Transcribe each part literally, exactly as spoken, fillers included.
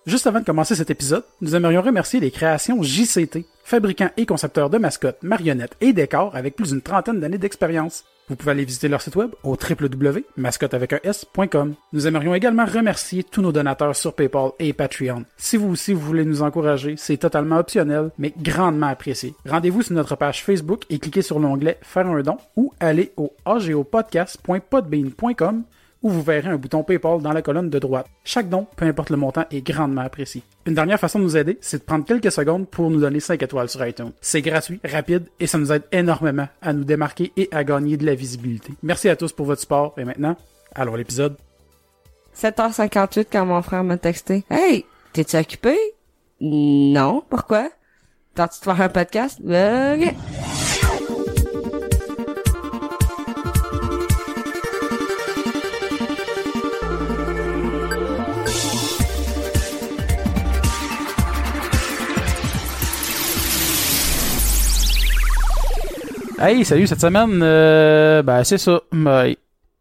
Juste avant de commencer cet épisode, nous aimerions remercier les créations J C T, fabricants et concepteurs de mascottes, marionnettes et décors avec plus d'une trentaine d'années d'expérience. Vous pouvez aller visiter leur site web au w w w point mascotte avec un s point com. Nous aimerions également remercier tous nos donateurs sur PayPal et Patreon. Si vous aussi vous voulez nous encourager, c'est totalement optionnel, mais grandement apprécié. Rendez-vous sur notre page Facebook et cliquez sur l'onglet « Faire un don » ou allez au a g o podcast point podbean point com où vous verrez un bouton PayPal dans la colonne de droite. Chaque don, peu importe le montant, est grandement apprécié. Une dernière façon de nous aider, c'est de prendre quelques secondes pour nous donner cinq étoiles sur iTunes. C'est gratuit, rapide et ça nous aide énormément à nous démarquer et à gagner de la visibilité. Merci à tous pour votre support et maintenant, allons à l'épisode. sept heures cinquante-huit quand mon frère m'a texté. « Hey, t'es-tu occupé? »« Non, pourquoi? T'as-tu de faire un podcast? »« Ok. » Hey, salut, cette semaine, euh, ben c'est ça. Bye.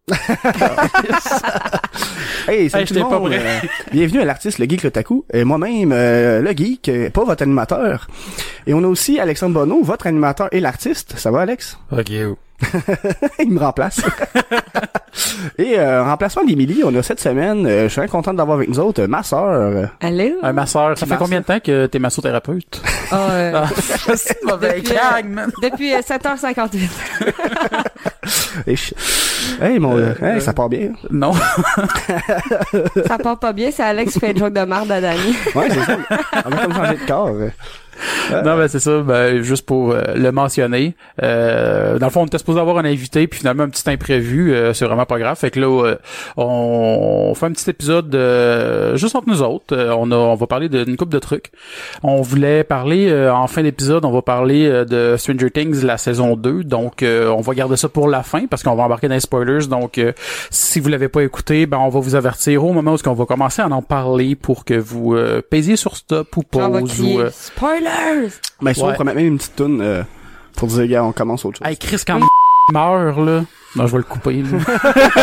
Hey, salut Hey, tout le j'étais pas monde. prêt. Euh, bienvenue à l'artiste Le Geek Lotaku. Et moi-même, euh, le geek, euh, pas votre animateur. Et on a aussi Alexandre Bonneau, votre animateur et l'artiste. Ça va, Alex? Ok. Il me remplace. Et euh, en remplacement d'Émilie, on a cette semaine, euh, je suis bien content d'avoir avec nous autres, euh, ma sœur. Allô? Euh, ma soeur, ça Qui fait marche, combien de temps que t'es massothérapeute? Ah, euh, Ah, c'est mauvais Depuis, gag, euh, man. depuis euh, sept heures cinquante-huit. Et je- Hey, mon, euh, hey, ça part bien. Non. Ça part pas bien, c'est Alex qui fait une joke de marde à Dani. Ouais, c'est ça. On va comme changer de corps. euh. Non, ben c'est ça, ben, juste pour euh, le mentionner. Euh, dans le fond, on était supposé avoir un invité, puis finalement un petit imprévu, euh, c'est vraiment pas grave. Fait que là, euh, on fait un petit épisode euh, juste entre nous autres. Euh, on a, on va parler d'une couple de trucs. On voulait parler, euh, en fin d'épisode, on va parler euh, de Stranger Things, la saison deux. Donc, euh, on va garder ça pour la fin, parce qu'on va embarquer dans les spoilers. Donc, euh, si vous l'avez pas écouté, ben on va vous avertir au moment où on va commencer à en parler pour que vous euh, paysiez sur stop ou On va Oh, pause. crier Ou, euh, spoilers! Ben, si on Ouais. pourrait mettre même une petite toune euh, pour dire, gars, on commence autre chose. Hey, Chris, quand meurt, là. Non, je vais le couper, là.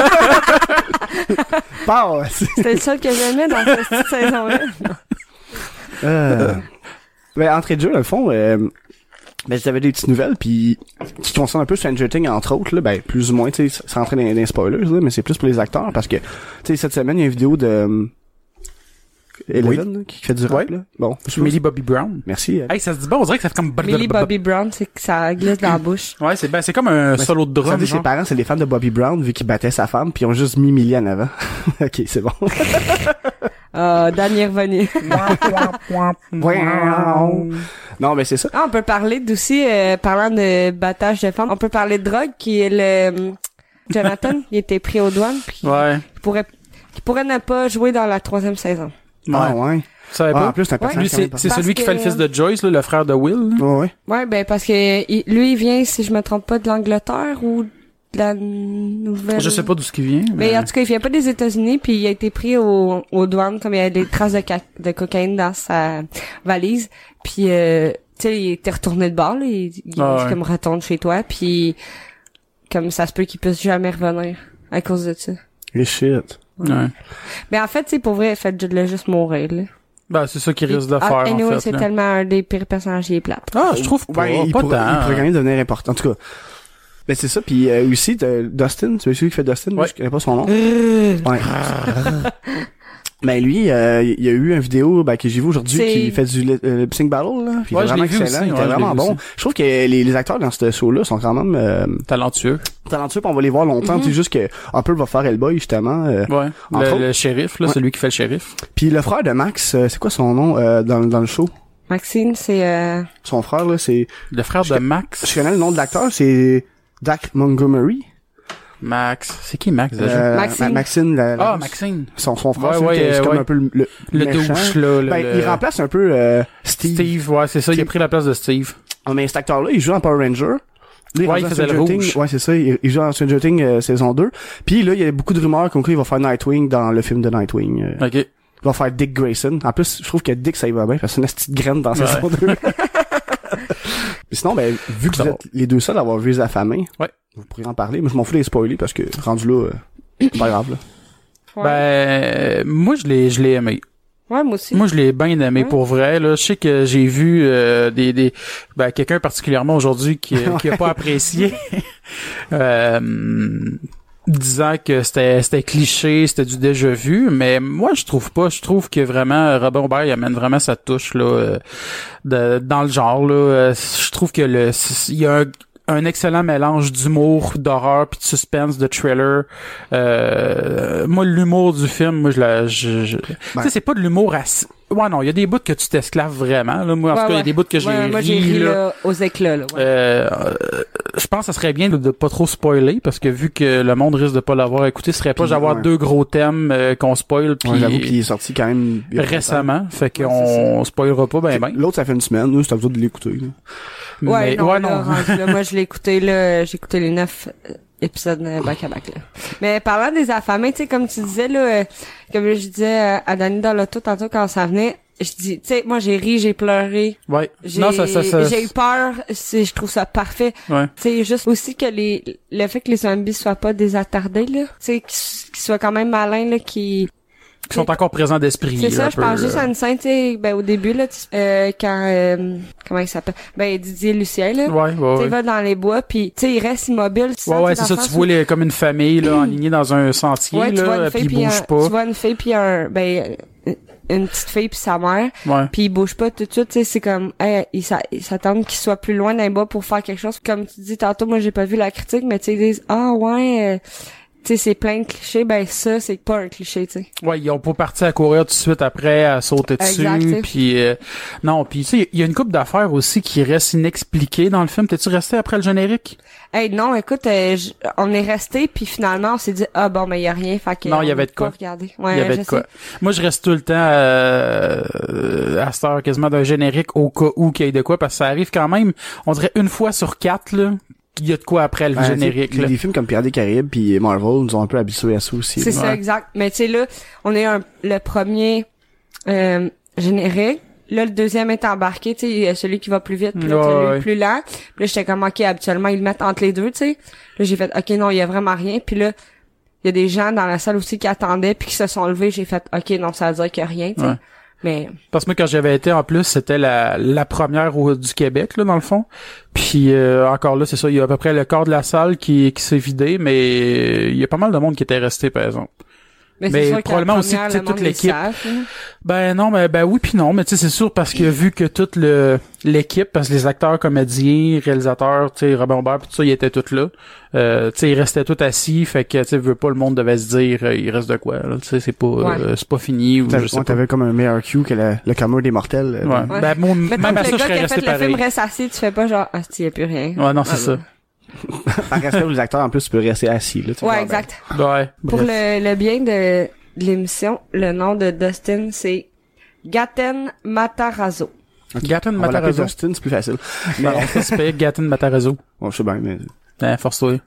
Bah, C'était le seul que j'aimais dans cette petite saison-là. Euh, ben, entrée de jeu, dans le fond, euh, ben, j'avais des petites nouvelles, puis qui concernent un peu Stranger Things, entre autres, là, ben, plus ou moins, tu sais, c'est entré dans, dans les spoilers, là, mais c'est plus pour les acteurs, parce que, tu sais, cette semaine, il y a une vidéo de euh, Eleven, là, qui fait du rap, Ouais. là. Bon, je Millie Bobby Brown. Merci. euh. Hey, ça se dit pas, on dirait que ça fait comme... Millie Bobby Brown, c'est que ça glisse dans la bouche. Ouais, c'est ben, c'est comme un Ben, solo de Ça drum, dit, ses genre. parents, c'est des fans de Bobby Brown, vu qu'il battait sa femme, puis ils ont juste mis Millie en avant. Ok, c'est bon. Ah, Dani est revenu. Non, mais c'est ça. Ah, on peut parler d'aussi, euh, parlant de battage de femmes, on peut parler de drogue, qui est le... euh, Jonathan, il était pris aux douanes, puis Ouais. il pourrait, il pourrait ne pas jouer dans la troisième saison. Ah, Ouais. ouais. Tu savais Ah, pas? en plus, c'est un Ouais. personnage Lui, quand même c'est, c'est Parce celui qui que- fait le fils de Joyce, là, le frère de Will. pas- Ouais, ouais. Ouais, ben, parce que il- lui, il vient, si je me trompe pas, de l'Angleterre ou de la nouvelle... Je sais pas d'où ce qui vient. Mais en tout cas, il vient pas des États-Unis, puis il a été pris au, aux douanes, comme il y a des traces de, ca- de cocaïne dans sa valise. Puis, euh, tu sais, il était retourné de bord, là, il, il Ah dit ouais. comme retourne chez toi, puis comme ça se peut qu'il puisse jamais revenir à cause de ça. Et shit. Ouais. Mais en fait, tu sais, pour vrai, faites-le juste mourir, là. Ben, c'est ça qu'il risque de Ah, faire, anyway, en fait. c'est là. tellement un des pires personnages, il est plate. Ah, je trouve pas, Ouais, il, pas pourrait, tant. il pourrait quand même devenir important. En tout cas, ben c'est ça. Puis euh, aussi, t'as Dustin, c'est celui qui fait Dustin. Moi, Ouais. je connais pas son nom. Ouais. Ben lui, euh, il y a eu une vidéo ben, que j'ai vu aujourd'hui C'est- qui fait du lip euh, lip sync battle là. Puis il Ouais, était je vraiment l'ai vu excellent, aussi, il ouais, était je l'ai vraiment vu bon. aussi. Je trouve que les, les acteurs dans ce show-là sont quand même euh, Talentueux. talentueux. Puis on va les voir longtemps. Mhm. C'est juste que Hopper va faire Hellboy justement. euh. Ouais. Entre Le, autres. le shérif, là, Ouais. celui qui fait le shérif. Puis le frère de Max, euh, c'est quoi son nom euh, dans dans le show? Maxine, c'est... Euh... Son frère là, c'est Le frère Je de con- Max. je connais le nom de l'acteur, c'est Dak Montgomery. Max. C'est qui Max, déjà? Euh, Maxine. Ma- Maxine. la- la- Ah, Maxine. Son, son frère, Ouais, celui ouais, qui est- c'est euh, comme ouais. un peu le, le, Le méchant. douche, là. Le, Ben, le- il remplace un peu euh, Steve. Steve, ouais, c'est ça. Il a pris la place de Steve. Ah, mais cet acteur-là, il joue dans Power Ranger. Là, Ouais, rendu il dans faisait le Stranger rouge. Things. Ouais, c'est ça. Il, il joue dans Stranger Things euh, saison deux. Puis là, il y a beaucoup de rumeurs comme quoi il va faire Nightwing dans le film de Nightwing. Euh, OK. Il va faire Dick Grayson. En plus, je trouve que Dick, ça y va bien parce que c'est une petite graine dans Ouais. saison deux. Puis sinon, ben, vu que Ça vous va. êtes les deux seuls à avoir vu les affamés, Ouais. vous pourrez en parler. Mais je m'en fous de les spoiler parce que rendu là, euh, c'est pas grave, là. Ouais. Ben, moi, je l'ai, je l'ai aimé. Ouais, moi aussi. Moi, je l'ai bien aimé Ouais. pour vrai. Là, je sais que j'ai vu euh, des, des ben, quelqu'un particulièrement aujourd'hui qui qui a pas apprécié, euh, disant que c'était c'était cliché, c'était du déjà vu. Mais moi, je trouve pas. Je trouve que vraiment Robert Aubert il amène vraiment sa touche là euh, de, dans le genre. Là, Euh, je trouve que le il y a un un excellent mélange d'humour, d'horreur, puis de suspense, de thriller. Euh, moi, l'humour du film, moi, je la... Je, je... Ben. Tu sais, c'est pas de l'humour assez... Ouais, non, il y a des bouts que tu t'esclaves vraiment. Là. Moi, en Ouais, tout cas, il y a ouais. des bouts que j'ai Ouais, ri, moi, j'ai ri, là. là, aux éclats, là. Ouais. Euh, euh, je pense que ça serait bien de, de pas trop spoiler, parce que vu que le monde risque de pas l'avoir écouté, ce serait pas Puis, d'avoir ouais. deux gros thèmes euh, qu'on spoil, puis Ouais, j'avoue qu'il est sorti quand même il y a récemment. Fait Ouais, qu'on spoilera pas ben longtemps. ben. L'autre, ça fait une semaine. Nous, c'est à vous de l'écouter. là. Ouais, Mais- non, ouais, là, non. rendu là, moi, je l'ai écouté, là, j'ai écouté les neuf euh, épisodes euh, back à back, là. Mais parlant des affamés, tu sais, comme tu disais, là, euh, comme je disais euh, à Dani dans l'auto tantôt quand ça venait, je dis, tu sais, moi, j'ai ri, j'ai pleuré. Ouais. J'ai, Non, ça, ça, ça... j'ai eu peur, c'est, je trouve ça parfait. Ouais. C'est juste aussi que les, le fait que les zombies soient pas désattardés, là, tu sais, qu'ils, qu'ils soient quand même malins, là, qui, Qui sont encore présents d'esprit. c'est là, ça, un je peu, pense juste euh. à une scène, tu sais, ben, au début, là, tu- euh, quand, euh, comment il s'appelle? Ben, Didier Lucien, là. Ouais, ouais, Tu sais, ouais. il va dans les bois, puis tu sais, il reste immobile. Tu Ouais, sens, ouais, tu c'est sais, ça, dans le tu sens vois où- les, comme une famille, là, enlignée dans un sentier, Ouais, tu vois là, une puis fille ils puis un, bougent tu pas. vois une fille puis un, ben, une petite fille puis sa mère, Ouais. puis ils bougent pas tout de suite, tu sais, c'est comme, hey, ils s'a- ils s'attendent qu'ils soient plus loin d'un bas pour faire quelque chose. Comme tu dis tantôt, moi j'ai pas vu la critique, mais tu sais, ils disent, ah ouais, euh, tu sais, c'est plein de clichés, ben ça, c'est pas un cliché, tu sais. Ouais, ils ont pas parti à courir tout de suite après, à sauter dessus, Exact, tu sais. puis euh, non, puis tu sais, il y a une couple d'affaires aussi qui restent inexpliquées dans le film. T'es-tu resté après le générique? Hey, non, écoute, euh, j- on est resté, puis finalement, on s'est dit, ah bon, mais il y a rien, fait que Non, il y on avait a de quoi. pas regardé. Ouais, Il y avait je de quoi. sais. Moi, je reste tout le temps euh, à cette heure quasiment d'un générique au cas où qu'il y ait de quoi, parce que ça arrive quand même, on dirait une fois sur quatre, là, qu'il y a de quoi après le Ben, générique. tu sais, Là. des films comme Pirates des Caraïbes puis Marvel nous ont un peu habitués à ça aussi. C'est là. ça, Ouais. exact. Mais tu sais, là, on est un, le premier euh, générique. Là, le deuxième est embarqué, tu sais, il y a celui qui va plus vite, puis là, Ouais, t'as lui ouais. le plus lent. Puis là, j'étais comme, OK, habituellement, ils le mettent entre les deux, tu sais. Là, j'ai fait, OK, non, il y a vraiment rien. Puis là, il y a des gens dans la salle aussi qui attendaient, puis qui se sont levés. J'ai fait, OK, non, ça veut dire qu'il y a rien, tu sais. Ouais. Mais, Parce que moi, quand j'avais été, en plus, c'était la, la première au, du Québec, là, dans le fond. Puis euh, encore là, c'est ça, il y a à peu près le quart de la salle qui, qui s'est vidé, mais il y a pas mal de monde qui était resté, par exemple. mais, Mais c'est sûr qu'à la probablement aussi, première, tu sais, le monde toute les l'équipe. savent, là. Ben non, mais ben oui puis non, mais tu sais c'est sûr parce que vu que toute le l'équipe, parce que les acteurs, comédiens, réalisateurs, tu sais Robert Aubert pis tout ça, ils étaient tous là. Euh, tu sais ils restaient tous assis, fait que tu sais veux pas le monde devait se dire euh, il reste de quoi là, tu sais c'est pas Ouais. euh, c'est pas fini ou T'avais, je sais ouais, pas. t'avais comme un meilleur cue que le, le commun des mortels. euh, Ouais. Ouais. Ben moi, Mais même tant à que ça le je gars serais qui a resté fait le pareil. film reste assis, tu fais pas genre, ah, il y a plus rien. Ouais non c'est Ah, ça. Par respect pour les acteurs, en plus, tu peux rester assis. Là, tu sais, Ouais, genre, exact. Ouais. Pour bref. le, le bien de, de l'émission, le nom de Dustin, c'est Gaten Matarazzo. ben, ok. Gatton On va l'appeler Matarazzo. Dustin, c'est plus facile. Mais on se paye Gatton Matarazzo. Bon, je sais bien, mais... Ben force-toi.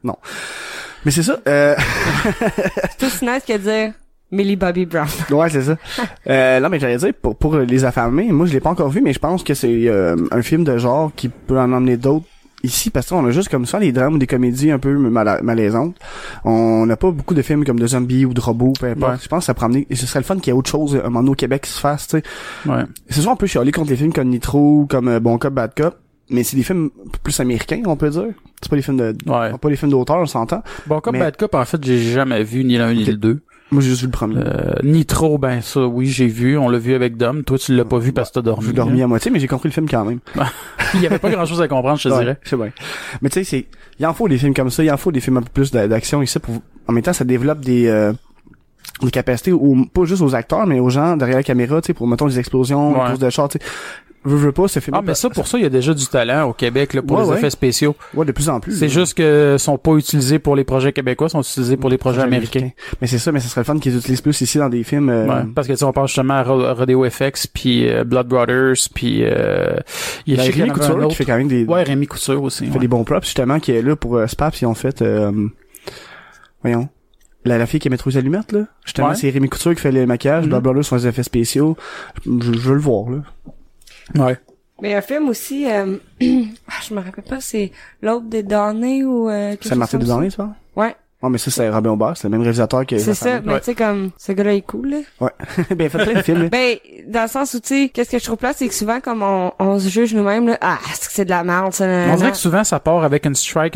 Mais c'est ça. Euh... C'est tout aussi nice que dire Millie Bobby Brown. ouais, c'est ça. euh, non, mais j'allais dire, pour, pour les affamés, moi, je l'ai pas encore vu, mais je pense que c'est euh, un film de genre qui peut en emmener d'autres ici, parce qu'on a juste comme ça des drames ou des comédies un peu mala- malaisantes. On n'a pas beaucoup de films comme de zombies ou de robots, peu importe. Ouais. Je pense que ça pourrait amener... Et ce serait le fun qu'il y ait autre chose, un moment donné, au Québec qui se fasse, tu sais. Ouais. C'est sûr, on peut chialer contre les films comme Nitro, comme euh, Bon Cop, Bad Cop, mais c'est des films plus américains, on peut dire. C'est pas des films de... Ouais. Pas des films d'auteur, on s'entend. Bon comme Mais- Bad Cop en fait, j'ai jamais vu ni l'un ni Ok. le deux. Moi, j'ai juste vu le premier. Euh, Nitro, ben ça, oui, j'ai vu. On l'a vu avec Dom. Toi, tu l'as pas vu parce que t'as dormi. J'ai dormi à moitié, mais j'ai compris le film quand même. Il y avait pas grand-chose à comprendre, je te Ouais, dirais. je sais bien. Mais tu sais, c'est, il en faut des films comme ça, il en faut des films un peu plus d'a- d'action ici pour, en même temps, ça développe des, euh, des capacités, au, pas juste aux acteurs, mais aux gens derrière la caméra, tu sais, pour, mettons, les explosions, Ouais. les courses de char, tu sais. Veux, veux pas, ce film. Ah, mais ça, pour ça, il y a déjà du talent au Québec, là, pour Ouais, les ouais. effets spéciaux. Ouais, de plus en plus. C'est là. juste que sont pas utilisés pour les projets québécois, sont utilisés pour les projets américains. Mais c'est ça, mais ça serait le fun qu'ils utilisent plus ici dans des films, euh, Ouais, parce que tu sais, on pense justement à Ro- Rodeo F X, puis euh, Blood Brothers, puis euh, il y ben, a je sais qu'il y en Rémi avait un Couture, autre. qui fait quand même des, Ouais, Rémi Couture aussi. fait ouais. des bons props, justement, qui est là pour, euh, Spaps, ils ont fait, euh, voyons. La, la fille qui a mettre aux allumettes, là. Justement, Ouais. c'est Rémi Couture qui fait le maquillage, Mhm. Blood Brothers sont les effets spéciaux. Je, je veux le voir, là. Ouais. Mais un film aussi, euh, ah, je me rappelle pas, c'est l'autre des damnés ou euh, quelque C'est chose Martin comme ça. Desdarnés, ça? Ouais. Ouais, mais ça, c'est Robin Aubert, c'est le même réalisateur que... C'est ça, mais ouais. tu sais, comme, ce gars-là est cool, là. Ouais. Ben, il fait plein de films, là. Ben, dans le sens où, tu sais, qu'est-ce que je trouve là, c'est que souvent, comme on, on se juge nous-mêmes, là, ah, c'est que c'est de la merde, ça, On dirait que souvent, ça part avec une strike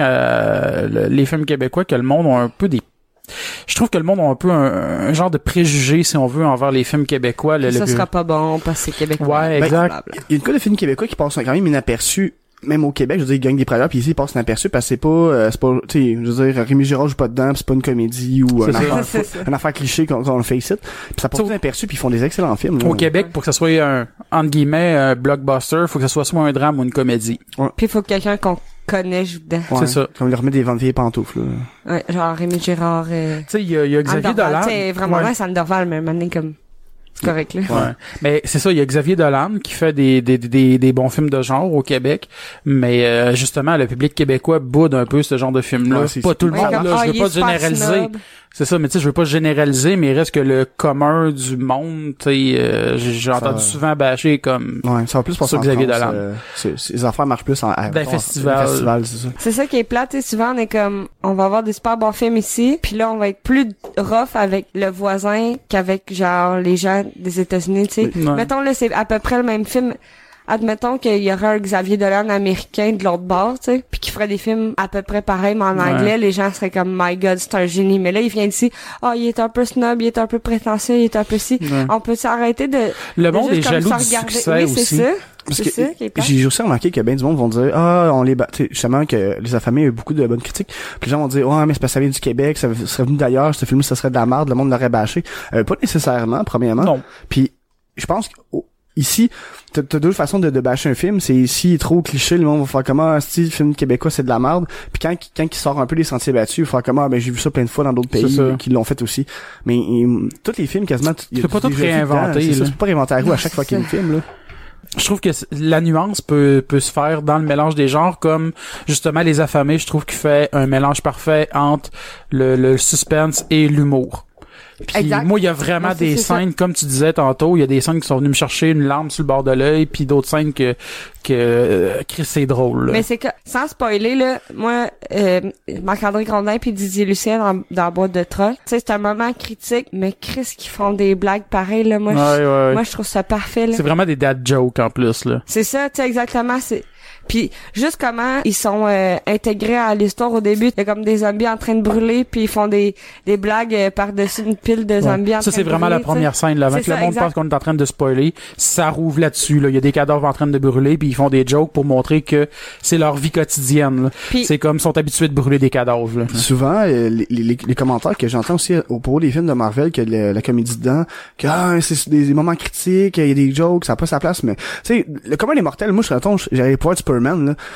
à le- les films québécois, que le monde a un peu des... Je trouve que le monde a un peu un, un genre de préjugés, si on veut, envers les films québécois. Le, ça le... sera pas bon, parce que c'est québécois. Ouais, Ben, exact. Blablabla. Il y a une couple de films québécois qui passent quand même inaperçus, même au Québec, je veux dire, ils gagnent des premières, puis ici, ils passent inaperçus parce que c'est pas, euh, c'est pas, tu sais, je veux dire, Rémi Girard joue pas dedans, pis c'est pas une comédie ou C'est une ça. affaire, C'est ça. une affaire cliché qu'on, qu'on le fait ici. Puis ça passe T'sais, inaperçus, puis ils font des excellents films, là. Au Québec, pour que ça soit un, entre guillemets, un blockbuster, faut que ça soit soit un drame ou une comédie. Puis il faut que quelqu'un qu'on connaît joue dedans. Ouais, c'est ça. Comme il remet des ventes vieilles pantoufles, là. Ouais, genre Rémi Girard, euh, Tu sais, il y a, il y a Xavier Anderval, Dolan. tu sais, vraiment Ouais. nice, Anderval, mais maintenant, comme, c'est correct, là. Ouais. Mais c'est ça, il y a Xavier Dolan qui fait des, des, des, des bons films de genre au Québec. Mais euh, justement, le public québécois boude un peu ce genre de film-là. Ouais, c'est- pas tout le Ouais, monde, comme, là. ah, Je veux il pas est super généraliser. snob. C'est ça, mais tu sais, je veux pas généraliser, mais il reste que le commun du monde, tu sais, euh, j'ai j'ai Ça- entendu souvent bâcher comme... Ouais, ça va plus passer Sur en Xavier France, Dolan. euh, c'est, c'est- les affaires marchent plus en, à, Ben, en- festival. festival, c'est ça. C'est ça qui est plate, tu sais, souvent on est comme, on va avoir des super bons films ici, puis là on va être plus rough avec le voisin qu'avec genre les gens des États-Unis, tu sais. Ouais. Mettons là, c'est à peu près le même film. Admettons qu'il y aurait un Xavier Dolan américain de l'autre bord, tu sais, puis qui ferait des films à peu près pareils, mais en Ouais. anglais, les gens seraient comme my God, c'est un génie. Mais là, il vient d'ici, oh, il est un peu snob, il est un peu prétentieux, il est un peu si. Ouais. On peut s'arrêter de. Le de monde est juste comme jaloux se du regarder. succès Oui, aussi. c'est ça. Parce C'est que ça qui est plate. j'ai aussi remarqué que ben du monde vont dire ah on les bat tu sais, justement que les affamés ont eu beaucoup de bonnes critiques puis les gens vont dire ouais mais c'est parce que ça vient du Québec ça serait venu d'ailleurs ce film ça serait de la merde le monde l'aurait bâché euh, pas nécessairement premièrement Non. puis je pense que oh, ici t'as, t'as deux façons de, de bâcher un film c'est s'il est trop cliché le monde va faire comment si le film québécois c'est de la merde puis quand quand il sort un peu des sentiers battus il va faire comment ben j'ai vu ça plein de fois dans d'autres C'est pays ça. qui l'ont fait aussi mais euh, tous les films quasiment tu peux pas tout réinventer, c'est ça, là. tu peux pas réinventer la roue à chaque C'est fucking ça. film là. Je trouve que c- la nuance peut peut se faire dans le mélange des genres, comme justement Les Affamés, je trouve qu'il fait un mélange parfait entre le, le suspense et l'humour. Puis Exact. moi, il y a vraiment Moi, c'est- des c'est ça. scènes, comme tu disais tantôt, il y a des scènes qui sont venues me chercher une larme sur le bord de l'œil, puis d'autres scènes que que euh, Chris, c'est drôle. là. Mais c'est que, sans spoiler, là, moi, euh, Marc-André Grondin puis Didier Lucien dans, dans la boîte de truck, tu sais, c'est un moment critique, mais Chris qui font des blagues pareilles, là, moi, Ouais, je, ouais, ouais. moi, je trouve ça parfait, là. C'est vraiment des dad jokes en plus là. C'est ça, tu sais, exactement, c'est... Puis juste comment ils sont euh, intégrés à l'histoire au début, il y a comme des zombies en train de brûler, puis ils font des des blagues euh, par-dessus une pile de zombies en train Ça, c'est de vraiment la brûler, tu sais. première scène, là. Avant C'est que le ça, monde exact. pense qu'on est en train de spoiler, ça rouvre là-dessus, là. Il y a des cadavres en train de brûler, puis ils font des jokes pour montrer que c'est leur vie quotidienne, là. Puis- C'est comme, ils sont habitués de brûler des cadavres, là. Souvent, euh, les, les, les commentaires que j'entends aussi au propos des films de Marvel, que le- la comédie dedans, que ah, c'est des, des moments critiques, il y a des jokes, ça n'a pas sa place, mais tu sais, le commun des mortels, moi je serais ton, j'allais pouvoir être Superman, là.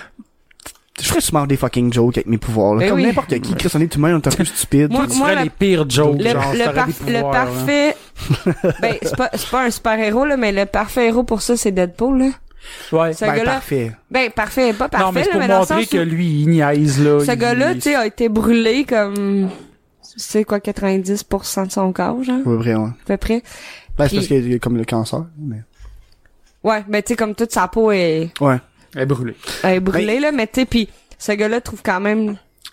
Je ferais sûrement des fucking jokes avec mes pouvoirs, là. Ben Comme oui. n'importe qui, Chris, on est tout le monde, on est un peu stupide. Moi- Tu moi, ferais la- les pires jokes, Le, genre, le, t'aurais par- des le pouvoirs, là. parfait... ben, c'est pas, c'est pas un super-héros, là, mais le parfait héros pour ça, c'est Deadpool, là. Ouais. Ce Ben, gars-là... parfait. Ben, parfait, pas parfait, non, mais c'est là, pour mais dans le montrer sens que où lui, il niaise, là. ce Il- gars-là, tu sais, a été brûlé comme... C'est quoi, quatre-vingt-dix pour cent de son corps, genre, Ouais, vraiment. à peu près. Ben, c'est Puis- parce qu'il y a comme le cancer, mais. Ouais, mais tu sais, comme toute sa peau est, Ouais. Elle est brûlée. elle est brûlée, là, mais tu sais, pis ce gars-là trouve quand même...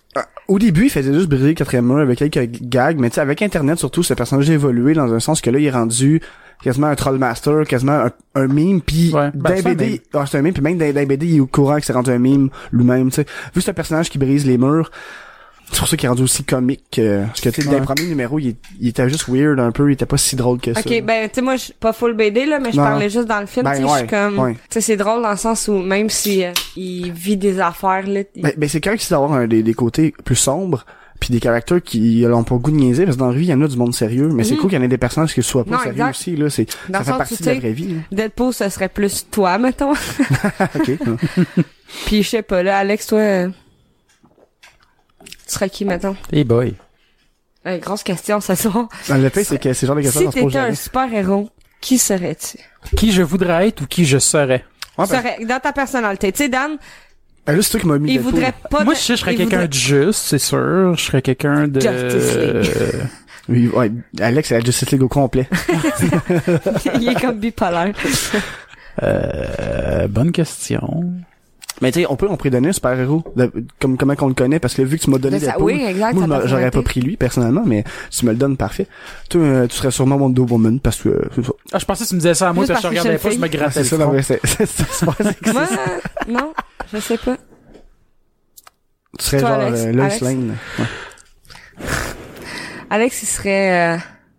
Au début, il faisait juste briser le quatrième mur avec quelques gags, mais tu sais, avec Internet, surtout, ce personnage a évolué dans un sens que là, il est rendu quasiment un trollmaster, quasiment un, un meme, puis Ouais, ben, dans c'est un B D, meme. ah, c'est un meme, puis même dans, dans B D, il est au courant que c'est rendu un meme lui-même, tu sais. Vu que c'est un personnage qui brise les murs, c'est pour ça qu'il est rendu aussi comique, euh, parce que tu sais, dans Ouais. les premiers numéros, il, il était juste weird un peu, il était pas si drôle que ça. Ok, ben, tu sais, moi, je suis pas full B D, là, mais je Non. parlais juste dans le film, Ben, tu sais, je ouais, suis comme... ouais. Tu sais, c'est drôle dans le sens où, même si euh, il vit des affaires, là... il- Ben, ben c'est correct aussi d'avoir un, des, des côtés plus sombres, puis des caractères qui n'ont pas le goût de niaiser, parce que dans la vie, il y en a du monde sérieux, mais c'est Mhm. cool qu'il y en ait des personnages qui soient pas Non, sérieux exact. aussi, là, c'est, Dans ça le fait sens partie où, de la tu sais, vraie vie, là. Deadpool, ce serait plus toi, mettons. Ok. Puis je sais pas, là, Alex, toi... euh, Tu serais qui, mettons? Hey boy. Hey, grosse question, ce soir. Ben, le fait, c'est que c'est le genre de questions Si qu'on se pose t'étais un jamais. super-héros, qui serais-tu? Qui je voudrais être ou qui je serais? Ouais, ben, Serais, dans ta personnalité. Tu sais, Dan, ben là, c'est toi qui m'as mis il Deadpool. voudrait pas... Moi, de- je sais, je serais il quelqu'un voudrait- de juste, c'est sûr. Je serais quelqu'un de... Justice League. Euh, Oui, ouais, Alex, c'est la Justice League au complet. il est comme bipolaire. euh, bonne question. Mais tu sais, on peut, on pourrait donner un super-héros, de- comme, comment qu'on le connaît, parce que vu que tu m'as donné Ça- Deadpool, oui, exact, moi, sa je m'a- j'aurais personnalité. pas pris lui, personnellement, mais si tu me le donnes, parfait. Toi, euh, tu serais sûrement Wonder Woman, parce que, euh, c'est ça. Ah, je pensais que tu me disais ça à moi, Juste parce que je parce que regardais je pas, suis je me une grattais C'est le ça, front. non, mais c'est, c'est, c'est super sexy. Moi, non, je sais pas. Tu serais Toi, genre, Alex, euh, Lois Alex? Lane. Ouais. Alex, il serait... Euh...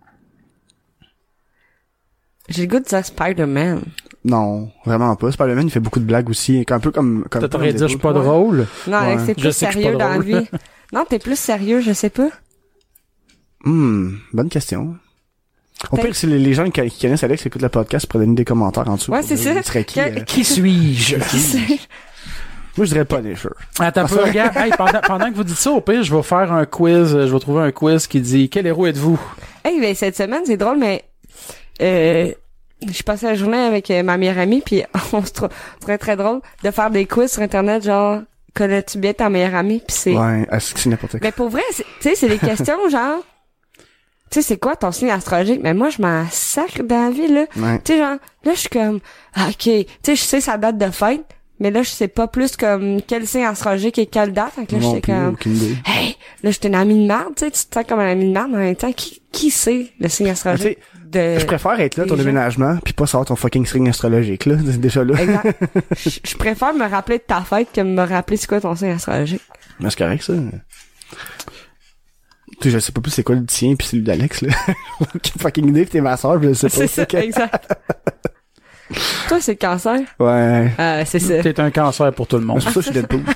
J'ai le goût de dire Spider-Man. Non, vraiment pas. Spider-Man, il fait beaucoup de blagues aussi, un peu comme, comme. T'as t'aurais comme dire je suis pas Deadpool. drôle. Non, Alex, Ouais. t'es Je plus sais que je suis sérieux pas dans la drôle. vie. Non, t'es plus sérieux, je sais pas. Hmm, bonne question. Au Fait- pire, si les, les gens qui, qui connaissent Alex qui écoutent le podcast pourraient donner des commentaires en dessous. Ouais, pour c'est dire, ça. il serait qui, Que- euh, Qui suis-je? Qui c'est? Moi, je dirais Punisher. Attends un peu, regarde. Hey, pendant, pendant que vous dites ça, au pire, je vais faire un quiz, euh, je vais trouver un quiz qui dit quel héros êtes-vous? Hey, ben, cette semaine, c'est drôle, mais, euh, je passais la journée avec euh, ma meilleure amie, puis on se trou- trouvait très drôle de faire des quiz sur Internet, genre, connais-tu bien ta meilleure amie? Puis c'est... Ouais, est-ce que c'est n'importe quoi? Mais pour vrai, c'est- tu sais, c'est des questions, genre, tu sais, c'est quoi ton signe astrologique? Mais moi, je m'en sacre dans la vie, là. Ouais. Tu sais, genre, là, je suis comme, ah, ok, tu sais, je sais sa date de fête, mais là, je sais pas plus comme quel signe astrologique et quelle date. Fait que là, Non j'étais plus, comme, aucune idée. hey, là, j'étais une amie de merde, tu sais, tu te sens comme un ami de merde, mais en même temps, qui, qui sait le signe Ah, tu sais, astrologique de... je préfère être là, ton les gens. déménagement, puis pas savoir ton fucking signe astrologique, là. C'est déjà là. Exact. je, je préfère me rappeler de ta fête que me rappeler c'est quoi ton signe astrologique. Mais c'est correct, ça. Tu sais, je sais pas plus c'est quoi le tien puis celui d'Alex, là. Quelle fucking idée, pis t'es ma soeur, pis je sais pas. C'est ça, que- exact. Toi, c'est le cancer? Ouais. Euh, c'est ça. T'es un cancer pour tout le monde. C'est pour ça que je suis Deadpool.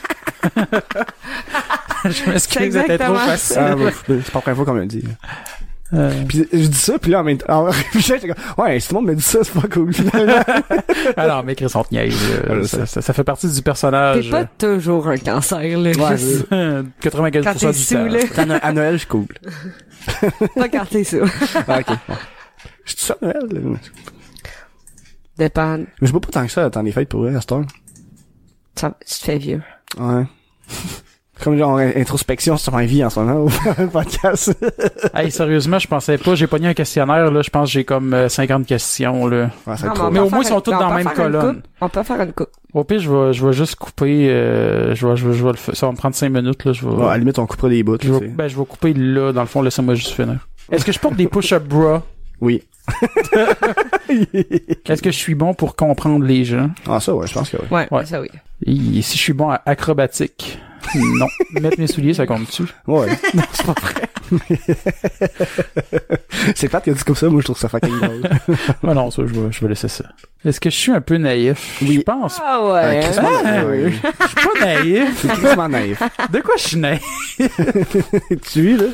Je m'excuse, C'est c'était trop exactement facile. Ah, bah, c'est pas la première fois qu'on me le dit. Euh, Puis je dis ça, puis là, en même temps, en réfléchissant, j'étais comme, ouais, si tout le monde me dit ça, c'est pas cool, finalement. alors, mais Chris, on te niaise, euh, Ouais, je ça, sais. ça, ça fait partie du personnage. T'es pas toujours un cancer, là. Ouais, Juste euh, quatre-vingt-quinze pour cent quand t'es du sous, temps. là. À, No- à Noël, je suis cool. Pas quand t'es sous. Ah, ok. Bon. Je suis ça à Noël, là. Dépend. Mais je bois pas tant que ça, dans les fêtes pour vrai, à cette heure. Ça, tu te fais vieux. Ouais. Comme genre introspection sur ma vie en ce moment au podcast. Hey, sérieusement, je pensais pas, j'ai pogné un questionnaire, là, je pense que j'ai comme euh, cinquante questions, là. Ouais, ça Non, va être on trop. peut Mais au faire moins, ils sont un- tous on dans peut la même faire une colonne. coupe. On peut faire une coupe. Au pire, je vais, je vais juste couper, euh, je vais, je vais, je vais le faire. Ça va me prendre cinq minutes, là, je vais, Ouais, à la limite, on coupera des bouts. je vais, tu sais. ben, je vais couper là, dans le fond, laissez-moi juste finir. Est-ce que je porte des push-up bras? Oui. Est-ce que je suis bon pour comprendre les gens? Ah, ça, ouais, je pense que oui. Ouais, Ouais. ça oui. Et si je suis bon à acrobatique? Non. Mettre mes souliers, ça compte-tu? Ouais. Non, c'est pas vrai. C'est plate que tu comme ça, moi, je trouve ça fucking drôle. Ah non, ça, je vais, je vais laisser ça. Est-ce que je suis un peu naïf? Oui. Je pense. Ah ouais. Ah, Chris, Ah, ouais. je suis pas naïf. C'est quasiment naïf. De quoi je suis naïf? Tu es, là?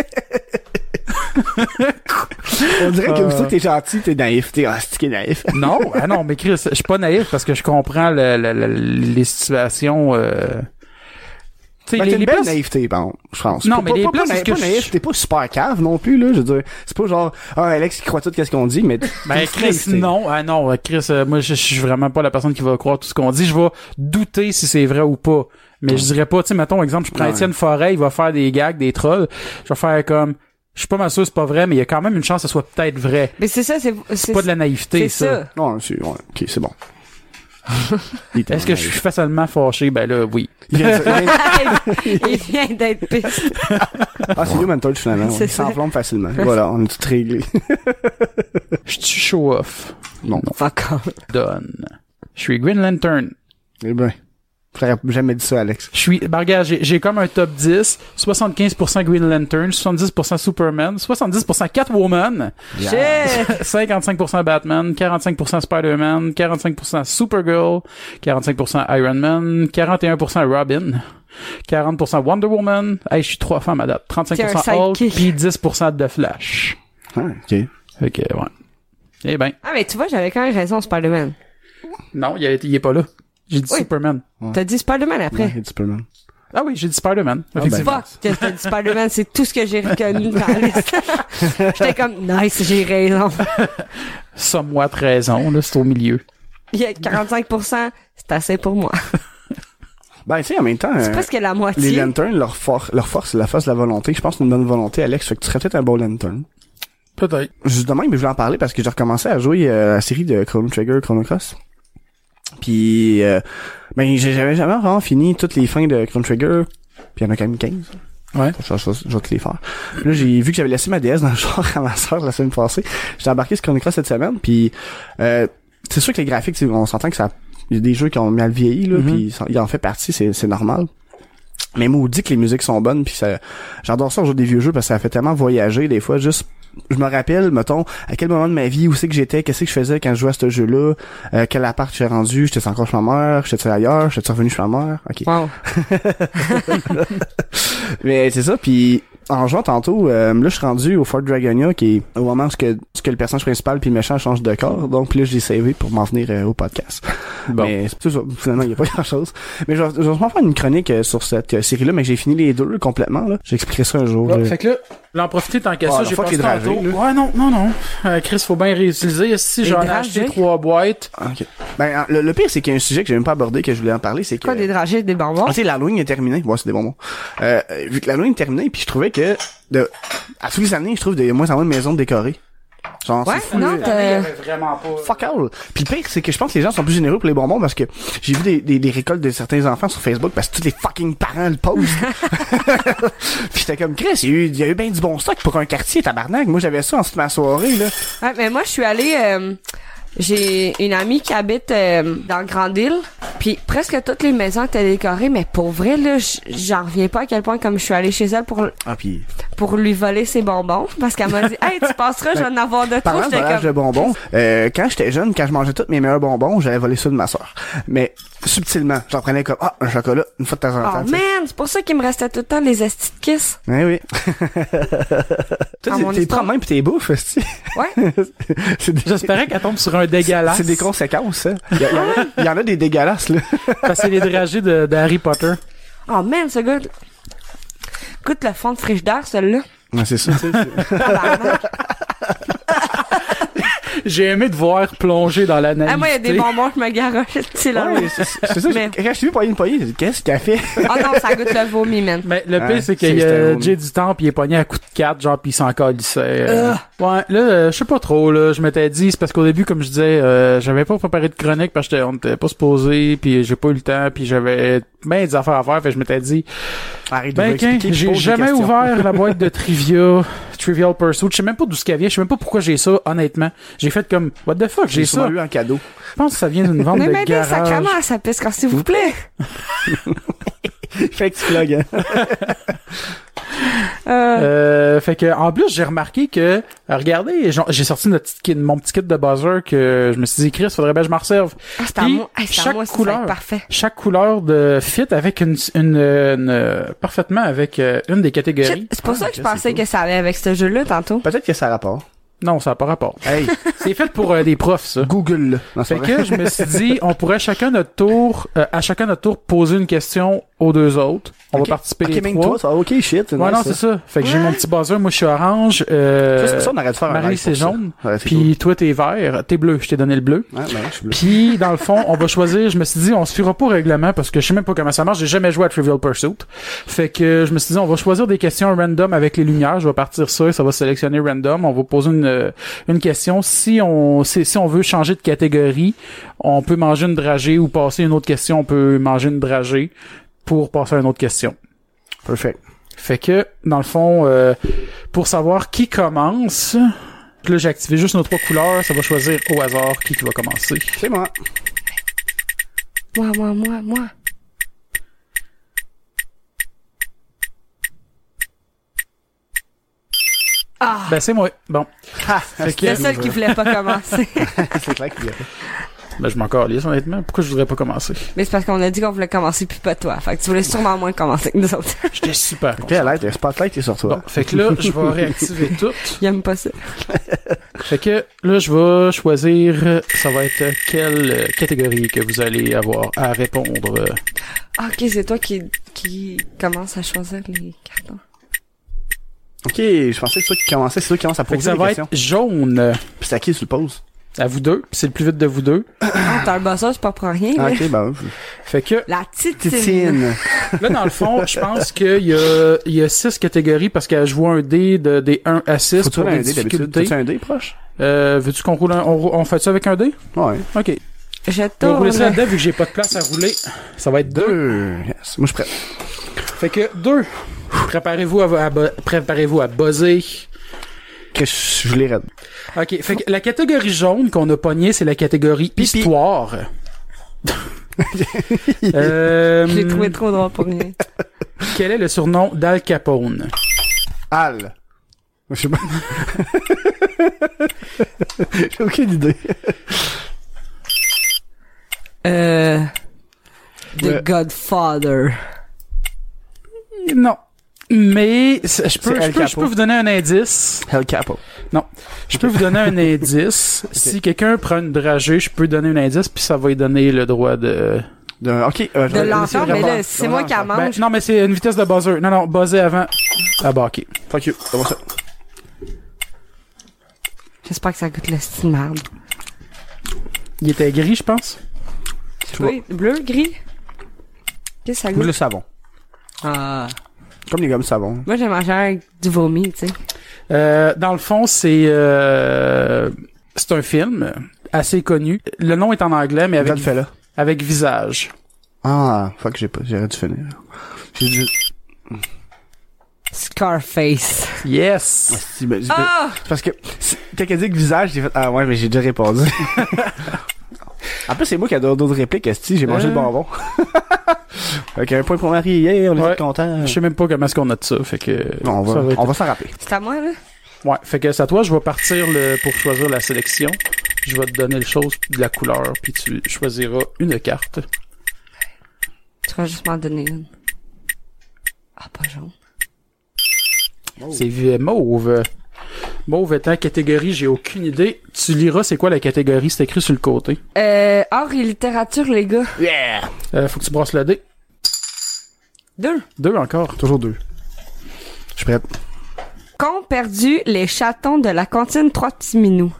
On dirait que Euh. ça, t'es gentil, t'es naïf. T'es, ah, c'est qui est naïf. Non, ah non, mais Chris, je suis pas naïf parce que je comprends le, le- le- les situations. Euh... Tu sais, Ben, les, t'as une les belle places- naïveté, bon, je pense. Non, Pas- mais pas- les pas, places, pas, est-ce que pas naïf, je- t'es pas super cave non plus, là, je veux dire. C'est pas genre, ah, Alex qui croit tout qu'est-ce qu'on dit, mais... Ben t'as une Chris, naïveté. non, ah non, euh, Chris, euh, moi je je suis vraiment pas la personne qui va croire tout ce qu'on dit. Je vais douter si c'est vrai ou pas. Mais je dirais pas, tu sais, mettons exemple, je prends Ouais. Étienne Forêt, il va faire des gags, des trolls. Je vais faire comme, je suis pas mal sûr que c'est pas vrai, mais il y a quand même une chance que ce soit peut-être vrai. Mais c'est ça, c'est C'est c'est pas de la naïveté, c'est ça. ça. Non, c'est, ouais, ok, c'est bon. Est-ce que je suis facilement fâché? Ben là, oui. Il vient de- il vient de- Il vient d'être piste. Ah, c'est Human Torch, finalement. C'est Il ça. s'enflamme facilement. Voilà, on est tout réglé. Je suis show off. Non. Fuck off. Done. Je suis Green Lantern. Eh ben, j'aurais jamais dit ça, Alex. Je suis, ben regarde, j'ai, j'ai comme un top dix, soixante-quinze pour cent Green Lantern, soixante-dix pour cent Superman, soixante-dix pour cent Catwoman, Shit. cinquante-cinq pour cent Batman, quarante-cinq pour cent Spider-Man, quarante-cinq pour cent Supergirl, quarante-cinq pour cent Iron Man, quarante et un pour cent Robin, quarante pour cent Wonder Woman, hey, je suis trois femmes à date, trente-cinq pour cent T'es un Hulk, sidekick. puis dix pour cent de Flash. Ah, ok. Ok, ouais. Eh ben, Ah, mais tu vois, j'avais quand même raison, Spider-Man. non, il, a été- il est pas là. J'ai dit Oui. Superman. T'as dit Spider-Man Ouais, après. il dit Superman. Ah oui, j'ai dit Spider-Man. ben, Effectivement. Fuck, que t'as dit Spider-Man, c'est tout ce que j'ai reconnu dans la liste. J'étais comme, nice, j'ai raison. Somewhat raison, là, c'est au milieu. Il y a quarante-cinq pour cent, c'est assez pour moi. Ben, tu sais, en même temps, C'est euh, presque la les moitié. lanterns, leur, for leur force, c'est la force de la volonté. Je pense que c'est une bonne volonté, Alex. Fait que tu serais peut-être un bon lantern. Peut-être. Juste demain, mais je voulais en parler parce que j'ai recommencé à jouer euh, la série de Chrono Trigger, Chrono Cross. Puis, euh, Ben, j'ai- j'avais jamais vraiment fini toutes les fins de Chrono Trigger. Puis il y en a quand même quinze. Ouais. Je, je, je, je vais te les faire. Puis là, j'ai vu que j'avais laissé ma D S dans le char à ma soeur la semaine passée. J'étais embarqué sur Chrono Cross cette semaine. Puis euh, c'est sûr que les graphiques, on s'entend que ça, il y a des jeux qui ont mal vieilli là. Mm-hmm. Puis il en fait partie, c'est, c'est normal. Mais maudit que les musiques sont bonnes. Puis ça, j'adore ça jouer des vieux jeux parce que ça fait tellement voyager des fois. Juste, je me rappelle, mettons, à quel moment de ma vie, où c'est que j'étais, qu'est-ce que je faisais quand je jouais à ce jeu-là, euh, quel appart je suis rendu, j'étais encore chez ma mère, j'étais ailleurs, j'étais revenu chez ma mère. Ok. Wow. Mais c'est ça, puis en jouant tantôt, euh, là je suis rendu au Fort Dragonia, qui est au moment où ce que, ce que le personnage principal puis le méchant changent de corps, donc là je l'ai savé pour m'en venir euh, au podcast. Bon. Mais c'est ça, finalement il y a pas grand chose. Mais je vais, je vais m'en faire une chronique euh, sur cette euh, série-là, mais j'ai fini les deux complètement là. J'expliquerai ça un jour. Ouais, là. fait que là, là en profiter tant qu'à Ah, ça, la j'ai fois passé qu'il est dragé, tantôt. là. Ouais, non, non, non. Euh, Chris, faut bien réutiliser. Si Les j'en ai dragés? acheté trois boîtes. Ok. Ben le, le pire c'est qu'il y a un sujet que j'ai même pas abordé que je voulais en parler, c'est que Quoi, des dragées, des bonbons? Ah, tu sais, l'Halloween est terminé. Bon, c'est des bonbons. Euh, vu que l'Halloween est terminé, puis je trouvais que de à tous les années, je trouve de moins en moins de maisons décorées. Genre, Ouais, c'est fou, non, là. t'as- Il y avait vraiment pas. Fuck all. Puis le pire, c'est que je pense que les gens sont plus généreux pour les bonbons parce que j'ai vu des, des, des récoltes de certains enfants sur Facebook parce que tous les fucking parents le postent. Puis j'étais comme, Chris, il y a eu, il y a eu bien du bon stock pour un quartier, tabarnak. Moi, j'avais ça en toute ma soirée, là. Ouais, mais moi, je suis allée... euh, j'ai une amie qui habite euh, dans Grande-Île, puis presque toutes les maisons étaient décorées, mais pour vrai, là, j- j'en reviens pas à quel point comme je suis allée chez elle pour Ah, puis pour lui voler ses bonbons, parce qu'elle m'a dit « Hey, tu passeras, je vais en avoir de trop. » parlant de J'étais volage comme... de bonbons, euh, quand j'étais jeune, quand je mangeais tous mes meilleurs bonbons, j'avais volé ça de ma soeur. Mais subtilement, j'en prenais comme, ah, un chocolat, une fois de temps en temps. Oh tu sais. man, c'est pour ça qu'il me restait tout le temps les estis de kiss. Oui, oui. Toi, À mon t'es- t'es histoire. prends même pis t'es bouffes, esti. Ouais. C'est des, J'espérais qu'elle tombe sur un dégueulasse. c'est des conséquences, hein. Il y, a- il y en a- il y en a des dégueulasses, là. Parce que c'est les dragées de, de Harry Potter. Oh man, ce gars... Écoute le fond de frigidaire, celui-là. Ouais, c'est ça. Tabarnak. J'ai aimé te voir plonger dans la naïveté. Ah, moi, il y a des bonbons, je me garoche. C'est là. Ouais, c'est c'est ça. Mais- Quand je t'ai vu poigner une poignée, j'ai dit, qu'est-ce qu'elle fait? Oh non, ça goûte le vomi, man. Mais le pire, Ouais, c'est c'est- qu'il y c'était a drôle. Jay du Temple, il est pogné à coup de quatre, genre, pis il s'en calissait. Euh, Euh. Ouais, là, euh, je sais pas trop, là, je m'étais dit, c'est parce qu'au début, comme je disais, euh, j'avais pas préparé de chronique parce qu'on était pas supposé, puis j'ai pas eu le temps, puis j'avais ben des affaires à faire, fait que je m'étais dit, Arrête de ben, vous qu'un, expliquer, puis j'ai pose des jamais questions. ouvert la boîte de trivia, Trivial Pursuit, je sais même pas d'où ce qu'elle vient, je sais même pas pourquoi j'ai ça, honnêtement. J'ai fait comme, what the fuck, j'ai J'ai ça. sûrement eu en cadeau. Je pense que ça vient d'une vente Mais de m'aider garage. sacrément à sa piste, s'il vous plaît. Fait que tu plug, hein. Euh, Euh, fait que en plus j'ai remarqué que euh, regardez, genre, j'ai sorti notre petit kit, mon petit kit de buzzer que je me suis dit Chris, faudrait bien que je m'en serve. ah, c'est à Puis, moi. Hey, c'est à chaque moi, ça, ça va couleur, être parfait. chaque couleur de fit avec une, une, une, euh, parfaitement avec euh, une des catégories. Shit, C'est pour Ah, ça que ok, je c'est pensais cool. que ça allait avec ce jeu-là tantôt. Peut-être que ça a rapport. Non, ça n'a pas rapport. Hey, C'est fait pour euh, des profs ça. Google, là. Non, c'est Fait vrai. que je me suis dit, on pourrait chacun notre tour, euh, à chacun notre tour, poser une question aux deux autres. On Ok. va participer Ok, les même trois. toi, ça, ok, shit. Ouais, non, c'est ça. Fait que j'ai Ouais. mon petit buzzer, moi je suis orange. Euh, Ça, c'est ça, on aurait dû faire un Marie live c'est pour ça. jaune. Ouais, c'est Puis toi t'es vert, t'es bleu, je t'ai donné le bleu. cool. Ouais, ben, je suis bleu. Puis dans le fond, on va choisir, je me suis dit on se fiera pas au règlement parce que je sais même pas comment ça marche, j'ai jamais joué à Trivial Pursuit. Fait que je me suis dit on va choisir des questions random avec les lumières, je vais partir ça, ça va sélectionner random, on va poser une euh, une question si on si, si on veut changer de catégorie, on peut manger une dragée ou passer une autre question, on peut manger une dragée pour passer à une autre question. Perfect. Fait que, dans le fond, euh, pour savoir qui commence, là, j'ai activé juste nos trois couleurs, ça va choisir au hasard qui, qui va commencer. C'est moi. Moi, moi, moi, moi. Ah! Ben, c'est moi. Bon. Ha! Fait que, Le seul qui voulait pas commencer. C'est clair qu'il y a pas. ben, je m'en calisse, honnêtement. Pourquoi je voudrais pas commencer? Mais c'est parce qu'on a dit qu'on voulait commencer puis pas toi. Fait que tu voulais sûrement moins commencer que nous autres. J'étais super Ok, content. à l'aide, le spotlight est sur toi. Bon, fait que là, je vais réactiver tout. Il aime pas ça. Fait que là, je vais choisir, euh, ça va être quelle euh, catégorie que vous allez avoir à répondre. euh. Ah, ok, c'est toi qui, qui commence à choisir les cartons. Ok, je pensais que c'est toi qui commençait, c'est toi qui commence à Fait que poser ça des va questions. être jaune Puis c'est à qui tu le poses? à vous deux, puis c'est le plus vite de vous deux. Ah, t'as un buzzer, c'est pas pour rien, Ah, mais... ok, ben, Fait que La titine. Titine. là, dans le fond, je pense qu'il y a, il y a six catégories parce que je vois un dé de, des un à six Faut-tu pour un des dé d'habitude? difficultés. T'as-tu un dé proche? Euh, veux-tu qu'on roule un, on, on fait ça avec un dé? Ouais. OK. Je Je vais tourne. rouler ça là-dedans vu que j'ai pas de place à rouler. Ça va être deux. Deux. Yes. Moi, je suis prêt. Fait que deux. Préparez-vous à, à, bo- préparez-vous à buzzer. Que je, je les raide. Ok, fait que la catégorie jaune qu'on a pognée, c'est la catégorie Pipi. histoire. euh, Je l'ai trouvé trop drôle pour rien. Quel est le surnom d'Al Capone? Al. Je sais pas. J'ai aucune idée. Euh... The Ouais. Godfather. Non. Mais c'est- je peux, C'est je Al peux, je Capo. peux vous donner un indice. El Capo. Non. Je peux vous donner un indice. Si quelqu'un prend une dragée, je peux donner un indice, puis ça va lui donner le droit de... De, ok. Euh, je De vais- l'entendre, mais vraiment- là, c'est moi qui la Ben, mange. non, mais c'est une vitesse de buzzer. Non, non, buzzer avant. Ah bah, ok. Fuck you. Comment ça? J'espère que ça goûte le style merde. Il était gris, je pense. Oui, bleu, gris. Qu'est-ce que ça Goûte goûte? le savon. Ah. Comme les gommes savon. Moi, j'ai mangé avec du vomi, tu sais. Euh, dans le fond, c'est euh, c'est un film assez connu. Le nom est en anglais, mais avec, Avec... fait là. avec visage. Ah, fuck, j'ai pas, j'aurais dû finir. J'ai dû... Scarface. Yes! Ah, si, ben, j'ai- Ah! c'est parce que, c'est- quand elle dit que visage, j'ai fait, ah ouais, mais j'ai déjà répondu. En plus, c'est moi qui ai d'autres répliques, esti, j'ai mangé Euh. le bonbon. Fait un point pour Marie, yeah, on est Ouais. tous contents. Je sais même pas comment est-ce qu'on a de ça, fait que... Non, on ça va, va être- on va s'en rappeler. C'est à moi, là? Ouais, fait que c'est à toi, je vais partir le, pour choisir la sélection. Je vais te donner les choses de la couleur, puis tu choisiras une carte. Tu vas juste m'en donner une. Ah, pas jaune. C'est vi- mauve. Mauve étant catégorie, j'ai aucune idée. Tu liras c'est quoi la catégorie, c'est écrit sur le côté. Euh, art et littérature, les gars. Yeah! Euh, faut que tu brosses le dé. Deux. Deux encore. Toujours deux. Je suis prête. Qu'ont perdu les chatons de la cantine Trois Petits Minous?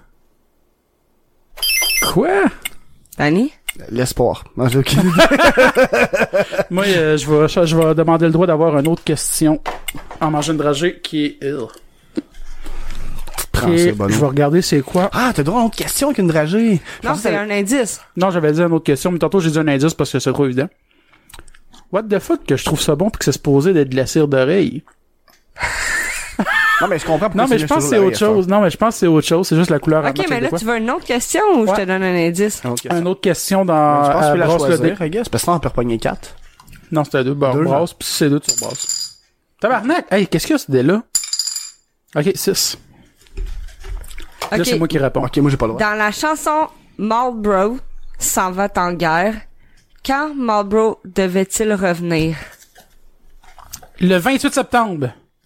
Quoi? Danny? L'espoir. Non, j'ai aucune idée. Moi, euh, je vais, je vais demander le droit d'avoir une autre question en mangeant une dragée qui est... Ugh. Prends Et ça, bon. je vais regarder c'est quoi. Ah, t'as droit à une autre question qu'une dragée. Je Non, pensais c'est que un indice. Non, j'avais dit une autre question, mais tantôt j'ai dit un indice parce que c'est trop évident. What the fuck que je trouve ça bon pis que c'est supposé d'être de la cire d'oreille? Non, mais je comprends pourquoi Non, mais je pense que c'est autre chose. Non, mais je pense que c'est autre chose. C'est juste la couleur à Ok, match mais avec là, de quoi. tu veux une autre question ou je Ouais. te donne un indice? Une autre question dans... Je pense que tu peux la brosse le dé. choisir, I guess, parce que sinon on peut repogner quatre. Non, c'était deux. Bon, Deux, brasse, puis si c'est deux, tu rebrasses. Tabarnak! Hey, qu'est-ce qu'il y a, ce dé-là? Ok, six. Là, Ok. c'est moi qui réponds. Ok, moi j'ai pas le droit. Dans la chanson Marlboro s'en va en guerre, quand Marlboro devait-il revenir? Le vingt-huit septembre.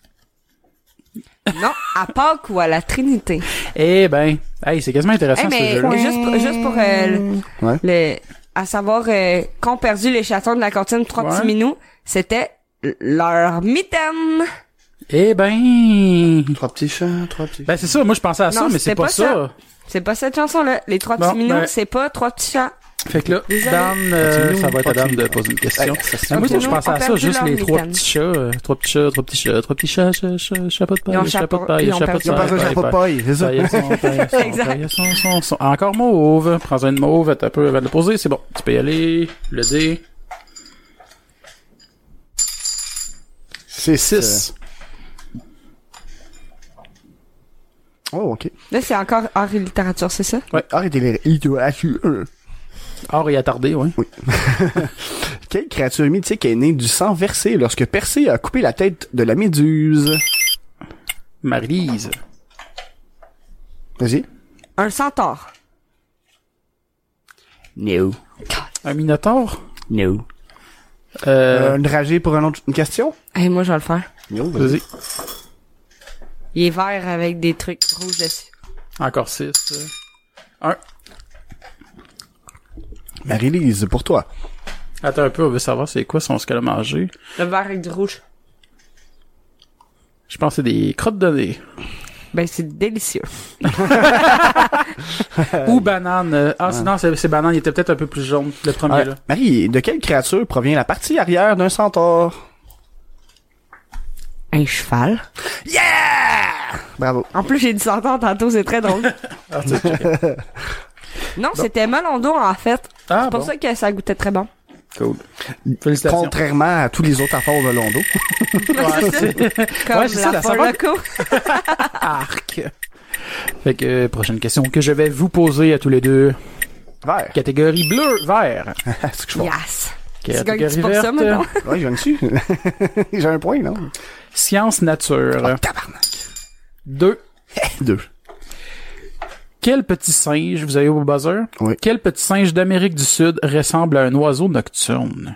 Non, à Pâques ou à la Trinité? Eh ben, hey, c'est quasiment intéressant, Hey, ce mais jeu-là. juste pour, juste pour euh, le, Ouais. le- à savoir euh, qu'ont perdu les chatons de la cantine Trois Ouais. Petits Minous, c'était leur mitaine. Eh ben... Trois petits chats, trois petits Ben, c'est ça, moi, je pensais à ça, Non, mais c'est c'était pas, pas ça. ça. C'est pas cette chanson-là. Les Trois Bon, Petits Minous, ben- c'est pas Trois Petits Chats. Fait que là, Désolé. Dan, euh, Continue, ça va être à Dan continue. de poser une question. Hey, ça, c'est Mais moi, Continue, je pensais on à ça, perdu juste leur les trois mitaine. petits chats, euh, trois petits chats, trois petits chats, trois petits chats, chat, chat, chapeau de Ils ont paille, chapeau de chapeau- paille, ils ont chapeau de perdu Ils ont paille, pas un paille, chapeau de paille. paille, c'est ça. Paille, son, paille, son, Exact. paille, son, son, son. Encore mauve. Prends une mauve, t'as peu avant de le poser, c'est bon. Tu peux y aller. Le dé. C'est six. Oh, ok. Là, c'est encore art et littérature, c'est ça? Arrêtez les littératures. Or et attardé, oui. Quelle créature mythique est née du sang versé lorsque Persée a coupé la tête de la méduse? Marie-Lise. Vas-y. Un centaure. No. Un minotaure. No. Euh, Euh, une dragée pour un autre, une question? Hey, moi, je vais le faire. No, vas-y. Il est vert avec des trucs rouges dessus. Encore six. Un. Marie-Lise, pour toi. Attends un peu, on veut savoir c'est quoi son ce qu'elle a mangé. Le vert avec du rouge. Je pense que c'est des crottes de nez. Ben, c'est délicieux. Ou banane. euh, Ah, sinon, c'est, c'est banane. Il était peut-être un peu plus jaune, le premier, Ouais. là. Marie, de quelle créature provient la partie arrière d'un centaure? Un cheval. Yeah! Bravo. En plus, j'ai dit centaure tantôt, c'est très drôle. Ah, tu sais, checker. Non, c'était melon d'eau, en fait. Ah, C'est pour bon. ça que ça goûtait très bon. Cool. Félicitations. Contrairement à tous les autres affaires de Londo. Ouais, c'est- Comme Ouais, c'est ça, la la Four saveur- Loko. Arc. Fait que, euh, prochaine question que je vais vous poser à tous les deux. Vert. Catégorie bleu, vert. C'est que je fais. Yes. Tu gagnes Catégorie pour ça, verte, maintenant? Ouais, je viens dessus. J'ai un point, non? science nature. Tabarnak. Deux. Deux. Quel petit singe, vous avez au buzzer? Oui. Quel petit singe d'Amérique du Sud ressemble à un oiseau nocturne?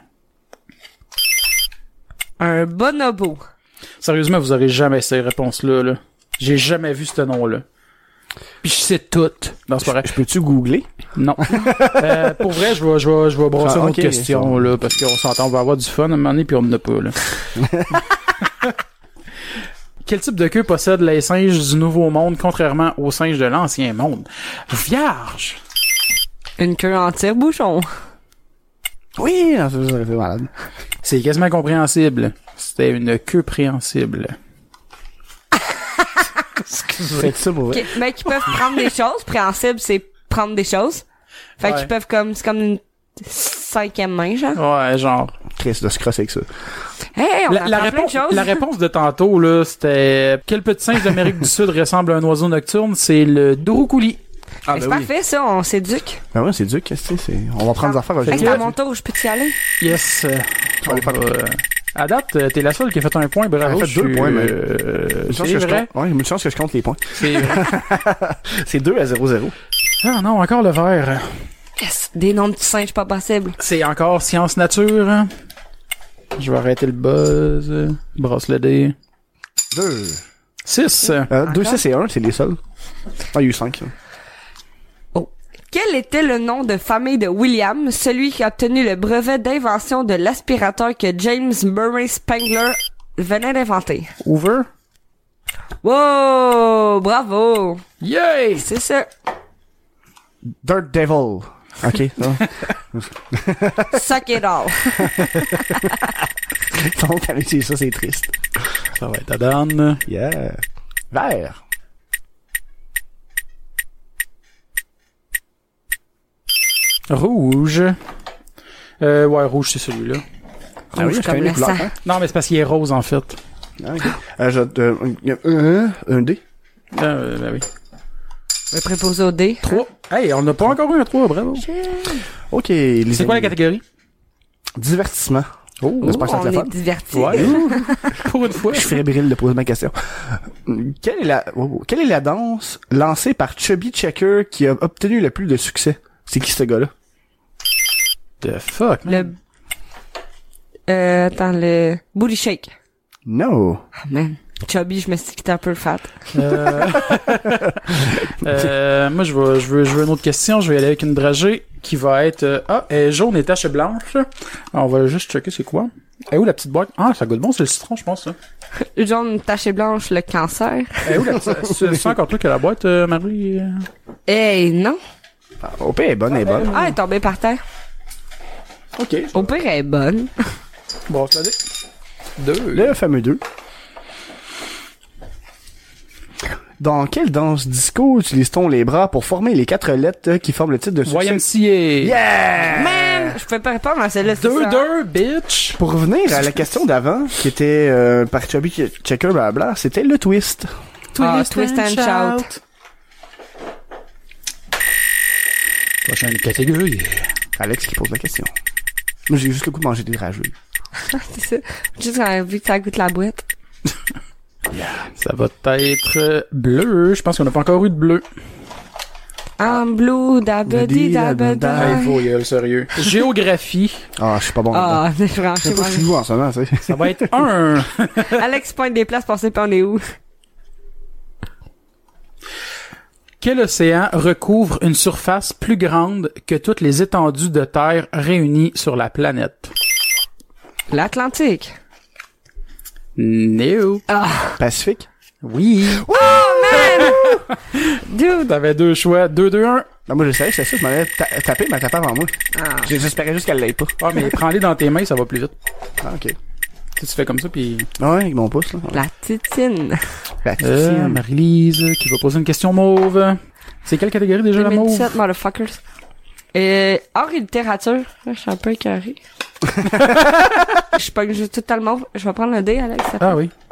Un bonobo. Sérieusement, vous aurez jamais ces réponses-là, là. J'ai jamais vu ce nom-là. Puis je sais tout. Non, c'est pas vrai. Je peux-tu googler? Non. euh, pour vrai, je vais, je vais, je vais brasser Ah, une ok, autre question, ça. là, parce qu'on s'entend, on va avoir du fun à un moment donné, puis on n'en a pas, là. Quel type de queue possèdent les singes du Nouveau Monde, contrairement aux singes de l'Ancien Monde? Vierge! Une queue en tire-bouchon. Oui, non, c'est c'est malade. C'est quasiment compréhensible. C'était une queue préhensible. C'est ça pour vrai. Ok, mais qui peuvent prendre des choses. Préhensible, c'est prendre des choses. Fait Ouais. qu'ils peuvent comme, c'est comme une cinquième main, genre. Ouais, genre. Chris, de se crosser avec ça. Hey, on La, apprend la plein réponse, de choses. la réponse de tantôt, là, c'était quel petit singe d'Amérique du Sud ressemble à un oiseau nocturne? C'est le Douroukouli. Ah, Mais c'est parfait, ça, on s'éduque. Ben ouais, c'est dur, qu'est-ce que c'est? On va prendre des affaires Fait que aujourd'hui. c'est à mon tour, je peux y aller? Yes. Euh, On va aller faire- euh, à date, euh, t'es la seule qui a fait un point, bravo. Elle a fait je deux suis, points, mais- euh, Une chance c'est que je vrai. compte. Ouais, une chance que je compte les points. C'est vrai. C'est deux à zéro zéro. Ah non, encore le vert. Yes. Des noms de petits singes pas possibles. C'est encore science nature. Je vais arrêter le buzz. Brasse le dé. Deux. six. Euh, deux, six et un, c'est les seuls. Ah, il y a eu cinq. Quel était le nom de famille de William, celui qui a obtenu le brevet d'invention de l'aspirateur que James Murray Spangler venait d'inventer? Hoover. Wow! Bravo! Yay! C'est ça. Dirt Devil. Ok, non. Suck it all. Donc, avec ça, c'est triste. Ça va être à Dan. Yeah. Vert. Rouge. Euh, ouais, rouge, c'est celui-là. Ah oui, Rouge je comme connais le les couleurs, sang. hein. Non, mais c'est parce qu'il est rose, en fait. Ah, ok. Euh, je, euh, il y a un, un dé. Euh, ben oui. Le préposé au dé. trois. Hey, on n'a pas encore eu un trois, bravo. Ok, les C'est quoi la amis. catégorie? Divertissement. Oh, Ouh, j'espère que ça on te fait est fun. divertis. Ouais. Pour une fois. Je suis fébrile de poser ma question. Quelle est la, oh, quelle est la danse lancée par Chubby Checker qui a obtenu le plus de succès? C'est qui ce gars-là? The fuck, man. Le... Euh, attends, le... Booty shake. No. Ah, man. Chubby, je me suis quitté un peu fat. Euh... euh, moi, je veux, je veux, je veux une autre question. Je vais y aller avec une dragée qui va être, euh, ah, elle est jaune et tache blanche. On va juste checker c'est quoi. Elle est où la petite boîte? Ah, ça goûte bon, c'est le citron, je pense, ça. Jaune, taché blanche, le cancer. Elle est où la petite, c'est c'est encore toi que la boîte, euh, Marie? euh? Hey, non. Ah, au pire, elle est bonne, elle est bonne. Ah, elle est tombée par terre. Ok. Au pire, elle est bonne. Bon, je la dis. Deux. Le fameux deux. Dans quelle danse disco utilise-t-on les bras pour former les quatre lettres qui forment le titre de succès? Y M C A. Yeah! Man! Je pouvais pas répondre à celle-là, c'est Deux, ça. deux, bitch. Pour revenir à la question d'avant, qui était euh, par Chubby Checker, blablabla, c'était le twist. Ah, twist and shout. Prochaine catégorie. Alex qui pose la question. Moi, j'ai juste le goût de manger des rageux. C'est ça. Juste quand elle a vu que ça goûte la boîte. Ça va être euh, bleu. Je pense qu'on n'a pas encore eu de bleu. En blue, dabedi, dabeda. Hey, faut y aller, sérieux. Géographie. Ah, je suis pas bon Ah, là-dedans. c'est franchement. C'est pas flou en ce moment, tu sais. Ça va être un. Alex pointe des places pour savoir on est où. Quel océan recouvre une surface plus grande que toutes les étendues de terre réunies sur la planète? L'Atlantique. No. Ah, Pacifique? Oui. man! Dude! T'avais deux choix. Deux, deux, un. Non, moi, je savais que c'était ça, je m'en allais ta- taper, mais elle tapait avant moi. Ah. J'espérais juste qu'elle l'ait pas. Ah, mais prends-les dans tes mains, ça va plus vite. Ah, ok. Tu sais, tu fais comme ça, puis... Ah ouais, avec mon pouce, là. La titine. La Euh, tienne. Marie-Lise, qui va poser une question mauve. C'est quelle catégorie déjà, la deux mille mauve? dix-sept, motherfuckers. Et art et littérature. Je suis un peu écœuré. Je suis pas que je tout le mauve. Je vais prendre le dé, Alex. ça Ah fait. oui.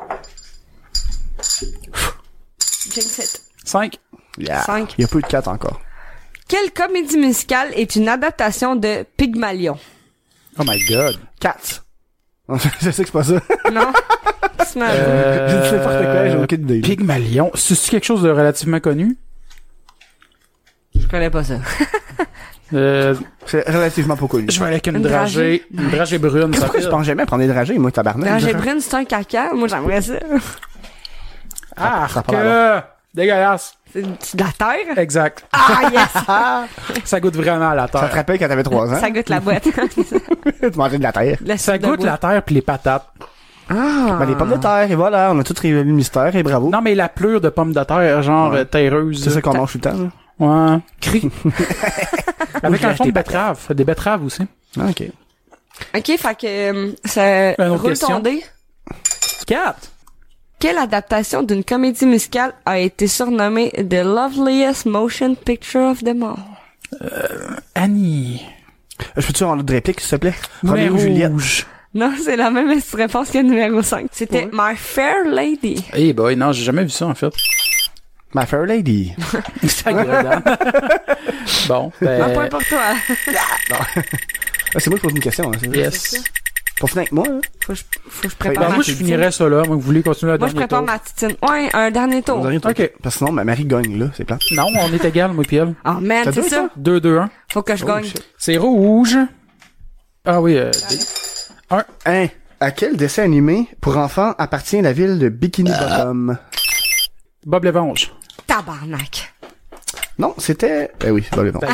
Jinx it. cinq. Yeah. Cinq. Il y a peu de quatre encore. Quelle comédie musicale est une adaptation de Pygmalion? Oh my god. Quatre. Je sais que c'est pas ça. Non? C'est mal. Euh, Je dis n'importe quoi, j'ai aucune idée. Pygmalion. C'est-tu quelque chose de relativement connu? Je connais pas ça. Euh, C'est relativement pas connu. je vais aller avec une, Une dragée. dragée. Une dragée brune. ça Pourquoi fait. je pense jamais à prendre des dragées, moi, tabarnak? Dragée brune, c'est un caca. Moi, j'aimerais ça. Ah, ça que... part dégueulasse. C'est c'est de la terre? Exact. Ah, yes! Ça goûte vraiment à la Ça te terre. rappelle quand t'avais trois ans? Ça goûte la boîte. Tu mangeais de la terre. Le Ça sucre de goûte bois. la terre puis les patates. Ah! Ben, les pommes de terre, et voilà, on a tout révélé le mystère, et bravo. Non, mais la pleure de pommes de terre, genre Ouais. euh, terreuse. C'est ça qu'on mange tout le temps, là. Ouais. Cri. Avec j'ai un acheté fond de des betterave. Des betteraves aussi. Ah, ok. Ok, fait que, euh, ça Une autre roule question. ton dé. quatre. Quelle adaptation d'une comédie musicale a été surnommée The Loveliest Motion Picture of them all? Annie. Je peux-tu avoir notre réplique, s'il te plaît? Numéro Roméo Juliette. rouge. Non, c'est la même réponse que numéro cinq. C'était My Fair Lady. Eh boy, non, j'ai jamais vu ça, en fait. My Fair Lady. C'est agréable. Bon, Un point ben... pour toi. Ah, c'est moi qui pose une question, hein, c'est ça? Yes. Pour finir avec moi, hein. Faut que je, faut que je Ben, prépare Ben, ma moi, je titine. finirais ça là. Moi, vous voulez continuer la Moi, je dernière prépare tour? ma titine. Ouais, un dernier tour. Vous auriez tout- Ok. Parce que sinon, ma Marie gagne, là, c'est plat. Non, on est égal, moi, puis elle. Oh man, T'as c'est deux, ça. ça? deux deux un. Faut que je gagne. shit. C'est rouge. Ah oui, euh... Hein? À quel dessin animé pour enfants appartient la ville de Bikini Bottom? Bob l'éponge. Tabarnak. Non, c'était... Eh oui, c'est pas le bon.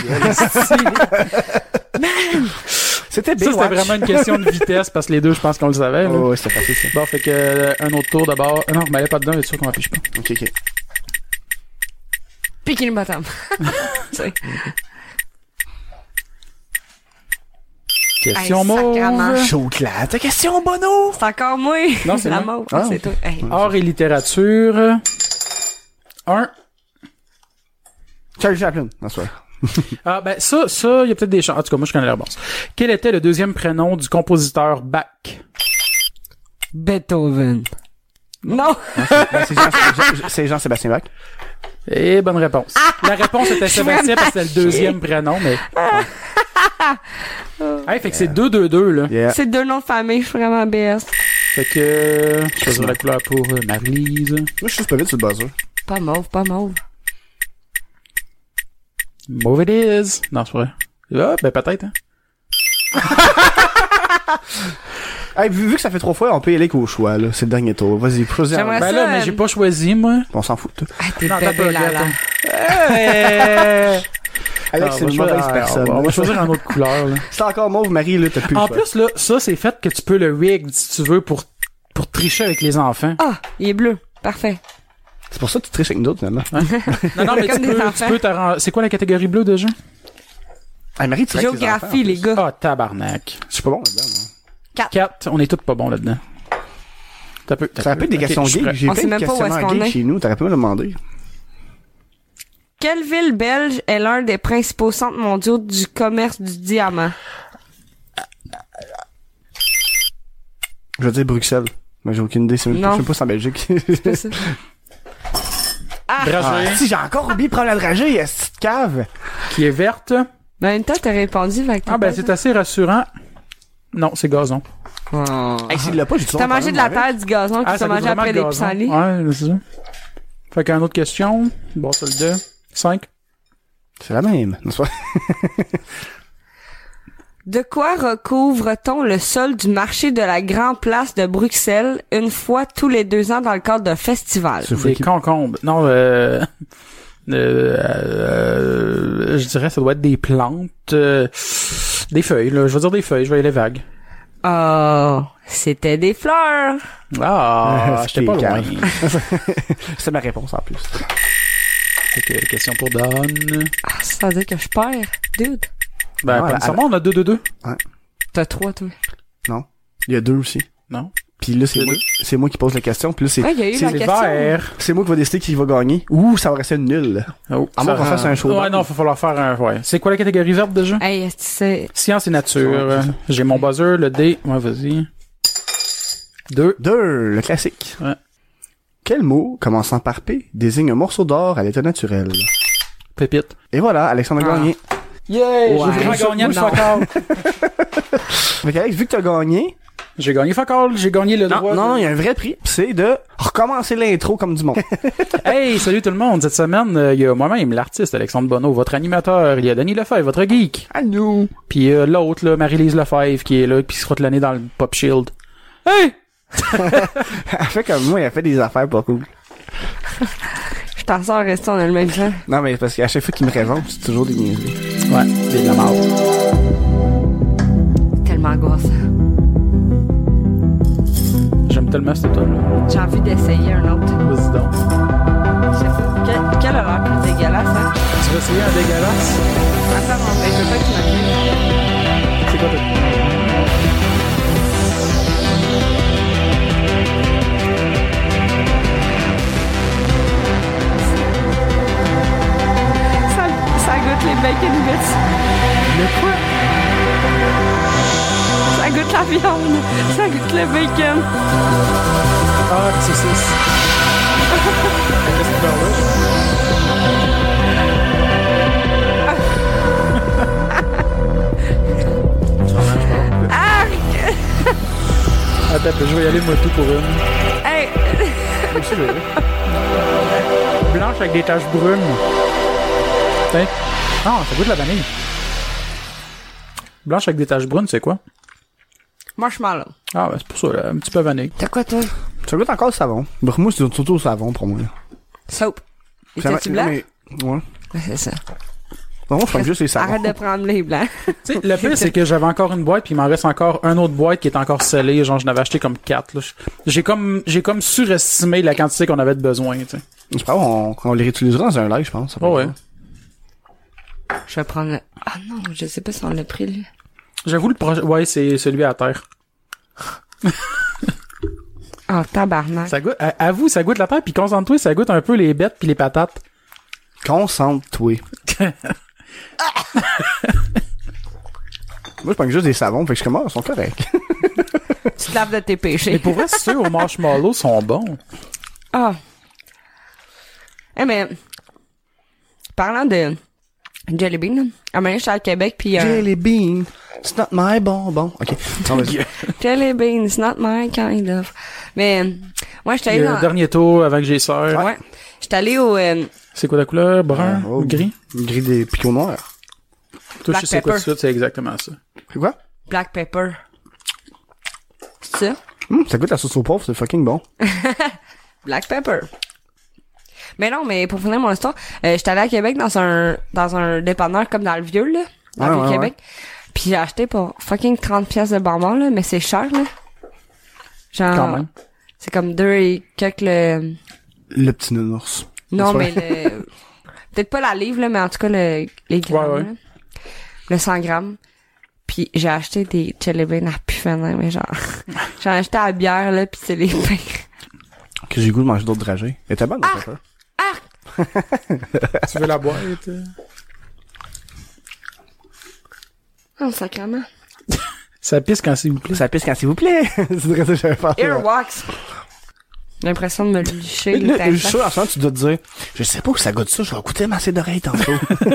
C'était Ça, Baywatch. c'était vraiment une question de vitesse, parce que les deux, je pense qu'on le savait, là. Oh, ouais, c'était facile, ça. Bon, fait que, euh, un autre tour d'abord. Ah non, je m'allais pas dedans, mais c'est sûr qu'on affiche pas. Ok, ok. Bikini Bottom. C'est- Question Hey, mauve. sacrement. Chocolat. Ta question, Bono? C'est encore moi. Non, c'est la moi. mauve. Ah, c'est ok. toi. Hey. Art et littérature. Un. Charlie Chaplin. Non, c'est vrai. Ah, ben, ça, ça, il y a peut-être des chances. En tout cas, moi, je connais la réponse. Quel était le deuxième prénom du compositeur Bach? Beethoven. Non. Ben, c'est Jean- Jean- c'est Jean-Sébastien Bach. Eh, bonne réponse. La réponse était Sébastien parce que c'était le deuxième prénom, mais... Hey, fait que c'est deux deux deux, là. Yeah. C'est deux noms de famille. Je suis vraiment B S. Fait que... euh, Je choisirai la couleur pour euh, Marie-Lise. Moi, je suis pas vite sur le buzzer. Pas mauve, pas mauve. Mauve it is. Non, c'est vrai. Ah, ben peut-être, hein. Hey, vu, vu que ça fait trois fois, on peut y aller qu'au choix, là. C'est le dernier tour. Vas-y, choisis un. J'aimerais- Ben ça, là, mais euh, j'ai pas choisi, moi. On s'en fout, toi. Ah, t'es Non, t'as bébé pas, là, là. Euh... Alex, Ah, c'est on une va mauvaise choisir- personne. On va choisir une autre couleur, là. C'est encore mauve, Marie, là, t'as plus le En choix. plus, là, ça, c'est fait que tu peux le rig, si tu veux, pour, pour tricher avec les enfants. Ah, il est bleu. Parfait. C'est pour ça que tu triches avec nous autres, finalement. Non, non, mais Comme tu des peux, tu enfants. peux t'arran- C'est quoi la catégorie bleue, déjà? Hey, Marie, tu triches avec tes enfants, Géographie, en les plus. gars. Ah, tabarnak. Je suis pas bon là-dedans, non? quatre. On est tous pas bons là-dedans. T'as peu. Ça rappelle des questions Ok, je suis gays. prêt. J'ai On plein sait de même pas où est-ce questionnaires qu'on gays est. chez nous. T'aurais pu me le demander. Quelle ville belge est l'un des principaux centres mondiaux du commerce du diamant? Je veux dire Bruxelles. Mais j'ai aucune idée. C'est même Non. pas, je sais pas si c'est en Belgique. C'est ça. Ah! Dragée, Ah, si, j'ai encore oublié de prendre la dragée, est cette cave? qui est verte. Mais en même temps, t'as répondu, fait que Ah, ben, c'est assez rassurant. Non, c'est gazon. Oh. Hey, s'il l'a pas, j'ai tout T'as mangé de la terre, du gazon, puis Ah, t'as ça goûte mangé vraiment après le des gazon. pissenlits. Ouais, c'est ça. Fait qu'une autre question. Bon, c'est le deux. cinq. C'est la même. n'est-ce pas? De quoi recouvre-t-on le sol du marché de la Grande Place de Bruxelles une fois tous les deux ans dans le cadre d'un festival? C'est Des freaky. concombres. Non, euh... euh, euh, je dirais ça doit être des plantes. euh, des feuilles, là. Je vais dire des feuilles. Je vais y aller vague. Oh, c'était des fleurs. Ah, j'étais pas T'es loin. cave. C'est ma réponse, en plus. Fait que, question pour Don. Ah, ça veut dire que je perds, dude. Ben, Ouais, pas nécessairement, on a deux deux deux. T'as trois, toi. Non. Il y a deux aussi. Non? Puis là, c'est C'est moi, deux. c'est moi qui pose la question. Puis là, c'est, Ouais, il y a eu C'est la les question. verts. c'est moi qui va décider qui va gagner. Ouh, ça va rester nul. Oh, À moins ça qu'on fasse rend- un showdown. Ouais, non, faut falloir faire un, ouais. C'est quoi la catégorie verte déjà? Hey, c'est... Science et nature. Ouais, c'est ça. J'ai mon buzzer, le dé. Ouais, vas-y. Deux. Deux, le classique. Ouais. Quel mot, commençant par P, désigne un morceau d'or à l'état naturel? Pépite. Et voilà, Alexandre a Ah. gagné. Yeah! Ouais. J'ai vraiment gagné le Non. fuck all. Fait qu'Alex, vu que t'as gagné, J'ai gagné fuck all. J'ai gagné le non, droit. non, de- il y a un vrai prix, pis c'est de recommencer l'intro comme du monde. Hey, salut tout le monde. Cette semaine, euh, il y a moi-même, l'artiste Alexandre Bonneau, votre animateur. Il y a Denis Lefebvre, votre geek. À nous. Puis euh, l'autre, là, Marie-Lise Lefebvre, qui est là, qui se frotte le nez dans le Pop Shield. Hey! Elle fait comme moi, elle fait des affaires pas cool. Je t'en sors rester, on a le même temps. Non, mais parce qu'à chaque fois qu'il me révente, c'est toujours des niaiseries. Ouais, c'est de la merde. Tellement angoissant. J'aime tellement cette tonne là. J'ai envie d'essayer un autre. Vas-y donc. Je sais pas. Quel, quel horreur plus dégueulasse, hein? Tu vas essayer un dégueulasse? Attends, non, mais je veux pas que tu m'appelles. C'est quoi ton... Ça, ça goûte les bacon bits. Le quoi? Ça goûte la viande. Ça goûte le bacon. Ah, une saucisse. Qu'est-ce que tu parles là? Arc! Attends, je vais y aller moi tout pour une. Hey! Blanche avec des taches brunes. Tiens. Ah, ça goûte la vanille. Blanche avec des taches brunes, c'est quoi? Marshmallow. Ah, ben c'est pour ça, là, un petit peu vanille. T'as quoi, toi? Ça goûte encore le savon. Bref, moi, c'est surtout au savon pour moi. Soap. Ça Étais-tu m'a- blanc? mais- Ouais. Ouais, c'est ça. Non, je prends juste les savons. Arrête de prendre les blancs. Tu sais, le pire, c'est que j'avais encore une boîte, puis il m'en reste encore un autre boîte qui est encore scellée. Genre, j'en avais acheté comme quatre, là. J'ai comme, j'ai comme surestimé la quantité qu'on avait de besoin, tu sais. C'est pas grave, on, on les réutilisera dans un live, je pense. Ça peut Oh, ouais. être Je vais prendre le... Ah non, je sais pas si on l'a pris, lui. J'avoue, le projet, ouais, c'est celui à terre. Oh, tabarnak. Ça goûte, à, avoue, ça goûte la terre, puis concentre-toi, ça goûte un peu les bêtes puis les patates. Concentre-toi. Moi, je prends juste des savons, fait que je commence, ils sont corrects. Tu te laves de tes Mais péchés. pour vrai, ceux au marshmallow sont bons. Ah. Eh, mais... Parlant de... Jelly Bean, là. À un moment donné, j'étais à Québec, puis... Euh... Jelly bean, it's not my bonbon. Ok. Non, vas-y. Jelly Bean, it's not my kind of... Mais... euh, Moi, j'étais allé Le dans... dernier tour avec j'ai sœur. Ouais. J'étais allé au... Euh... C'est quoi la couleur? Brun? Oh, ou gris? Gris des picots noirs. Toi, Black je sais quoi pepper. tout de suite, c'est exactement ça. C'est quoi? Black Pepper. C'est ça? Hum, ça goûte la sauce au poivre, c'est fucking bon. Black Pepper. Mais non, mais pour finir mon histoire, euh, j'étais allé à Québec dans un dans un dépanneur comme dans le vieux, là. Dans Ouais, le vieux ouais, Québec. Puis j'ai acheté pour fucking trente pièces de bonbons, là, mais c'est cher, là. Genre... Quand même. C'est comme deux et quelques le... Le petit nounours. Non, C'est mais le... Peut-être pas la livre, là, mais en tout cas, le... les grammes, Ouais, ouais. là. Le cent grammes. Puis j'ai acheté des jelly beans à pu finir, mais genre... J'en ai acheté à la bière, là, pis c'est les pires. Que j'ai le goût de manger d'autres dragées. Elle était bonne, Ah! la pepper. Tu veux la boîte? euh? Oh, sacrément. Ça pisse quand s'il vous plaît. Ça pisse quand s'il vous plaît. C'est vrai ça que j'avais fait. Earwax. J'ai l'impression de me licher le Là, je suis tympan. sûr, en ce moment, tu dois te dire, je sais pas où ça goûte ça, je vais écouter masser d'oreilles tantôt.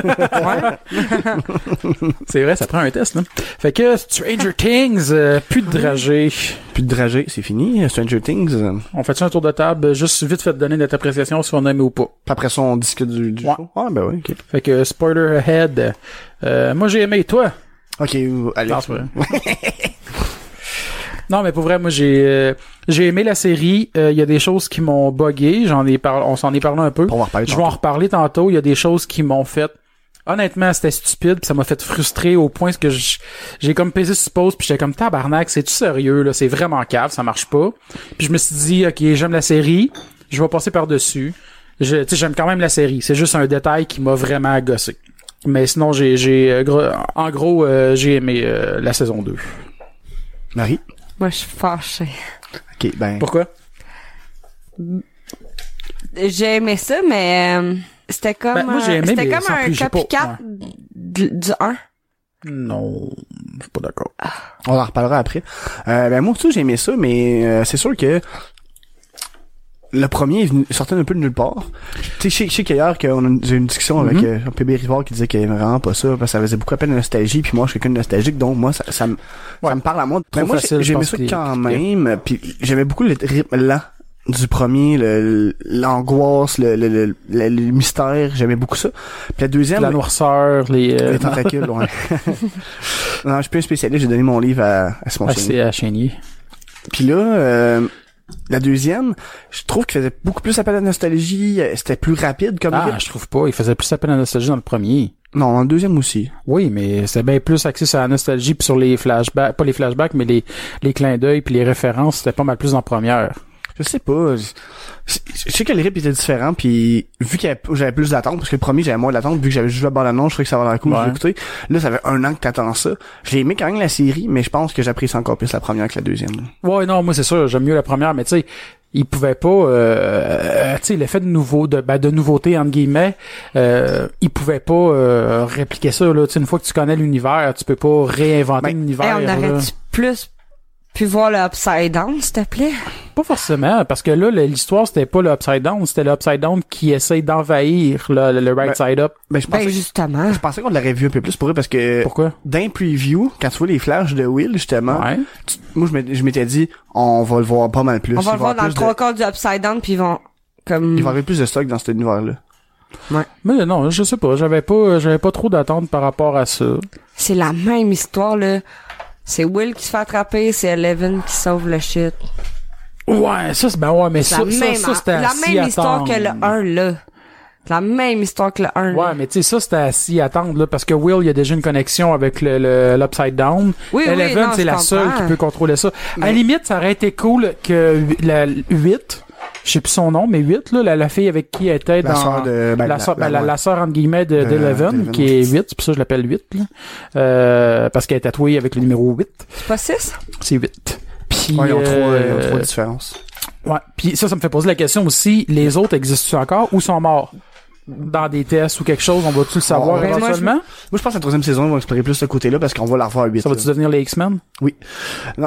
C'est vrai, ça prend un test, là. Fait que Stranger Things, euh, plus de dragées. Puis de dragées, c'est fini. Stranger Things. euh, On fait-tu un tour de table, juste vite fait donner notre appréciation si on aime ou pas. Puis après ça, on discute du, du Ouais. show. Ah, ben oui, ok. Fait que spoiler ahead. Euh, moi j'ai aimé, toi. Ok, euh, allez. Non, c'est vrai. Non, mais pour vrai, moi j'ai euh, j'ai aimé la série. Il euh, y a des choses qui m'ont buggé. J'en ai parlé, on s'en est parlé un peu. On va en reparler Je vais en tantôt. reparler tantôt. Il y a des choses qui m'ont fait. Honnêtement, c'était stupide, pis ça m'a fait frustrer au point que je- j'ai comme pesé sur pause, puis j'étais comme tabarnak, c'est-tu sérieux là, c'est vraiment cave, ça marche pas. Puis je me suis dit OK, j'aime la série, je vais passer par-dessus. Je tu sais j'aime quand même la série, c'est juste un détail qui m'a vraiment gossé. Mais sinon j'ai j'ai euh, gros- en gros euh, j'ai aimé euh, la saison deux. Marie? Moi, je suis fâchée. Ok, ben. Pourquoi? J'ai aimé ça, mais euh, c'était comme, Ben, moi, j'ai aimé, c'était mais comme sans un plus, j'ai pas- copycat ouais. du, du un. Non, je suis pas d'accord. On en reparlera après. Euh, ben moi aussi j'ai aimé ça, mais euh, c'est sûr que le premier est venu, sortait un peu de nulle part. Tu sais, je sais- je sais qu'hier qu'on a une, j'ai eu une discussion avec Mm-hmm. euh, P B Rivard qui disait qu'il aimait vraiment pas ça parce que ça faisait beaucoup appel de nostalgie, puis moi je suis quelqu'un de nostalgique, donc moi ça, ça, me, Ouais. ça me parle à moi. Trop Ben, moi facile, j'ai- je j'aimais pense ça qu'il- quand qu'il- même, puis j'aimais beaucoup le rythme lent du premier, le, l'angoisse, le, le, le, le, le mystère, j'aimais beaucoup ça. Puis la deuxième, La noirceur, les... Euh, les tentacules, ouais. Non, je suis plus un spécialiste, j'ai donné mon livre à, à Simon ah, Chénier. c'est à Chénier. Puis là, euh, la deuxième, je trouve qu'il faisait beaucoup plus appel à la nostalgie, euh, c'était plus rapide comme Ah, rythme. je trouve pas. Il faisait plus appel à la nostalgie dans le premier. Non, dans le deuxième aussi. Oui, mais c'était bien plus axé sur la nostalgie puis sur les flashbacks, pas les flashbacks, mais les, les clins d'œil puis les références, c'était pas mal plus en première. Je sais pas. Je, je- je sais que le rythme était différent, puis vu qu'il y avait, j'avais plus d'attente, parce que le premier, j'avais moins d'attente, vu que j'avais juste vu la bande-annonce, je trouvais que ça avait l'air cool, Ouais. j'ai écouté. Là, ça fait un an que t'attends ça. J'ai aimé quand même la série, mais je pense que j'apprécie encore plus la première que la deuxième. Ouais, non, moi c'est sûr, j'aime mieux la première, mais tu sais, il pouvait pas, euh, tu sais, l'effet de nouveau, de, ben, de nouveauté entre guillemets, euh, il pouvait pas euh, répliquer ça là. Tu sais, une fois que tu connais l'univers, tu peux pas réinventer Ben, l'univers. Hey, on là. aurait-tu plus pu voir le Upside Down, s'il te plaît? Pas forcément, parce que là, le- l'histoire c'était pas le upside down, c'était le upside down qui essaye d'envahir là, le, le right Ben, side up. Ben, je pensais, Ben, justement. je pensais qu'on l'aurait vu un peu plus pour eux, parce que Pourquoi? dans le preview, quand tu vois les flashs de Will, justement, Ouais. tu- moi, je m'étais- je m'étais dit, on va le voir pas mal plus. On va Il le voir dans le plus trois de, quarts du Upside Down, puis ils vont, comme... il va y avoir plus de stock dans cet univers-là. Mais non, je sais pas, j'avais pas, j'avais pas trop d'attente par rapport à ça. C'est la même histoire, là. C'est Will qui se fait attraper, c'est Eleven qui sauve le shit. Ouais, ça c'est ben ouais, mais C'est ça, la ça, même, ça, c'était la assis même à histoire que le attendre. un, là. La même histoire que le un, Ouais, là. mais tu sais, ça, c'était assis à attendre, là, parce que Will, il y a déjà une connexion avec le, le, l'Upside Down. Oui, oui, Eleven, non, c'est je la comprends. seule qui peut contrôler ça. À la Mais- limite, ça aurait été cool que la huit, je sais plus son nom, mais huit, là, la, la fille avec qui elle était La dans... sœur de, ben, la, sœur, ben, la, ouais. la sœur, entre guillemets, de, De- d'Eleven, d'Eleven, qui est huit, c'est pour ça que je l'appelle huit, là. Euh, parce qu'elle est tatouée avec le numéro huit. C'est pas six? C'est huit. Puis, Ouais, ils ont trois, euh, ils ont trois différences. ouais. Puis ça, ça me fait poser la question aussi, les autres existent encore ou sont morts? Dans des tests ou quelque chose, on va-tu le savoir Ben, moi, éventuellement? Moi, je pense que la troisième saison, ils vont explorer plus ce côté-là parce qu'on va la revoir à huit. Ça va-tu là. devenir les X-Men? Oui. Non.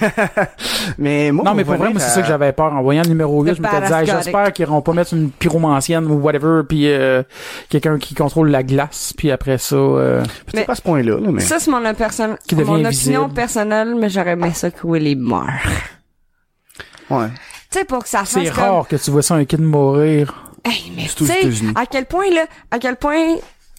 mais moi, Non, mais pour vrai, moi, c'est ça que j'avais peur. En voyant le numéro huit, Le je m'étais dit, hey, parascotic. j'espère qu'ils iront pas mettre une pyromancienne ou whatever, puis euh, quelqu'un qui contrôle la glace, puis après ça... Euh... Peut-être Mais- pas à ce point-là, là, mais. Ça, c'est mon, perso- Qui devient mon invisible. opinion personnelle, mais j'aurais aimé ça que Willie meure. Ouais. Tu sais, pour que ça fasse C'est comme... rare que tu vois ça un kid mourir. Hey, mais Surtout tu aux sais, États-Unis. à quel point, là, à quel point,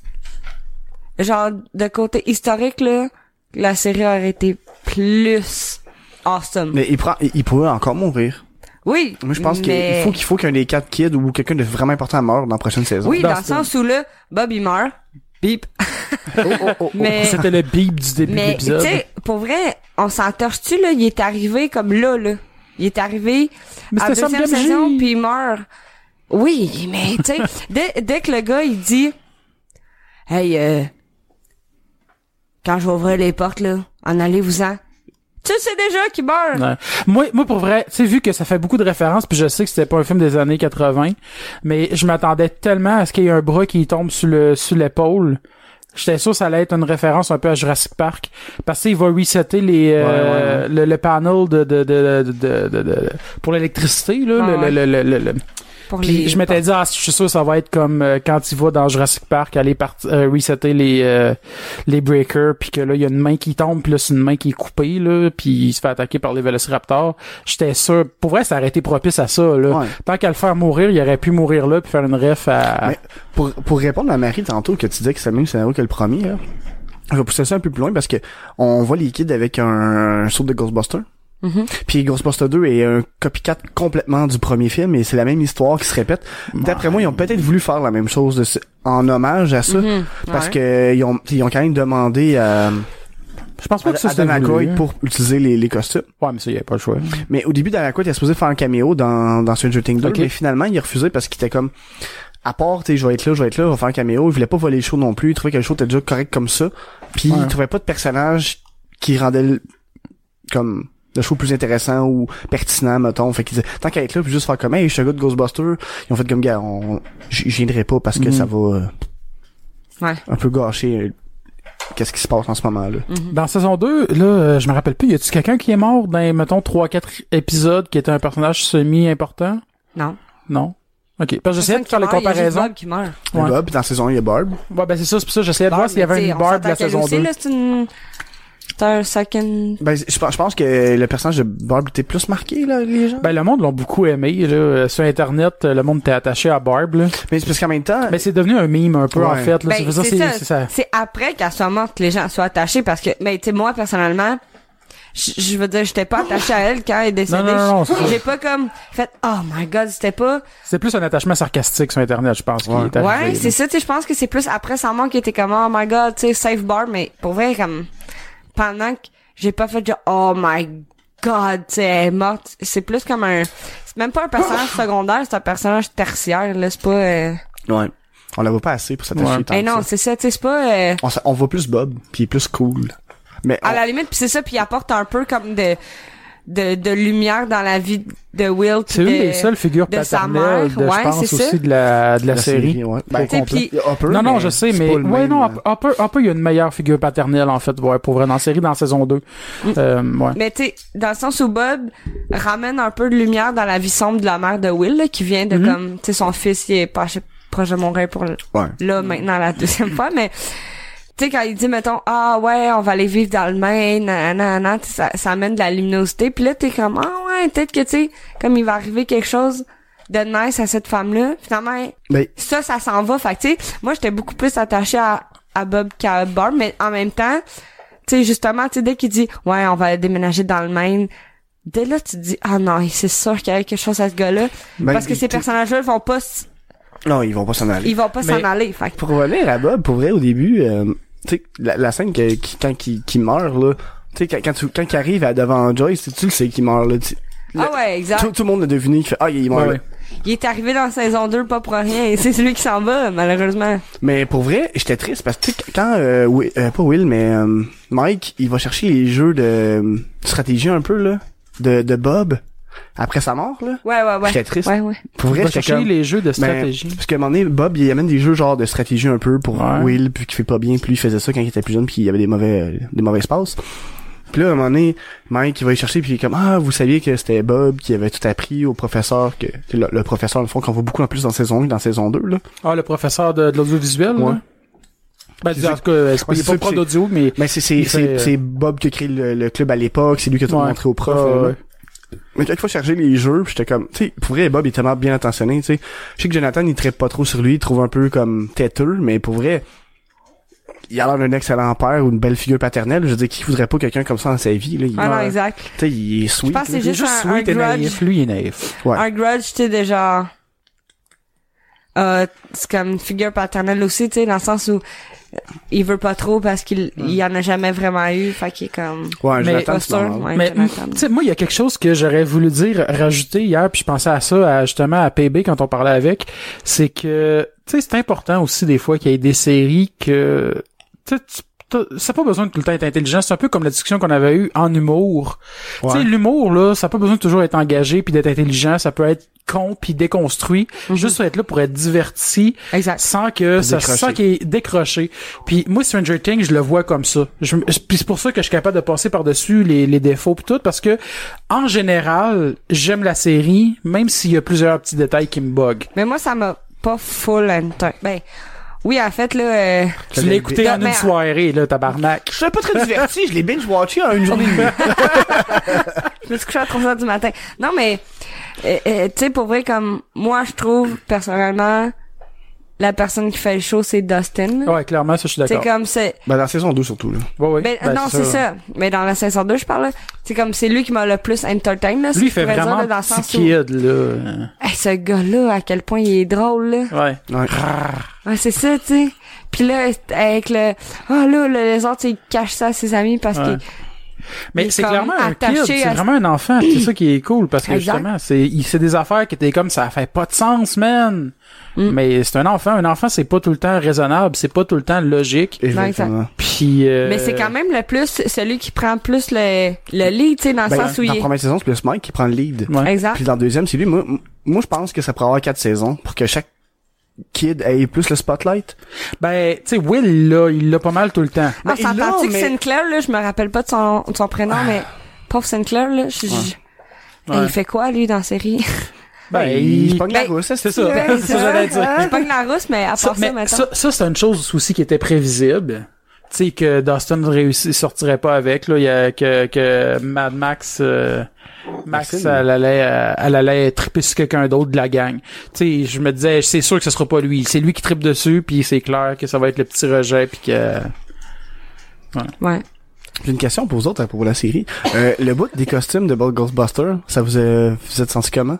genre, de côté historique, là, la série aurait été plus awesome. Mais il prend, il, il pourrait encore mourir. Oui. Moi, je pense mais- qu'il faut qu'il faut qu'un des quatre kids ou quelqu'un de vraiment important meure dans la prochaine saison. Oui, Dans dans le ce- sens où, là, Bob, il meurt. Bip. Oh, oh, oh, oh. Mais, C'était le beep du début de mais, tu l'épisode. sais, pour vrai, on s'entorche-tu, là, il est arrivé comme là, là. Il est arrivé Mais à la c'était deuxième Sam Gamgee. saison, puis il meurt. Oui, mais, tu sais, dès, dès que le gars, il dit, hey, euh, quand je vais ouvrir les portes, là, en allez-vous-en. Tu sais déjà qu'il meurt. Ouais. Moi, moi, pour vrai, tu sais, vu que ça fait beaucoup de références, puis je sais que c'était pas un film des années quatre-vingts, mais je m'attendais tellement à ce qu'il y ait un bras qui tombe sur le sur l'épaule. J'étais sûr que ça allait être une référence un peu à Jurassic Park, parce qu'il va resetter les euh, Ouais, ouais, ouais. Le, le panel de de de de, de, de- de- pour l'électricité là, Ah, le, ouais. le, le, le, le- Pour Puis les je m'étais dit, ah, je suis sûr que ça va être comme euh, quand il va dans Jurassic Park, aller part- euh, resetter les euh, les breakers, puis que là, il y a une main qui tombe, puis là, c'est une main qui est coupée, là, puis il se fait attaquer par les Vélociraptors. J'étais sûr, pour vrai, ça aurait été propice à ça, là. Ouais. Tant qu'à le faire mourir, il aurait pu mourir là, puis faire une ref à... Mais pour, pour répondre à Marie tantôt que tu disais que c'est le même scénario que le premier, là, je vais pousser ça un peu plus loin parce que on voit les kids avec un, un saut de Ghostbusters. Mhm. Puis Ghostbusters deux est un copycat complètement du premier film et c'est la même histoire qui se répète. D'après moi, ils ont peut-être voulu faire la même chose de ce- en hommage à ça Mhm. parce Ouais. que ils ont ils ont quand même demandé à, Je pense pas à, que ça à c'était Dan voulu, Aykroyd hein. pour utiliser les, les costumes. Ouais, mais ça, il y avait pas le choix. Mais au début, Dan Aykroyd était supposé faire un caméo dans dans Stranger Things deux, Ok. mais finalement, il a refusé parce qu'il était comme à part, tu sais, je vais être là, je vais être là, je vais faire un caméo. Il voulait pas voler le show non plus. Il trouvait que le show était déjà correct comme ça. Puis Ouais. il trouvait pas de personnage qui rendait le, comme le show plus intéressant ou pertinent, mettons. Fait qu'ils tant qu'à être là, puis juste faire comme, hey, je suis un gars de Ghostbusters, ils ont fait comme, gars, on, je viendrai pas parce que mm. ça va, euh, ouais. un peu gâcher, euh, qu'est-ce qui se passe en ce moment-là. Mm-hmm. Dans saison deux, là, euh, je me rappelle plus, y a-tu quelqu'un qui est mort dans, mettons, trois quatre épisodes qui était un personnage semi-important? Non. Non? Ok. Parce que j'essayais de faire les comparaisons. Bob qui meurt. Ouais. Bob, puis dans saison un, il y a Barb. Ouais, ben c'est ça, c'est pour ça, j'essayais de voir s'il y avait une Barb de la saison deux. Là, c'est une... C'est un second... Ben, je pense, je pense que le personnage de Barb était plus marqué, là, les gens. Ben, le monde l'ont beaucoup aimé, là. Sur Internet, le monde était attaché à Barb, là. Mais c'est parce qu'en même temps... Ben, c'est devenu un meme, un peu, ouais. en fait, là. Ben, c'est, ça, c'est, c'est, ça. c'est ça. C'est après qu'elle soit morte que les gens soient attachés parce que, ben, tu sais, moi, personnellement, je, je veux dire, j'étais pas attachée à elle quand elle est décédée. Non, non, non, non, j'ai pas comme fait, oh my god, c'était pas... C'est plus un attachement sarcastique sur Internet, je pense, ouais. qui est arrivé. Ouais, c'est ça, tu sais, je pense que c'est plus après sa mort qui était comme, oh my god, tu sais, save Barb, mais pour vrai, comme, pendant que j'ai pas fait genre, oh my god, tu sais, elle est morte. C'est plus comme un, c'est même pas un personnage secondaire, c'est un personnage tertiaire, là, c'est pas, euh... Ouais. On la voit pas assez pour s'attacher ouais. tant Eh que non, ça. c'est ça, tu sais, c'est pas, euh... on, on voit plus Bob, puis il est plus cool. Mais à on... la limite, puis c'est ça, puis il apporte un peu comme de, de, de lumière dans la vie de Will. C'est une des seules figures paternelles de, ouais, je pense, aussi ça. de la, de la, la série. série ouais. Ben, pis... Hopper, non, non, mais je sais, mais, ouais, même, non, Hopper, Hopper, il y a une meilleure figure paternelle, en fait, ouais, pour vrai, dans la série, dans la saison deux. Mm. Euh, ouais. Mais tu sais, dans le sens où Bob ramène un peu de lumière dans la vie sombre de la mère de Will, là, qui vient de mm-hmm. comme, tu sais, son fils, il est pas proche de mourir pour, ouais. là, maintenant, la deuxième fois, mais, tu sais, quand il dit, mettons, ah ouais, on va aller vivre dans le Maine, nanana, ça, ça amène de la luminosité. Puis là, t'es comme, ah ouais, peut-être que, tu sais, comme il va arriver quelque chose de nice à cette femme-là. Finalement, mais... ça, ça s'en va. Fait que, tu sais, moi, j'étais beaucoup plus attachée à, à Bob qu'à Barb, mais en même temps, tu sais, justement, tu sais, dès qu'il dit, ouais, on va déménager dans le Maine, dès là, tu te dis, ah non, c'est sûr qu'il y a quelque chose à ce gars-là. Ben, parce que ces personnages-là vont pas... Non, ils vont pas s'en aller. Ils vont pas mais s'en aller. Fait. Pour revenir à Bob, pour vrai, au début, euh, tu sais, la, la scène que, qui, quand qui, qui meurt, là, tu sais, quand, quand tu, quand il arrive à devant Joyce, tu le sais qu'il meurt, là. Ah ouais, exact. Tout, tout le monde a deviné qu'il fait, ah, il est mort. Ouais, ouais. Il est arrivé dans la saison deux pas pour rien, et c'est celui qui s'en va, malheureusement. Mais pour vrai, j'étais triste parce que quand, euh, Will, euh, pas Will, mais, euh, Mike, il va chercher les jeux de euh, stratégie un peu, là, de, de Bob. Après sa mort, là. Ouais, ouais, ouais. J'étais triste. Ouais, ouais. Pour vrai, j'étais chercher comme... les jeux de stratégie. Ben, parce qu'à un moment donné, Bob, il amène des jeux genre de stratégie un peu pour ouais. Will, puis qui fait pas bien, puis lui, il faisait ça quand il était plus jeune, puis il y avait des mauvais, euh, des mauvais espaces. Puis là, à un moment donné, Mike, il va y chercher, puis il est comme, ah, vous saviez que c'était Bob qui avait tout appris au professeur, que, le, le professeur, dans le fond, qu'on voit beaucoup en plus dans saison un que dans saison deux, là. Ah, le professeur de, de l'audiovisuel, ouais. là? Ben, en tout cas, c'est pas, il est pas prof d'audio, mais... Mais c'est, c'est, c'est, fait... c'est Bob qui a créé le, le club à l'époque, c'est lui qui a tout ouais. montré au prof, euh, ouais. Mais quand il faut charger les jeux, j'étais comme, tu sais, pour vrai, Bob il est tellement bien intentionné, tu sais. Je sais que Jonathan, il traite pas trop sur lui, il trouve un peu comme têteux, mais pour vrai, il a l'air d'un excellent père ou une belle figure paternelle. Je veux dire, qui voudrait pas quelqu'un comme ça dans sa vie, là. Il, ah non, exact. Tu sais, il est sweet. Je pense que c'est juste, juste un, sweet un et grudge. naïf. Lui, il est naïf. Ouais. Un grudge, tu sais, déjà, euh, c'est comme une figure paternelle aussi, tu sais, dans le sens où il veut pas trop parce qu'il mm. il en a jamais vraiment eu, fait qu'il est comme ouais, mais Jonathan, c'est ouais, mais tu sais, moi il y a quelque chose que j'aurais voulu dire, rajouter hier, puis je pensais à ça à, justement à P B quand on parlait avec, c'est que tu sais c'est important aussi des fois qu'il y ait des séries que tu sais ça n'a pas besoin de tout le temps être intelligent. C'est un peu comme la discussion qu'on avait eue en humour. Ouais. Tu sais, l'humour, là, ça n'a pas besoin de toujours être engagé puis d'être intelligent. Ça peut être con puis déconstruit. Mm-hmm. Juste être là pour être diverti. Exact. Sans que ça, sans qu'il est décroché. Puis moi, Stranger Things, je le vois comme ça. Je, puis c'est pour ça que je suis capable de passer par-dessus les, les défauts pis tout, parce que, en général, j'aime la série, même s'il y a plusieurs petits détails qui me buggent. Mais moi, ça m'a pas full enter. Ben, oui, en fait, là... Euh, tu l'as écouté en une mais, soirée, là, tabarnak. Je suis pas très diverti, je l'ai binge-watché en une journée. Je me suis couché à trois heures du matin. Non, mais, euh, euh, tu sais, pour vrai, comme, moi, je trouve, personnellement, la personne qui fait le show, c'est Dustin. Ouais, clairement, ça, je suis d'accord. C'est comme, c'est... Ben, dans la saison deux, surtout, là. Ouais, ouais. Ben, ben, non, c'est, c'est ça. ça. Mais dans la saison deux, je parle, là. C'est comme, c'est lui qui m'a le plus entertain, là. Lui, il fait vraiment dire, là, dans petit kid, où... là. Hey, ce gars-là, à quel point il est drôle, là. Ouais. Ouais. Ouais, c'est ça, tu sais. Puis là, avec le... Ah, oh, là, le lézard, tu sais, il cache ça à ses amis parce ouais. qu'il... Mais il est c'est comme clairement un kid, attaché c'est à- vraiment un enfant. C'est ça qui est cool parce que Exact. justement, c'est il c'est des affaires qui étaient comme ça fait pas de sens, man. Mm. Mais c'est un enfant, un enfant c'est pas tout le temps raisonnable, c'est pas tout le temps logique. Exactement. Puis euh... Mais c'est quand même le plus, celui qui prend plus le, le lead, tu sais, dans le Ben, sens où dans il la première saison, c'est plus Mike qui prend le lead. ouais. Exact. Puis dans la deuxième, c'est lui. Moi, m- moi, je pense que ça pourrait avoir quatre saisons pour que chaque kid ait plus le spotlight. Ben, tu sais, Will il l'a, il l'a pas mal tout le temps. Ah, Mais s'entends-tu non, que mais- Sinclair, là, je me rappelle pas de son, de son prénom, mais pauvre Sinclair, là, je, je- Ouais. il fait quoi, lui, dans la série? Ben, il, il- pogne la ben, rousse, c'est ça. Ouais, c'est ça que j'allais dire. Je pas que la rousse, mais à part Ça, ça, mais mettons. ça, ça c'est une chose aussi qui était prévisible. Tu sais que Dustin réussi, sortirait pas avec là, il y a que que Mad Max euh, Max Maxime. elle allait euh, elle allait triper sur quelqu'un d'autre de la gang. Tu sais, je me disais c'est sûr que ce sera pas lui, c'est lui qui tripe dessus puis c'est clair que ça va être le petit rejet puis que Ouais. J'ai une question pour vous autres à propos de la série. Euh, le bout des costumes de Ghostbusters, ça vous, a, vous êtes senti comment?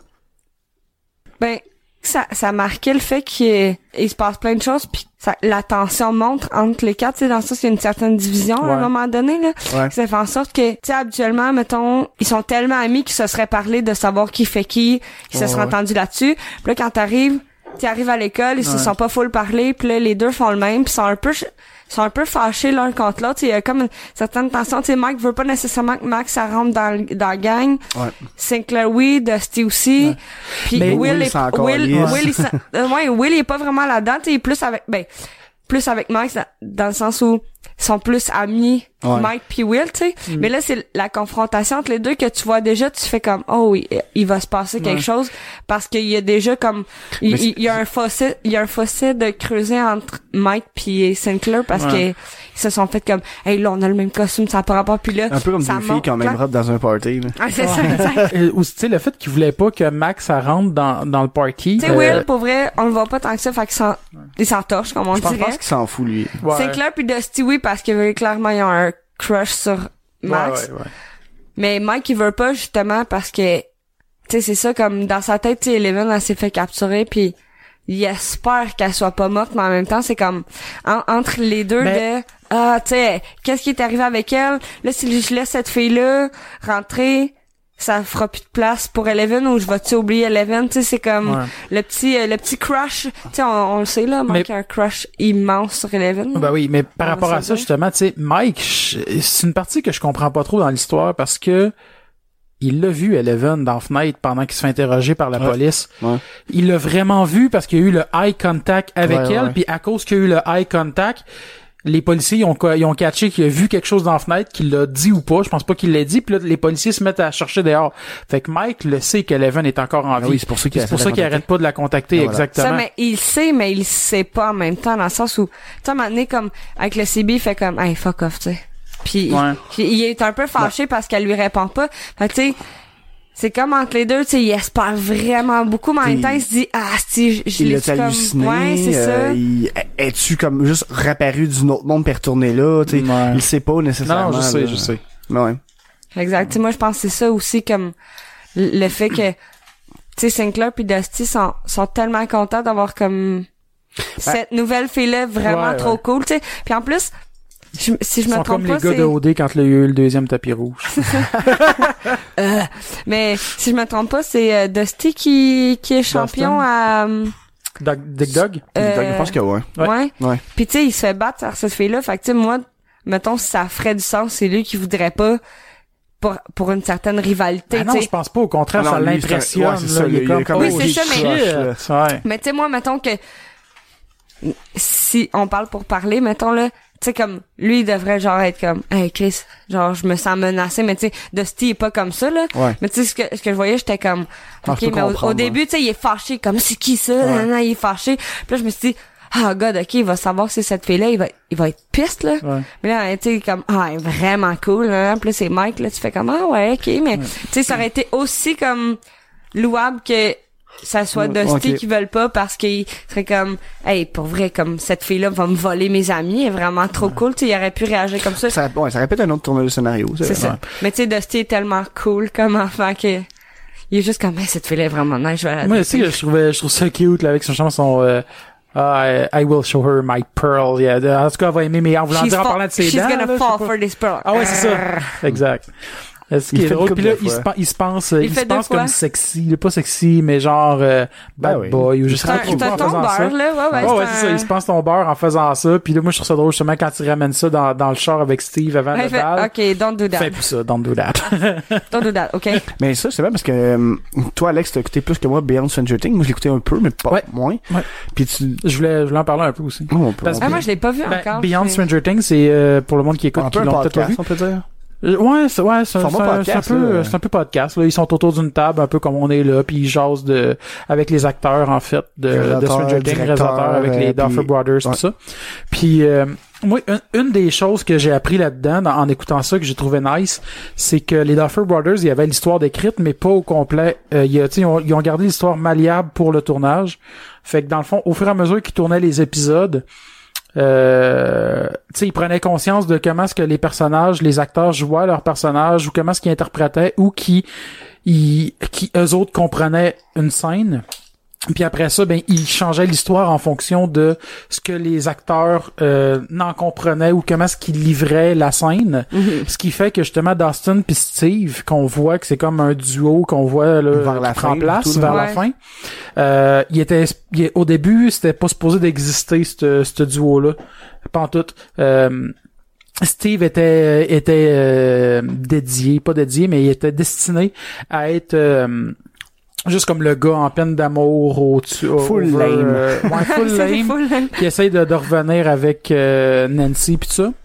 Ben, ça, ça marquait le fait qu'il il se passe plein de choses, puis ça, la tension monte entre les quatre, tu sais, dans ça, c'est une certaine division à Ouais. un moment donné, là. Ouais. Ça fait en sorte que, tu sais, habituellement, mettons, ils sont tellement amis qu'ils se seraient parlé de savoir qui fait qui, qu'ils se Ouais, seraient ouais. entendus là-dessus. Puis là, quand t'arrives, tu arrives à l'école, ils se Ouais. sont pas full parlé, puis là, les deux font le même, puis sont un peu ch- sont un peu fâchés l'un contre l'autre. Il y a comme une certaine tension. Tu sais, Mike veut pas nécessairement que Max ça rentre dans, le- dans la gang. Ouais. Sinclair oui, Dusty aussi. Ouais. Puis Mais Will, Will, est, c'est encore Will, lisse. Will, il s'en- euh, ouais, Will il est pas vraiment là-dedans. Tu sais, il est plus avec, ben, plus avec Max dans, dans le sens où ils sont plus amis, Ouais. Mike puis Will, tu sais. Mais là, c'est la confrontation entre les deux que tu vois déjà, tu fais comme, oh oui, il va se passer quelque Ouais. chose parce qu'il y a déjà comme, il, Mais c'est- il y a un fossé, il y a un fossé de creuser entre Mike puis Sinclair parce Ouais. que ils se sont fait comme, hey, là, on a le même costume, ça n'a pas rapport, puis là, Un peu comme ça deux filles monte, qui ont la même là. robe dans un party. Là. Ah, c'est ça, exact. Euh, ou tu sais le fait qu'il voulait pas que Max ça rentre dans dans le party. Tu sais, euh, Will, pour vrai, on le voit pas tant que ça, fait qu'il s'en, il s'entorche, comme on Je pense, je dirait. pense qu'il s'en fout, lui. ouais. Sinclair puis Dusty, oui, parce que clairement, ils ont un crush sur Max. Ouais, ouais, ouais. Mais Mike, il veut pas, justement, parce que, tu sais, c'est ça, comme, dans sa tête, tu sais, Eleven, elle s'est fait capturer, puis il espère qu'elle soit pas morte, mais en même temps, c'est comme, en- entre les deux Mais- de, ah, tu sais, qu'est-ce qui est arrivé avec elle? Là, si je laisse cette fille-là rentrer, ça fera plus de place pour Eleven, ou je vais-tu oublier Eleven? Tu sais, c'est comme, Ouais. le petit, euh, le petit crush, tu sais, on, on le sait, là, Mike Mais- a un crush immense sur Eleven. Ben oui, mais par On rapport va à se ça, dire. justement, tu sais, Mike, je- c'est une partie que je comprends pas trop dans l'histoire parce que il l'a vu, Eleven, dans Fenêtre pendant qu'il se fait interroger par la Ouais. police. Ouais. Il l'a vraiment vu parce qu'il y a eu le eye contact avec Ouais, elle, ouais. puis à cause qu'il y a eu le eye contact, les policiers ils ont, ils ont catché qu'il a vu quelque chose dans la fenêtre, qu'il l'a dit ou pas. Je pense pas qu'il l'a dit. Puis là, les policiers se mettent à chercher dehors. Fait que Mike le sait qu'Eleven est encore en Ah vie. oui, c'est pour ça qu'il c'est pour essaie ça de qu'il la arrête pas de la contacter, Ah, voilà. exactement. Ça, mais il sait, mais il sait pas en même temps, dans le sens où, tu sais, à un moment donné, comme, avec le C B, il fait comme, hey, fuck off, tu sais. Puis, Ouais. il, il est un peu fâché parce qu'elle lui répond pas. Fait que, tu sais, c'est comme entre les deux, tu sais, il espère vraiment beaucoup, mais en même temps, il se dit, ah, si, je, je Il l'ai a halluciné. comme, ouais, c'est euh, ça. il- Es-tu comme juste réapparu d'une autre monde puis retourné là? Tu sais, Ouais. il sait pas nécessairement. Non, je sais, là. je sais. Ouais. Exact. Tu sais, moi, je pense que c'est ça aussi, comme, le le fait que, tu sais, Sinclair puis Dusty sont, sont tellement contents d'avoir comme, cette nouvelle fille-là vraiment Ouais, trop ouais. cool, tu sais. Puis en plus, je, si je Ils me sont trompe comme pas, les gars c'est... de O D quand il y a eu le deuxième tapis rouge. Euh, mais si je me trompe pas, c'est euh, Dusty qui qui est champion Dustin. à euh, Doc, Dick Dog? euh, Je pense que ouais. Ouais. ouais. Ouais. Puis tu sais, il se fait battre par cette fille-là. Fait que tu sais, moi, mettons si ça ferait du sens, c'est lui qui voudrait pas pour pour une certaine rivalité. Ah non, tu sais. je pense pas. Au contraire, Ah non, ça lui, c'est un- l'impressionne. ouais, c'est ça, là. Il il est y a comme, comme Oui, oh, c'est ça, shit. mais- Ouais. Mais tu sais, moi, mettons que si on parle pour parler, mettons là, tu sais comme lui il devrait genre être comme hey Chris, genre je me sens menacé, mais tu sais Dusty est pas comme ça là. Ouais. Mais tu sais ce que ce que je voyais, j'étais comme Ah, OK, je peux mais au, comprendre, au début, tu sais, il est fâché comme c'est qui ça? Ouais. Nan, nan, il est fâché. Puis là je me suis dit ah god, OK, il va savoir que c'est cette fille là, il va il va être piste là. Ouais. Mais là tu sais comme ah, elle est vraiment cool là. Puis là c'est Mike là, tu fais comme ah ouais, OK, mais tu sais ça aurait été aussi comme louable que ça soit Ouais, Dusty ok. qui veulent pas parce qu'il serait comme hey pour vrai comme cette fille là va me voler mes amis, elle est vraiment trop cool, tu sais il aurait pu réagir comme ça. Ça, ouais, ça répète un autre tournoi de scénario. C'est vrai. ça. Ouais. Mais tu sais Dusty est tellement cool comme enfant que il est juste comme hey, cette fille là est vraiment nice, je vais la Moi aussi, je trouvais, je trouve ça cute, là, avec son chant, son, euh, Uh, I will show her my pearl. Yeah. En tout cas, elle va aimer, mais en voulant dire en parlant de ses she's dents. She's gonna là, fall for this pearl. Ah ouais, c'est ça. Exact. Ce qui Il est fait drôle, une puis là, couple de il se, fois. pen- il se pense, Il il, fait se deux pense fois. comme sexy, pas sexy, mais genre euh, bad Ben oui. boy ou je sais C'est pas un, trop c'est un en faisant tombeur, ça. là. Ouais, ouais, Ouais, ouais, c'est c'est ça. un- Il se pense ton beurre en faisant ça. Puis là, moi, je trouve ça drôle justement quand il ramène ça dans, dans le char avec Steve avant Ouais, le fait, bal. OK, don't do that. Fais plus ça, don't do that. Don't do that, OK? Mais ça, c'est vrai parce que euh, toi, Alex, t'as écouté plus que moi Beyond Stranger Things. Moi, je l'ai écouté un peu, mais pas Ouais. moins. Ouais. Puis tu... je voulais, je voulais en parler un peu aussi. Oh, on peut, Parce on que- Ah, peut- moi, je l'ai pas vu Ben, encore. Beyond mais- Stranger Things, c'est euh, pour le monde qui écoute, un qui peu un l'ont peut-être pas podcast, vu. on peut dire. Euh, Ouais, c'est, ouais, c'est, Format c'est, un- podcast, c'est un peu, là. c'est un peu podcast, là. Ils sont autour d'une table, un peu comme on est là, puis ils jasent de, avec les acteurs, en fait, de, de Réalisateur, Stranger Things, directeur, réalisateurs, avec les euh, Duffer puis- Brothers, ouais. tout ça. Puis, euh, moi, une, une des choses que j'ai appris là-dedans, dans- en écoutant ça, que j'ai trouvé nice, c'est que les Duffer Brothers, il y avait l'histoire décrite, mais pas au complet. Euh, il y a, tu sais, ils ont, ils ont gardé l'histoire malléable pour le tournage. Fait que dans le fond, au fur et à mesure qu'ils tournaient les épisodes, euh, tu sais, ils prenaient conscience de comment est-ce que les personnages, les acteurs jouaient leurs personnages, ou comment est-ce qu'ils interprétaient, ou qui, ils, qui eux autres comprenaient une scène. Puis après ça, ben ils changeaient l'histoire en fonction de ce que les acteurs euh, n'en comprenaient ou comment est-ce qu'ils livraient la scène. Mhm. Ce qui fait que justement Dustin puis Steve, qu'on voit que c'est comme un duo qu'on voit là, Vers la qui prend fin, place tout, vers ouais. la fin. Euh, il était il- au début, c'était pas supposé d'exister ce ce duo-là, pantoute. Euh, Steve était était euh, dédié, pas dédié, mais il était destiné à être euh, juste comme le gars en peine d'amour au tu au- Full over, lame. euh, ouais, full C'est lame full lame. qui essaye de, de revenir avec euh, Nancy pis tout ça.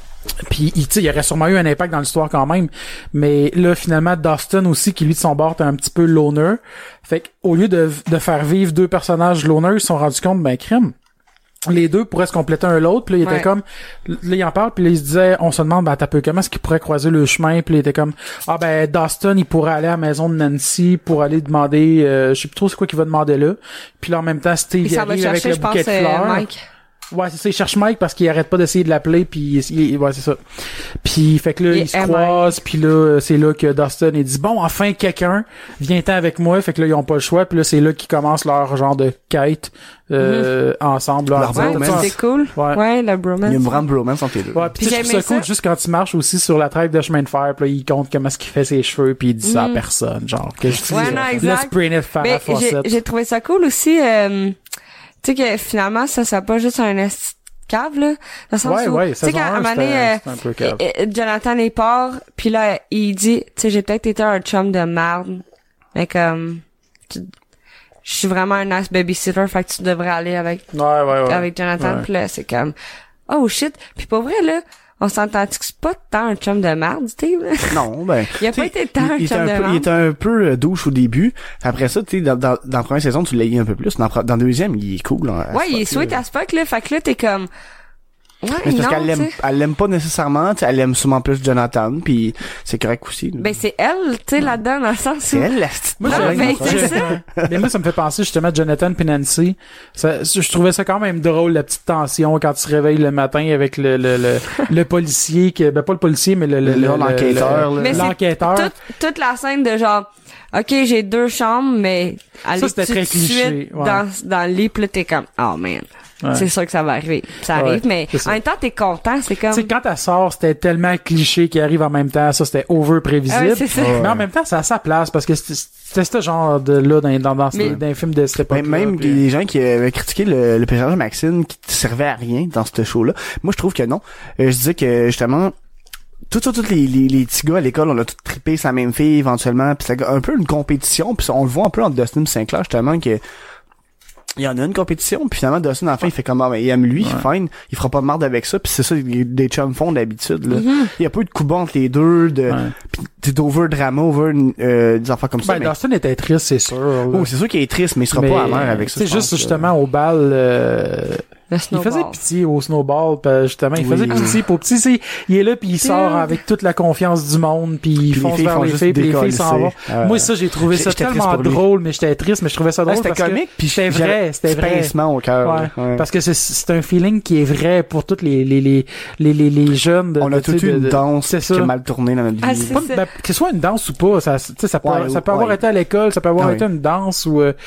Puis il, tu sais, il y aurait sûrement eu un impact dans l'histoire quand même, mais là finalement Dustin aussi qui lui de son bord était un petit peu loner. Fait qu'au lieu de, de faire vivre deux personnages loners, ils se sont rendus compte ben crime. Les deux pourraient se compléter un l'autre, puis là, il était Ouais. comme, là, il en parle, puis là, il se disait, on se demande, ben, t'as peu, comment est-ce qu'ils pourraient croiser le chemin, puis là, il était comme, ah, ben, Dustin, il pourrait aller à la maison de Nancy pour aller demander, euh, je sais plus trop c'est quoi qu'il va demander là, puis là, en même temps, Steve, Il il s'en va arrive avec chercher, le je pense, bouquet de euh, fleurs. Mike. Ouais, c'est ça, il cherche Mike parce qu'il arrête pas d'essayer de l'appeler, puis il, il- ouais, c'est ça. Puis, fait que là, Et ils se M I. croisent, puis là, c'est là que Dustin, il dit, bon, enfin, quelqu'un, viens-t'en avec moi, fait que là, ils ont pas le choix, puis là, c'est là qu'ils commencent leur genre de quête, euh, ensemble, là, Leur en disant, Ouais, bromance. t'as-tu un- c'est cool. Ouais. Ouais, le Il bromance. y a une grande bromance entre les deux. Ouais, pis Puis tu sais, je j'ai trouve ça aimé cool ça. juste quand il marche aussi sur la trêve de chemin de fer, puis là, il compte comment est-ce qu'il fait ses cheveux, puis il dit ça à Mhm. personne, genre, que je dis, Ouais, non, euh, exact. let's bring it Farrah Mais j'ai, Fawcett. j'ai trouvé ça cool aussi, euh, tu sais que finalement, ça, c'est pas juste un esti de cave, là. Dans le sens Ouais, où, ouais, tu sais, saison quand à un un, moment donné, c'était- euh, c'était un peu cave. euh, euh, Jonathan est part, puis là, il dit, tu sais, j'ai peut-être été un chum de merde, mais comme, tu- je suis vraiment un nice babysitter, fait que tu devrais aller avec, Ouais, ouais, ouais. avec Jonathan, Ouais. puis là, c'est comme, oh shit. Puis pour vrai, là, on s'entend-tu que c'est pas tant un chum de merde, Steve, là? Non, ben. Il a tu pas sais, été tant un il, il était chum un de peu, merde. il était un peu euh, douche au début. Après ça, tu sais, dans, dans, dans la première saison, tu l'as eu un peu plus. Dans, la pro- dans la deuxième, il est cool. Hein, Ouais, il est sweet à as fuck, là. Fait que là, t'es comme, ouais, Mais c'est non, parce qu'elle l'aime, tu sais. elle l'aime pas nécessairement, tu sais, elle aime sûrement plus Jonathan, puis c'est correct aussi. là. Ben, c'est elle, tu sais, là-dedans, dans le sens c'est où... elle, la petite Moi, Non, j'avais- ben, moi, c'est j'ai- ça. Mais moi, ça me fait penser justement à Jonathan et Nancy. Ça, je trouvais ça quand même drôle, la petite tension quand tu te réveilles le matin avec le, le, le, le policier, qui, ben pas le policier, mais le, le, Le- le- l'enquêteur, le- là. Mais c'est l'enquêteur. toute, toute la scène de genre, OK, j'ai deux chambres, mais allez c'était tout très de cliché, suite ouais. dans, dans le lit, pis là, t'es comme, oh man, Ouais. c'est sûr que ça va arriver. Ça Ouais, arrive, mais c'est ça. en même temps, t'es content, c'est comme... Tu sais, quand elle sort, c'était tellement cliché qu'il arrive en même temps. Ça, c'était over prévisible. Ah ouais, c'est ça. Ouais. Mais en même temps, c'est à sa place parce que c'était c'était ce genre de là dans, dans, dans, Mais- dans un film de cette époque. Ben, même les gens qui avaient critiqué le, le personnage de Maxine qui servait à rien dans ce show-là. Moi, je trouve que non. Euh, je disais que, justement, tout ça, tous les, les, les petits gars à l'école, on a tout trippé sa même fille éventuellement, puis c'est un peu une compétition, puis on le voit un peu entre Dustin et Sinclair, justement, que il y en a une compétition, puis finalement Dustin à la fin il fait comme ah, ben, il aime lui, Ouais. fine, il fera pas de marde avec ça, puis c'est ça les- des chums font d'habitude là. Mhm. Il y a pas eu de coup bas entre les deux, de Ouais. pis t'es d'over drama, over euh, des affaires comme ça. Ben, mais- Dustin était triste, c'est sûr. là. oh, c'est sûr qu'il est triste, mais il sera Mais, pas amer avec ça. C'est je pense, juste là. justement au bal, euh, Le il snowball. faisait pitié au snowball, pis justement, il Oui. faisait pitié pour petit, c'est, il est là puis il sort avec toute la confiance du monde puis il Puis les fonce filles vers font les juste filles puis les filles s'en vont. décalisser. Ouais. Moi ça j'ai trouvé ça J'étais triste tellement pour lui. drôle, mais j'étais triste, mais je trouvais ça Ah, drôle c'était parce que comique, puis c'était j'avais vrai, c'était petit vrai. pincement au cœur. Ouais. là. Ouais. Parce que c'est c'est un feeling qui est vrai pour toutes les les les les les, les jeunes de, On de, a tu tout sais, eu de- une de- danse c'est qui ça. a mal tourné dans notre vie. Ah, c'est Pas- ça. ben, que ce soit une danse ou pas, ça, tu sais, ça peut, Ouais, ça peut avoir ouais. été à l'école, ça peut avoir Ah été oui. une danse ou, euh,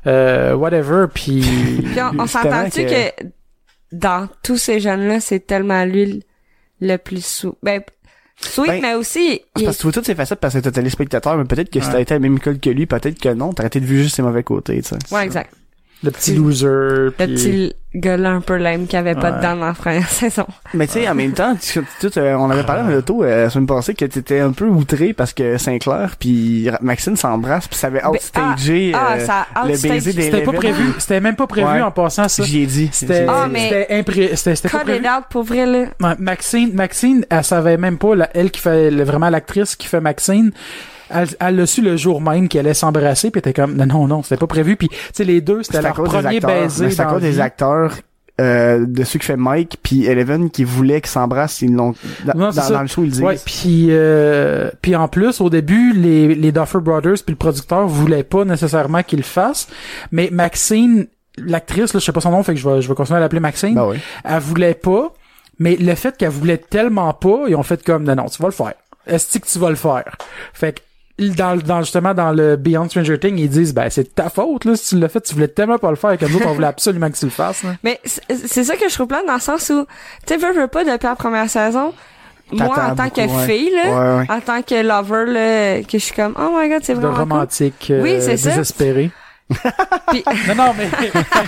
euh, whatever, puis... Puis on, on s'entend-tu que... que dans tous ces jeunes-là, c'est tellement lui le, le plus sous... Ben, sweet, ben, mais aussi... C'est il... parce que tu vois toutes ces facettes parce que t'es téléspectateur, mais peut-être que ouais. si t'as été à la même école que lui, peut-être que non, t'aurais peut-être vu juste ses mauvais côtés, tu sais. Ouais, exact. Le petit loser. Le pis... petit gars-là un peu lame qui avait pas ouais. de dents dans la première saison. Mais tu sais, en même temps, tu, tu, tu, on avait parlé dans l'auto euh, la semaine passée que t'étais un peu outré parce que Sinclair puis Maxine s'embrassent puis ça avait outstagé ah, euh, ah, ça le baiser des C'était pas prévu. C'était même pas prévu ouais. en passant ça. J'y ai dit. C'était, ah, mais c'était impré... C'était, c'était cut pas prévu. it out pour vrai, là. Ouais, Maxine, Maxine, elle savait même pas, la, elle qui fait, vraiment l'actrice qui fait Maxine, Elle, elle l'a su le jour même qu'elle allait s'embrasser, puis elle était comme non non non c'était pas prévu, puis tu sais les deux c'était leur premier baiser. C'est à cause des acteurs euh, de ceux qui fait Mike puis Eleven qui voulaient qu'ils s'embrassent, ils l'ont dans, non, dans, dans le show ils disent. Ouais, puis euh, puis en plus au début les les Duffer Brothers puis le producteur voulaient pas nécessairement qu'ils le fassent, mais Maxine l'actrice là je sais pas son nom, fait que je vais je vais continuer à l'appeler Maxine. Ben oui. Elle voulait pas, mais le fait qu'elle voulait tellement pas, ils ont fait comme non non tu vas le faire. Est-ce que tu vas le faire? Fait que dans, dans justement dans le Beyond Stranger Things, ils disent ben c'est ta faute là si tu l'as fait, tu voulais tellement pas le faire que nous autres on voulait absolument que tu le fasses là. Mais c'est, c'est ça que je trouve plein dans le sens où tu sais veux, veux pas depuis la première saison. Moi en tant beaucoup, que ouais. fille là, ouais, ouais. en tant que lover là, que je suis comme oh my god c'est vraiment de romantique, cool. euh, oui, c'est désespéré. Puis... non non mais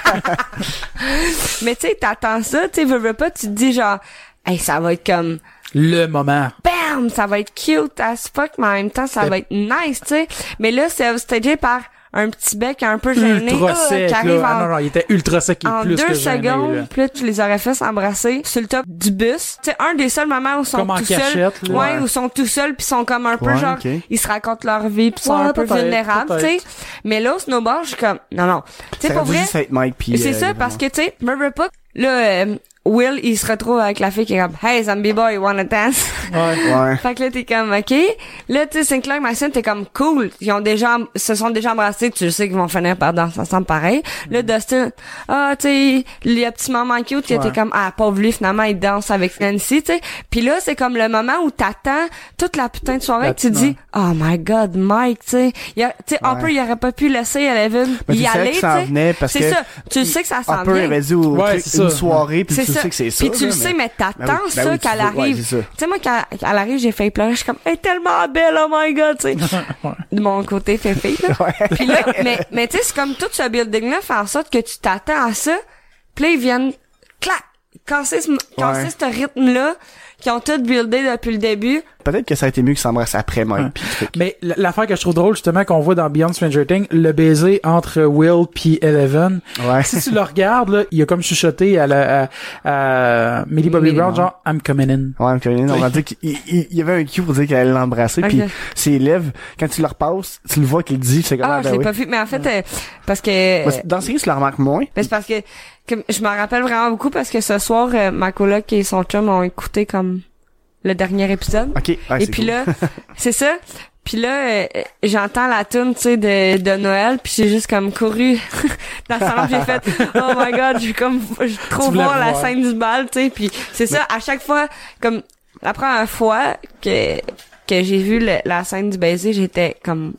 mais tu sais t'attends ça, tu sais veux, veux pas tu te dis genre hey ça va être comme le moment. Bam! Ça va être cute as fuck, mais en même temps, ça c'est... va être nice, tu sais. Mais là, c'est stagé par un petit bec un peu gêné. Ultra oh, sec, qui arrive là. en... Ah non, non, il était ultra sec et en plus deux que gêné, secondes, là. puis là, tu les aurais fait s'embrasser sur le top du bus. Tu sais, un des seuls moments où ils sont comme tout seuls. Ouais, ouais, où ils sont tout seuls puis sont comme un peu ouais, genre, okay. ils se racontent leur vie puis sont ouais, un peu vulnérables, tu sais. Mais là, au snowboard, je suis comme, non, non. Tu sais, pour vrai. Mike, pis, c'est euh, ça, parce que, tu sais, me veux pas, là, euh, Will, il se retrouve avec la fille qui est comme, hey, zombie boy, you wanna dance? Ouais. ouais. Fait que là, t'es comme, ok. Là, tu sais, Sinclair et Maxine, t'es comme, cool. Ils ont déjà, se sont déjà embrassés, tu sais qu'ils vont finir par danser ensemble pareil. Mm. Là, Dustin, ah, tu sais, il y a petit moment cute, qui était comme, ah, pauvre lui, finalement, il danse avec Nancy, tu sais. Puis là, c'est comme le moment où t'attends toute la putain de soirée, que tu dis, oh my god, Mike, tu sais. Tu sais, un peu, il aurait pas pu laisser Eleven y aller, tu sais. C'est ça. Tu sais que ça s'en vient. Un peu, il avait dit au ouais, truc, une soirée, puis tu ça. sais que c'est ça. Puis tu là, le sais, mais t'attends ben oui, ça ben oui, qu'elle tu arrive. Ouais, tu sais, moi, quand elle arrive, j'ai fait pleurer. Je suis comme, elle est tellement belle, oh my god, tu sais. ouais. De mon côté, féfé, là. Ouais. Puis là, mais, mais tu sais, c'est comme tout ce building-là fait en sorte que tu t'attends à ça. Puis là, ils viennent, clac, casser ce, casser ouais. ce rythme-là, qui ont tout buildé depuis le début. Peut-être que ça a été mieux qu'ils s'embrassent après, Mike. Ouais. Pis mais l'affaire que je trouve drôle, justement, qu'on voit dans Beyond Stranger Things, le baiser entre Will puis Eleven. Ouais. Si tu le regardes, là, il a comme chuchoté à la, à, à Millie Bobby Brown, genre, I'm coming in. Ouais, I'm coming in. On va dire qu'il il, il y avait un cue pour dire qu'elle allait l'embrasser, okay. Puis ses lèvres, quand tu le repasses, tu le vois qu'il dit, c'est comme, ah, ah, ben je l'ai oui. pas vu, mais en fait, euh, parce que... Ouais, dans ce cas, tu le remarques moins. Mais c'est parce que, que je m'en rappelle vraiment beaucoup parce que ce soir, euh, ma coloc et son chum ont écouté comme le dernier épisode. OK. Ouais, et puis cool. Là, c'est ça. Puis là, euh, j'entends la tune, tu sais, de, de Noël, puis j'ai juste comme couru dans le salon, j'ai fait « Oh my God, j'ai comme je trop voir la scène du bal, tu sais. » Puis c'est ça, à chaque fois, comme la première fois que que j'ai vu le, la scène du baiser, j'étais comme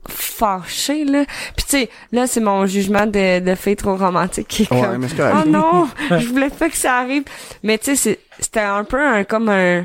fâchée, là. Puis tu sais, là, c'est mon jugement de, de fille trop romantique qui est ouais, comme mais c'est « Oh non, je voulais pas que ça arrive. » Mais tu sais, c'était un peu un comme un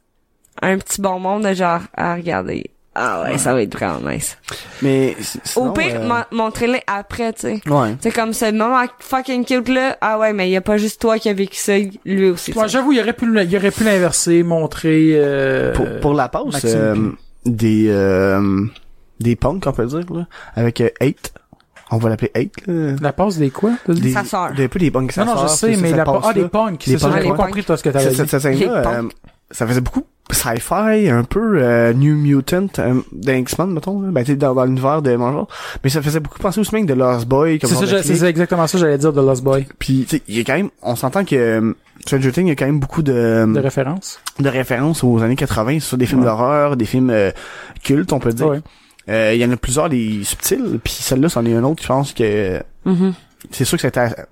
un petit bonbon de genre à regarder. Ah ouais, ça va être vraiment nice. Mais sinon, au pire, euh... montrez-le après, tu sais. Ouais. C'est comme ce moment fucking cute là. Ah ouais, mais il y a pas juste toi qui a vécu ça, lui aussi. Ouais, j'avoue, il aurait pu, il aurait pu l'inverser, montrer. Euh, pour, pour la pause, euh, des euh, des punks, on peut dire là, avec euh, Eight. On va l'appeler Eight, là. La passe des quoi? Des, sa sœur. Des peu des punks, sa Non, non, je sais, mais la passe. Ah, des punks. C'est ça, j'ai pas compris, toi, ce que t'avais dit. Cette scène-là, ça faisait beaucoup sci-fi, un peu euh, New Mutant, euh, dans X-Men, mettons, là. Ben, tu sais, dans, dans l'univers de Marvel. Mais ça faisait beaucoup penser aussi même de Lost Boy. Comme c'est ça, c'est exactement ça que j'allais dire de Lost Boy. Puis, tu sais, il y a quand même, on s'entend que euh, Stranger Things, il y a quand même beaucoup de... De références. De références aux années quatre-vingts, sur des films ouais. d'horreur, des films euh, cultes, on peut dire. Ouais. Euh, il y en a plusieurs, des subtils, puis celle-là, c'en est un autre, je pense que... Mm-hmm. C'est sûr que c'était...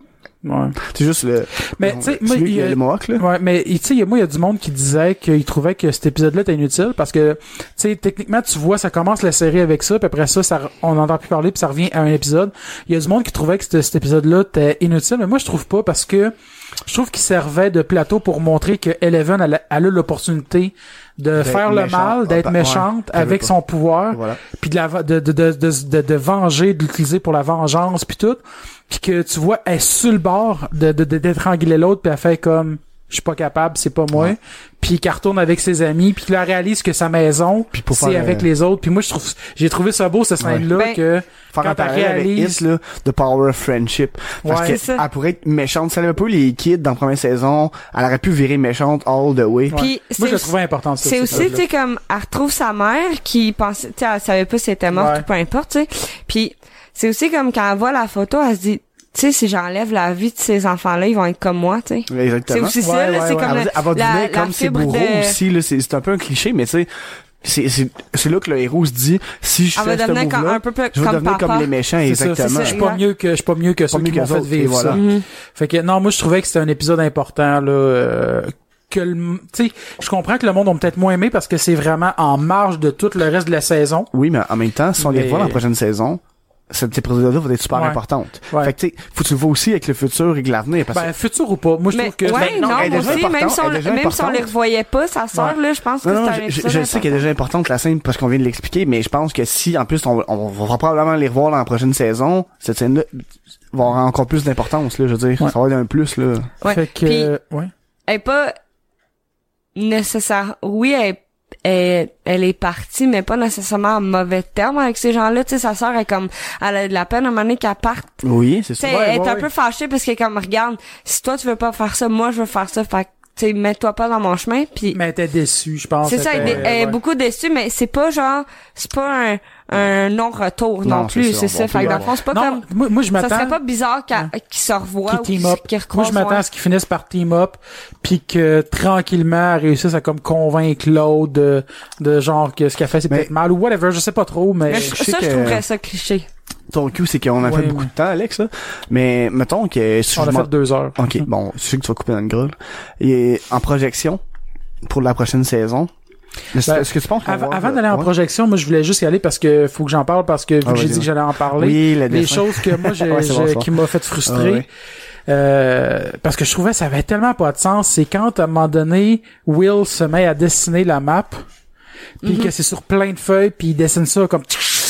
Ouais. C'est juste le... Mais, tu sais, moi, il y a... le Mohawk, là. Ouais, mais, tu sais, moi, il y a du monde qui disait qu'il trouvait que cet épisode-là était inutile parce que, tu sais, techniquement, tu vois, ça commence la série avec ça, puis après ça, ça, on n'entend plus parler, puis ça revient à un épisode. Il y a du monde qui trouvait que cet, cet épisode-là était inutile, mais moi, je trouve pas parce que je trouve qu'il servait de plateau pour montrer que Eleven, elle a, elle a l'opportunité de d'être faire le mal, d'être ah, méchante ouais, avec son pouvoir, voilà. puis de la de de de de de, de venger, de l'utiliser pour la vengeance puis tout, puis que tu vois elle est sur le bord de de d'étrangler l'autre puis elle fait comme je suis pas capable, c'est pas moi. Ouais. Puis qu'elle retourne avec ses amis, puis qu'elle réalise que sa maison, c'est avec euh... les autres. Puis moi, je trouve, j'ai trouvé ça beau, cette scène-là, ouais. que faire quand elle réalise... It, là, the power of friendship. Parce ouais, que elle pourrait être méchante. C'est un peu les kids dans la première saison. Elle aurait pu virer méchante all the way. Ouais. Puis moi, je le trouvais important, ça. C'est aussi, tu sais, comme, elle retrouve sa mère qui pensait, tu sais, elle savait pas si elle était morte ouais. ou peu importe, tu sais. Puis c'est aussi comme quand elle voit la photo, elle se dit, tu sais, si j'enlève la vie de ces enfants-là, ils vont être comme moi, tu sais. Exactement. C'est aussi ouais, ça, là, ouais, c'est ouais. comme elle va, elle va la, la, comme ses bourreaux de... aussi, là, c'est, c'est un peu un cliché, mais tu sais, c'est, c'est, c'est là que le héros se dit, si je elle fais ce move-là, un peu plus je vais comme devenir papa. comme les méchants, c'est exactement. Ça, c'est ça. Je suis pas mieux que, je suis pas mieux que ceux qui m'ont fait vivre voilà. ça. Mm-hmm. Fait que, non, moi, je trouvais que c'était un épisode important, là, euh, que le, tu sais, je comprends que le monde a peut-être moins aimé parce que c'est vraiment en marge de tout le reste de la saison. Oui, mais en même temps, si on mais... les revoit dans la prochaine saison, cette épisode-là va être super ouais. importante. Ouais. Fait que tu sais, faut que tu le vois aussi avec le futur et l'avenir. Parce ben, futur ou pas. Moi, je mais, trouve que... Ouais, ben, non, non moi aussi, même si on, même si on les revoyait pas, sa sœur, ouais. là, je pense que non, c'est un épisode je, je sais qu'elle est déjà importante, la scène, parce qu'on vient de l'expliquer, mais je pense que si, en plus, on, on va probablement les revoir dans la prochaine saison, cette scène-là va avoir encore plus d'importance, là, je veux dire. Ouais. Ça va être un plus, là. Ouais. Fait que, Puis, euh, ouais. Elle est pas nécessaire. Oui, elle est Elle, elle est partie, mais pas nécessairement en mauvais termes avec ces gens-là. Tu sais, sa sœur est comme, elle a de la peine à un moment donné qu'elle parte. Oui, c'est ça. Ouais, elle ouais, est un ouais. peu fâchée parce qu'elle est comme, regarde, si toi tu veux pas faire ça, moi je veux faire ça. Fait que, tu sais, mets-toi pas dans mon chemin. Puis. Mais elle était déçue, je pense. C'est ça, elle, elle est ouais. beaucoup déçue, mais c'est pas genre, c'est pas un, un non-retour non, non plus, c'est ça. C'est ça. Fait que dans le fond, c'est pas non, comme. Moi, moi je m'attends. Ça serait pas bizarre qu'elle, ouais. qu'ils se revoient qu'ils ou qu'ils recroisent. Moi, je m'attends à ce qu'ils finissent par team up, puis que tranquillement, elle réussisse à comme convaincre l'autre de, de genre que ce qu'elle fait c'est mais, peut-être mal ou whatever, je sais pas trop, mais. mais je, je ça, que... je trouverais ça cliché. Ton cul, c'est qu'on a ouais, fait beaucoup ouais. de temps, Alex, là. Mais, mettons que... Si on je a fait deux heures. OK, bon, je sais que tu vas couper dans le gras, là. Et en projection, pour la prochaine saison, est-ce, ben, est-ce que tu penses avant, voir, avant d'aller euh, en ouais? projection, moi, je voulais juste y aller parce que faut que j'en parle parce que vu ah, que j'ai dit que j'allais en parler, oui, la les choses que moi, j'ai, ouais, j'ai bon, qui m'a fait frustrer, ah, ouais. euh, parce que je trouvais que ça avait tellement pas de sens, c'est quand, à un moment donné, Will se met à dessiner la map, puis mm-hmm. que c'est sur plein de feuilles, puis il dessine ça comme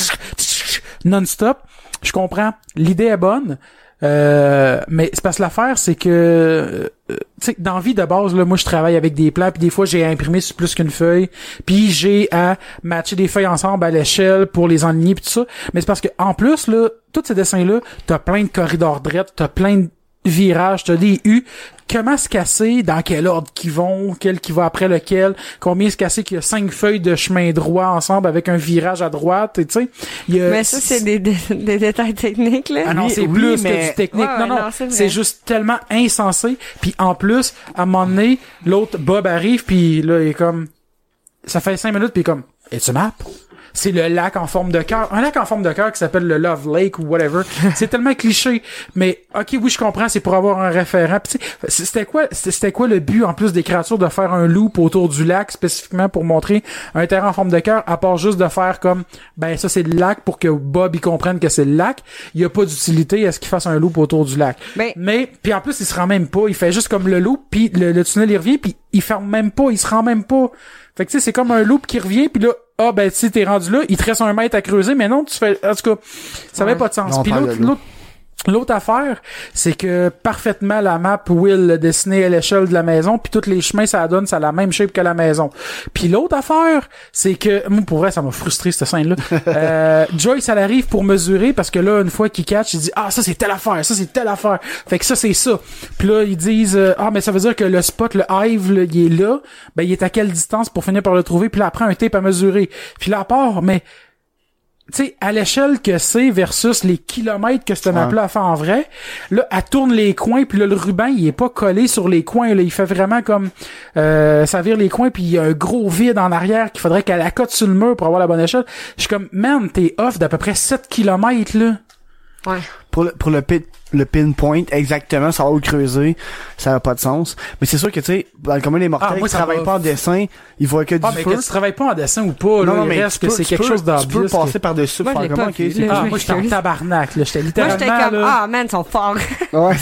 non-stop. Je comprends. L'idée est bonne. Euh, mais c'est parce que l'affaire, c'est que euh, tu sais, dans la vie de base, là, moi je travaille avec des plans, puis des fois j'ai à imprimer sur plus qu'une feuille, puis j'ai à matcher des feuilles ensemble à l'échelle pour les enligner puis tout ça. Mais c'est parce que en plus, là, tous ces dessins-là, t'as plein de corridors drettes, t'as plein de virages, t'as des U. Comment se casser, dans quel ordre qu'ils vont, quel qui va après lequel, combien se casser qu'il y a cinq feuilles de chemin droit ensemble avec un virage à droite, et tu sais. Il y a... Mais ça, c'est des, des, des détails techniques, là. Ah non, oui, c'est oui, plus mais... que du technique. Ouais, non, non, non c'est, c'est juste tellement insensé. Puis en plus, à un moment donné, l'autre Bob arrive, puis là, il est comme... Ça fait cinq minutes, puis il est comme... Es-tu map? C'est le lac en forme de cœur. Un lac en forme de cœur qui s'appelle le Love Lake ou whatever. C'est tellement cliché. Mais, ok, oui, je comprends, c'est pour avoir un référent. Pis c'était quoi, c'était quoi le but, en plus des créatures, de faire un loop autour du lac, spécifiquement pour montrer un terrain en forme de cœur, à part juste de faire comme, ben, ça, c'est le lac pour que Bob, il comprenne que c'est le lac. Il y a pas d'utilité à ce qu'il fasse un loop autour du lac. Mais, Mais puis en plus, il se rend même pas. Il fait juste comme le loop, puis le, le tunnel, il revient, puis il ferme même pas. Il se rend même pas. Fait que tu sais, c'est comme un loop qui revient, puis là, ah ben si t'es rendu là, il te reste un mètre à creuser, mais non, tu fais. En tout cas, ça avait ouais. pas de sens. Puis l'autre, l'autre, l'autre affaire, c'est que parfaitement la map Will l'a dessinée à l'échelle de la maison, puis tous les chemins ça donne, ça a la même shape que la maison. Puis l'autre affaire, c'est que moi pour vrai ça m'a frustré cette scène-là. euh, Joyce elle arrive pour mesurer parce que là une fois qu'il catch, il dit ah ça c'est telle affaire, ça c'est telle affaire. Fait que ça c'est ça. Puis là ils disent euh, ah mais ça veut dire que le spot, le hive, là, il est là. Ben il est à quelle distance pour finir par le trouver. Puis là après un tape à mesurer. Puis là à part mais tu sais, à l'échelle que c'est versus les kilomètres que cette map-là a fait en vrai, là, elle tourne les coins, puis là, le ruban, il est pas collé sur les coins, là, il fait vraiment comme, euh, ça vire les coins, puis il y a un gros vide en arrière qu'il faudrait qu'elle accote sur le mur pour avoir la bonne échelle. Je suis comme, man, t'es off d'à peu près sept kilomètres, là. Ouais. Pour le, pour le, pin, le pinpoint, exactement, savoir où creuser, ça n'a pas de sens. Mais c'est sûr que, tu sais, dans le commun des mortels, Ah, moi, qui ça travaillent va. pas en dessin, ils voient que Ah, du mais feu. que tu travailles pas en dessin ou pas, là, non, non, il mais reste tu que peux- c'est tu quelque peux- chose Tu peux d'obvious. passer que- par-dessus Moi, pour je faire l'ai comment, pas ok, vu, c'est là. cool. Ah, je moi, j'étais en m'excuse. tabarnak, là. J'étais Moi, littéralement, j'étais comme, là. ah, man, ils sont forts. Ouais.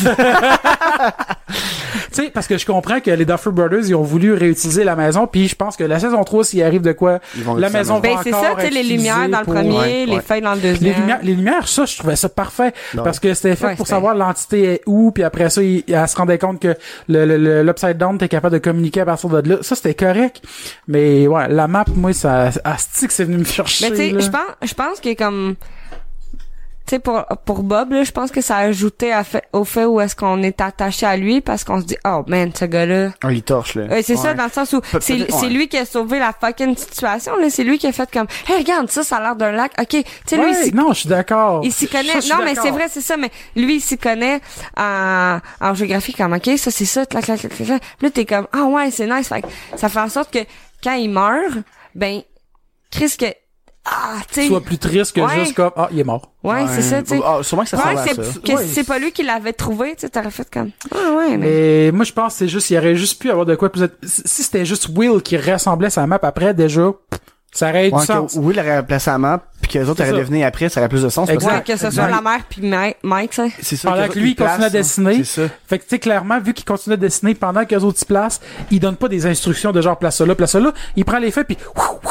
Tu sais, parce que je comprends que les Duffer Brothers, ils ont voulu réutiliser la maison, puis je pense que la saison trois, s'il arrive de quoi, Ils vont la réutiliser maison la va Ben, encore c'est ça, tu sais, être les lumières dans le utilisée pour- premier, Ouais, les ouais. feuilles dans le Les deuxième. lumières, les lumières, ça, je trouvais ça parfait. Non. Parce que c'était fait Ouais, pour c'était- savoir l'entité est où, puis après ça, il, elle se rendait compte que le, le, le- l'Upside Down, t'es capable de communiquer à partir de là. Ça, c'était correct. Mais, ouais, la map, moi, ça, asti que c'est venu me chercher. Mais tu sais, là. je pense, je pense que comme, tu sais, pour, pour Bob, là, je pense que ça a ajouté à fait, au fait où est-ce qu'on est attaché à lui parce qu'on se dit, oh man, ce gars-là. Un lit torche, là. Ouais, c'est ça, Ouais. dans le sens où Pe- c'est, peut-être, c'est ouais. lui qui a sauvé la fucking situation, là. C'est lui qui a fait comme, hey, regarde, ça, ça a l'air d'un lac. OK. Tu sais, lui, Ouais, il s'y- non, je suis d'accord. il s'y connaît. Ça, je suis Non, mais d'accord. c'est vrai, c'est ça, mais lui, il s'y connaît en, en géographie comme, OK, ça, c'est ça, clac, clac, clac, clac, clac. Puis là, t'es comme, ah ouais, c'est nice. Fait que ça fait en sorte que quand il meurt, ben, Chris, que, ah, tu sais. Soit plus triste que Ouais. juste comme, ah, il est mort. Ouais, c'est ça, tu sais. Ah, sûrement que ça Ouais, ressemble à c'est, ça. que Ouais. c'est pas lui qui l'avait trouvé, tu sais, t'aurais fait comme, ah ouais, mais. Mais moi, je pense que c'est juste, il y aurait juste pu avoir de quoi plus... Si c'était juste Will qui ressemblait à sa map après, déjà, ça aurait eu du Ouais, sens. que Will aurait placé la map, puis que les autres C'est auraient ça. deviné après, ça aurait plus de sens. parce Exact. Ouais, que ce soit exact. la mère puis Mike, Mike, ça. C'est ça. Pendant qu'eux que lui, il autres, continue à placent, dessiner. C'est ça. Fait que, tu sais, clairement, vu qu'il continue à dessiner pendant que les autres se placent, il donne pas des instructions de genre place ça là, place ça là. Il prend les feuilles puis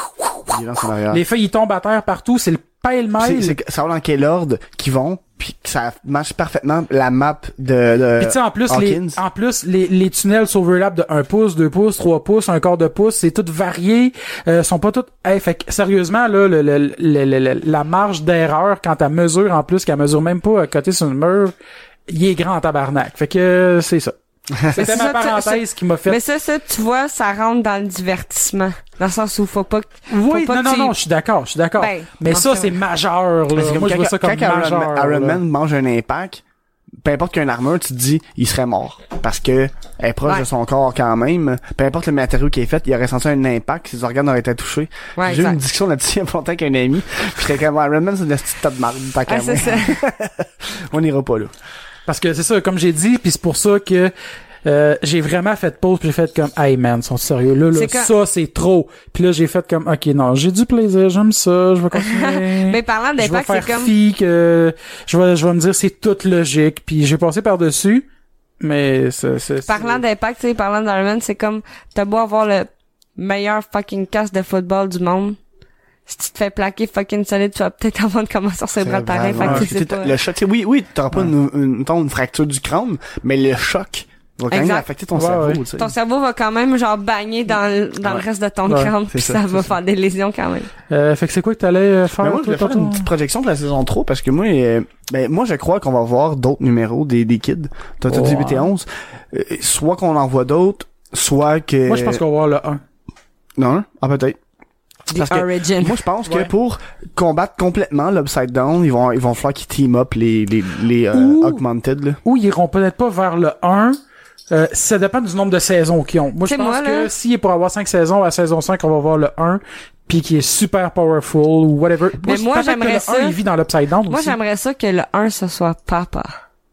Il lance en arrière. les feuilles, ils tombent à terre partout. C'est le C'est, pêle-mêle. c'est que- savoir dans quel ordre qu'ils vont, puis que ça matche parfaitement la map de, de Puis tu sais, en plus, les, Hawkins. en plus, les, les tunnels s'overlappent de un pouce, deux pouces, trois pouces, un quart de pouce, c'est tout varié, euh, sont pas toutes, hey, fait que, sérieusement, là, le, le, le, le- le- la marge d'erreur quand elle mesure, en plus, qu'elle mesure même pas à côté sur le mur, il est grand en tabarnak. Fait que, euh, c'est ça. C'était c'est ma ça, parenthèse qui m'a fait. Mais ça, ça, tu vois, ça rentre dans le divertissement. Dans le sens où faut pas que, Oui, faut pas non, que non, tu- non, je suis d'accord, je suis d'accord. Ben, mais en ça, fait, c'est ouais. majeur, là. Mais c'est comme Moi, je quand, vois ça comme quand Iron, majeur. Man, Iron là. Man mange un impact, peu importe qu'un armure, tu te dis, il serait mort. Parce que, elle est proche Ouais. de son corps quand même. Peu importe le matériau qui est fait, il aurait senti un impact, ses organes auraient été touchés. Ouais, J'ai eu une exact. discussion là-dessus il y a pas longtemps avec un ami. Puis j'étais comme, Iron Man, c'est une petite tas de marde, tant qu'à Ah, c'est moi. ça. On n'ira pas là. Parce que c'est ça, comme j'ai dit, puis c'est pour ça que euh, j'ai vraiment fait pause, puis j'ai fait comme, hey man, ils sont sérieux, là, là, C'est quand- ça c'est trop. Puis là j'ai fait comme, ok non, j'ai du plaisir, j'aime ça, je vais continuer. Mais parlant je vais d'impact, faire c'est comme, fi que je vais, je vais me dire c'est toute logique, puis j'ai passé par dessus, mais c'est, c'est, parlant d'impact, tu sais, parlant d'Iron Man, c'est comme, t'as beau avoir le meilleur fucking casque de football du monde. Si tu te fais plaquer fucking solide, tu vas peut-être avoir une commotion cérébrale pareil. Fait que tu sais, c'est pas... Le choc, tu sais, oui, oui, t'auras pas Ouais. une, une, mettons, une fracture du crâne, mais le choc va quand même Exact. affecter ton Ouais, cerveau, ouais. tu sais. Ton cerveau va quand même genre bagner dans le, dans Ouais. le reste de ton Ouais, crâne, c'est puis ça, ça, c'est va ça. faire des lésions quand même. Euh, fait que c'est quoi que t'allais euh, faire? Mais moi, je toi, vais faire tantôt? une petite projection pour la saison trois parce que moi, euh, ben, moi, je crois qu'on va voir d'autres numéros des, des kids. T'as t'as dit Ouais. huit et onze. Euh, soit qu'on en voit d'autres, soit que... Moi je pense qu'on va voir le un. Non? Ah, peut-être. The Parce que Origin. moi, je pense Ouais. que pour combattre complètement l'Upside Down, ils vont, ils vont falloir qu'ils team up les, les, les, euh, Ouh. Augmented, là. Ou ils iront peut-être pas vers le un. Euh, ça dépend du nombre de saisons qu'ils ont. Moi, je T'sais, pense moi, que là- s'il est pour avoir cinq saisons, à saison cinq, on va voir le un, puis qui est super powerful ou whatever. Mais moi, peut-être j'aimerais que le ça- un, il vit dans l'Upside Down Moi, aussi. j'aimerais ça que le un, ce soit papa.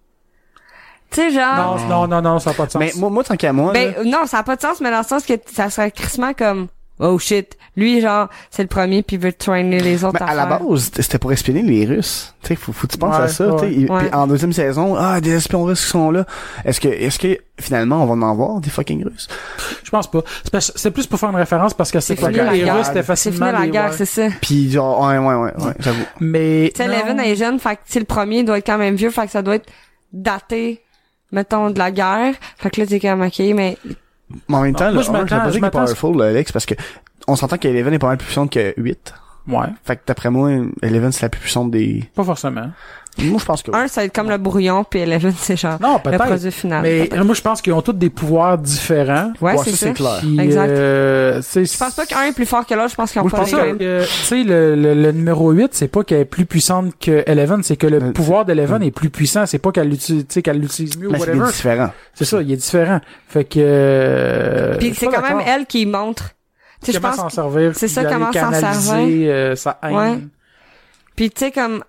Tu sais, genre... Non, non, non, non, ça n'a pas de sens. Mais moi, moi, tant qu'à moi, Ben, là, non, ça a pas de sens, mais dans le sens que ça serait crissement comme, oh shit, lui, genre, c'est le premier puis il veut trainer les autres ben, à la affaires. base, c'était pour espionner les Russes. Tu sais, faut, faut que tu penses Ouais, à ça, ouais. tu sais. Ouais. Puis en deuxième saison, ah, des espions russes qui sont là. Est-ce que, est-ce que, finalement, on va en voir des fucking Russes? Je pense pas. C'est parce- C'est plus pour faire une référence parce que c'est C'est pas fini que la les guerre. Russes, c'était C'est facilement fini la les- guerre, ouais. c'est ça. Puis genre, ouais, ouais, ouais, ouais, j'avoue. Mais. Tu sais, non. Eleven est jeune, fait que, tu sais, le premier doit être quand même vieux, fait que ça doit être daté, mettons, de la guerre. Fait que là, t'es comme, ok, mais, Mais en même temps, Non, moi, le je un, m'attends- je vais pas je dire qu'il est m'attends à ce- powerful, là, Alex, parce que on s'entend qu'Eleven est pas mal plus puissante que huit. Ouais. Fait que d'après moi, Eleven, c'est la plus puissante des... Pas forcément. Moi, je pense que oui. un, ça va être comme le brouillon, puis Eleven, c'est genre, Non, le peut-être. produit final. Mais Peut-être. moi, je pense qu'ils ont tous des pouvoirs différents. Ouais, Ouais, c'est ça, ça. c'est clair. Puis, Exact. euh, c'est- Je pense pas qu'un est plus fort que l'autre, je pense qu'ils ont Moi, je pas pense les ça, mêmes. que, tu sais, le, le, le numéro huit, c'est pas qu'elle est plus puissante que Eleven, c'est que le Euh, pouvoir d'Eleven est plus puissant, c'est pas qu'elle l'utilise, tu sais, qu'elle l'utilise mieux ou Mais c'est whatever. différent. C'est ça, il est différent. Fait que, euh, Puis je suis c'est pas quand même d'accord. elle qui montre. Tu sais, je Comment pense s'en servir. c'est ça, puis comment aller s'en canaliser, servir. euh, sa haine. Ouais. Puis tu sais comme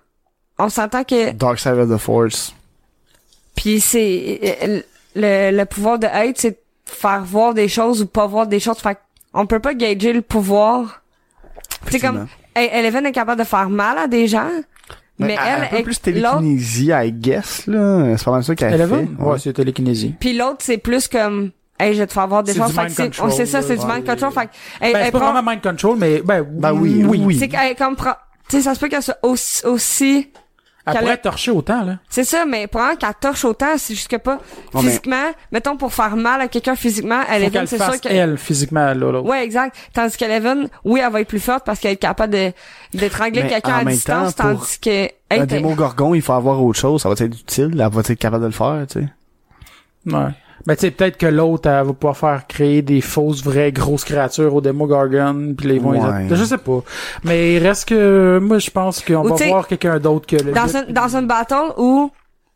on s'entend que... Dark Side of the Force. Puis c'est... Le, le pouvoir de hate, c'est de faire voir des choses ou pas voir des choses. Fait qu'on peut pas gager le pouvoir. C'est comme... Eleven est capable de faire mal à des gens, mais, mais elle... Un peu est, plus télékinésie, I guess, là. C'est pas mal ça qu'elle Eleven? fait. Ouais, c'est télékinésie. Puis l'autre, c'est plus comme... Hey, je vais te faire voir des c'est choses. Du Fait mind que c'est, on sait ça, c'est ouais, du mind control. Fait que, elle, ben, elle c'est pas prend, vraiment mind control, mais, ben, ben oui, oui. oui. C'est qu'elle comprend, tu sais, ça se peut qu'elle soit aussi, aussi, elle qu'elle pourrait a... torcher autant, là. C'est ça, mais probablement qu'elle torche autant, c'est juste que pas, oh, physiquement, mais... mettons, pour faire mal à quelqu'un physiquement, elle est c'est sûr qu'elle elle, physiquement, là, là. Ouais, exact. Tandis qu'Eleven, oui, elle va être plus forte parce qu'elle est capable de, d'étrangler quelqu'un à distance, temps, tandis que, hey, un Démogorgon, il faut avoir autre chose, ça va être utile, elle va être capable de le faire, tu sais. Ouais. Ben, tu sais, peut-être que l'autre, elle va pouvoir faire créer des fausses, vraies, grosses créatures au Demogorgon, pis les vont ouais. les... Je sais pas. Mais il reste que, moi, je pense qu'on Ou va voir quelqu'un d'autre que le... Dans un, dans une battle où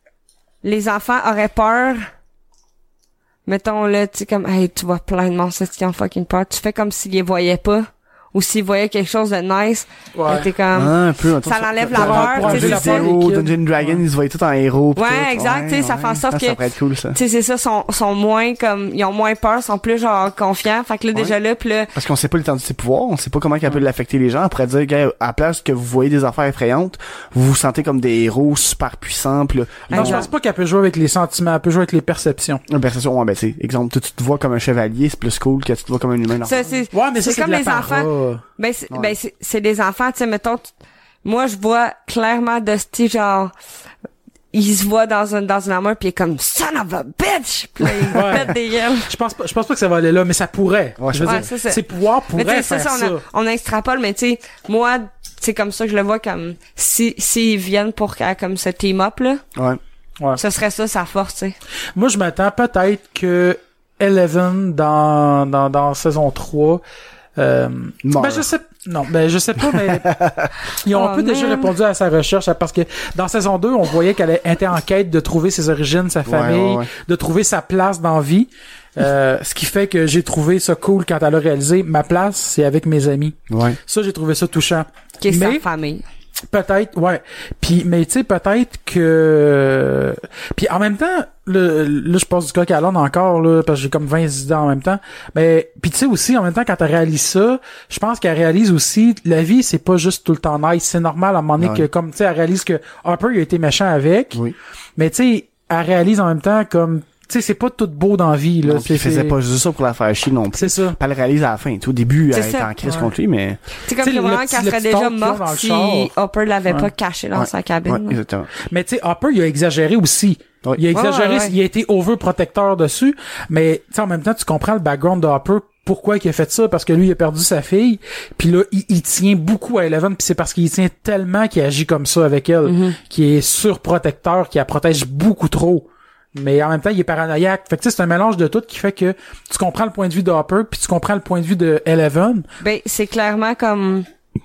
les enfants auraient peur, mettons, là, tu sais, comme, hey, tu vois plein de monstres qui ont fucking peur, tu fais comme s'ils les voyaient pas. Ou s'ils voyaient quelque chose de nice, ouais. t'es comme, ah, un peu, ça l'enlève la peur, tu sais, c'est ça. Dungeon Dragon, ils se voient tout en héros. Ouais, tout. exact, tu sais, ça fait en sorte ah, que, ça pourrait être cool, ça. Tu sais, c'est ça, sont, sont moins comme, ils ont moins peur, sont plus genre confiants, fait que là, ouais. déjà là, pis là. Parce qu'on sait pas l'étendue de ses pouvoirs, on sait pas comment qu'elle peut l'affecter les gens, on pourrait dire, gars, à la place que vous voyez des affaires effrayantes, vous vous sentez comme des héros super puissants, pis là. Non, je pense pas qu'elle peut jouer avec les sentiments, elle peut jouer avec les perceptions. Une perception, ouais, ben, tu sais, exemple, tu te vois comme un chevalier, c'est plus cool que tu te vois comme un humain. Ça, c'est, ouais, mais ça, c'est, c'est comme les enfants. Ben, c'est, ouais. ben, c'est, c'est des enfants, tu sais, mettons, t- moi, je vois clairement Dusty, genre, il se voit dans un, dans une armure pis il est comme, son of a bitch! Pis là, il ouais. pète des gueules. Je pense pas, je pense pas que ça va aller là, mais ça pourrait. Ouais, je veux ouais, dire, c'est ça. Ses pouvoirs pourraient mais faire ça. ça. On, a, on extrapole, mais tu sais, moi, c'est comme ça que je le vois comme, si, s'ils viennent pour comme ce team-up, là. Ouais. Ouais. Ce serait ça, sa force, tu sais. Moi, je m'attends peut-être que Eleven dans, dans, dans saison trois, euh, ben, je sais, non, ben, je sais pas, mais ils ont oh, un peu man. déjà répondu à sa recherche parce que dans saison deux, on voyait qu'elle était en quête de trouver ses origines, sa famille, ouais, ouais, ouais. de trouver sa place dans la vie. Euh, ce qui fait que j'ai trouvé ça cool quand elle a réalisé ma place, c'est avec mes amis. Ouais. Ça, j'ai trouvé ça touchant. Qui est mais, sa famille. Peut-être, ouais. Puis, mais tu sais, peut-être que... Puis en même temps, le, là, je passe du coq à l'âne encore, là, parce que j'ai comme vingt idées en même temps. Mais, puis tu sais aussi, en même temps, quand elle réalise ça, je pense qu'elle réalise aussi, la vie, c'est pas juste tout le temps nice. C'est normal à un moment donné ouais. que, comme, tu sais, elle réalise que Harper, il a été méchant avec. Oui. Mais tu sais, elle réalise en même temps comme... Tu sais, c'est pas tout beau dans la vie, là. Non, pis il faisait pas juste ça pour la faire chier non plus. C'est ça. Puis elle réalise à la fin. Au début, elle était en crise ouais. contre lui, mais... C'est comme que vraiment qu'elle serait déjà morte si Hopper l'avait ouais. pas caché dans ouais. sa cabine. Ouais, exactement. Mais tu sais, Hopper, il a exagéré aussi. Ouais. Il a exagéré, ouais, ouais. il a été overprotecteur dessus. Mais tu sais, en même temps, tu comprends le background de Hopper. Pourquoi il a fait ça? Parce que lui, il a perdu sa fille. Puis là, il, il tient beaucoup à Eleven. Puis c'est parce qu'il tient tellement qu'il agit comme ça avec elle. Mm-hmm. Qu'il est surprotecteur, qu'il la protège beaucoup trop. Mais en même temps, il est paranoïaque. Fait que tu sais, c'est un mélange de tout qui fait que tu comprends le point de vue de Hopper puis tu comprends le point de vue de Eleven. Ben, c'est clairement comme...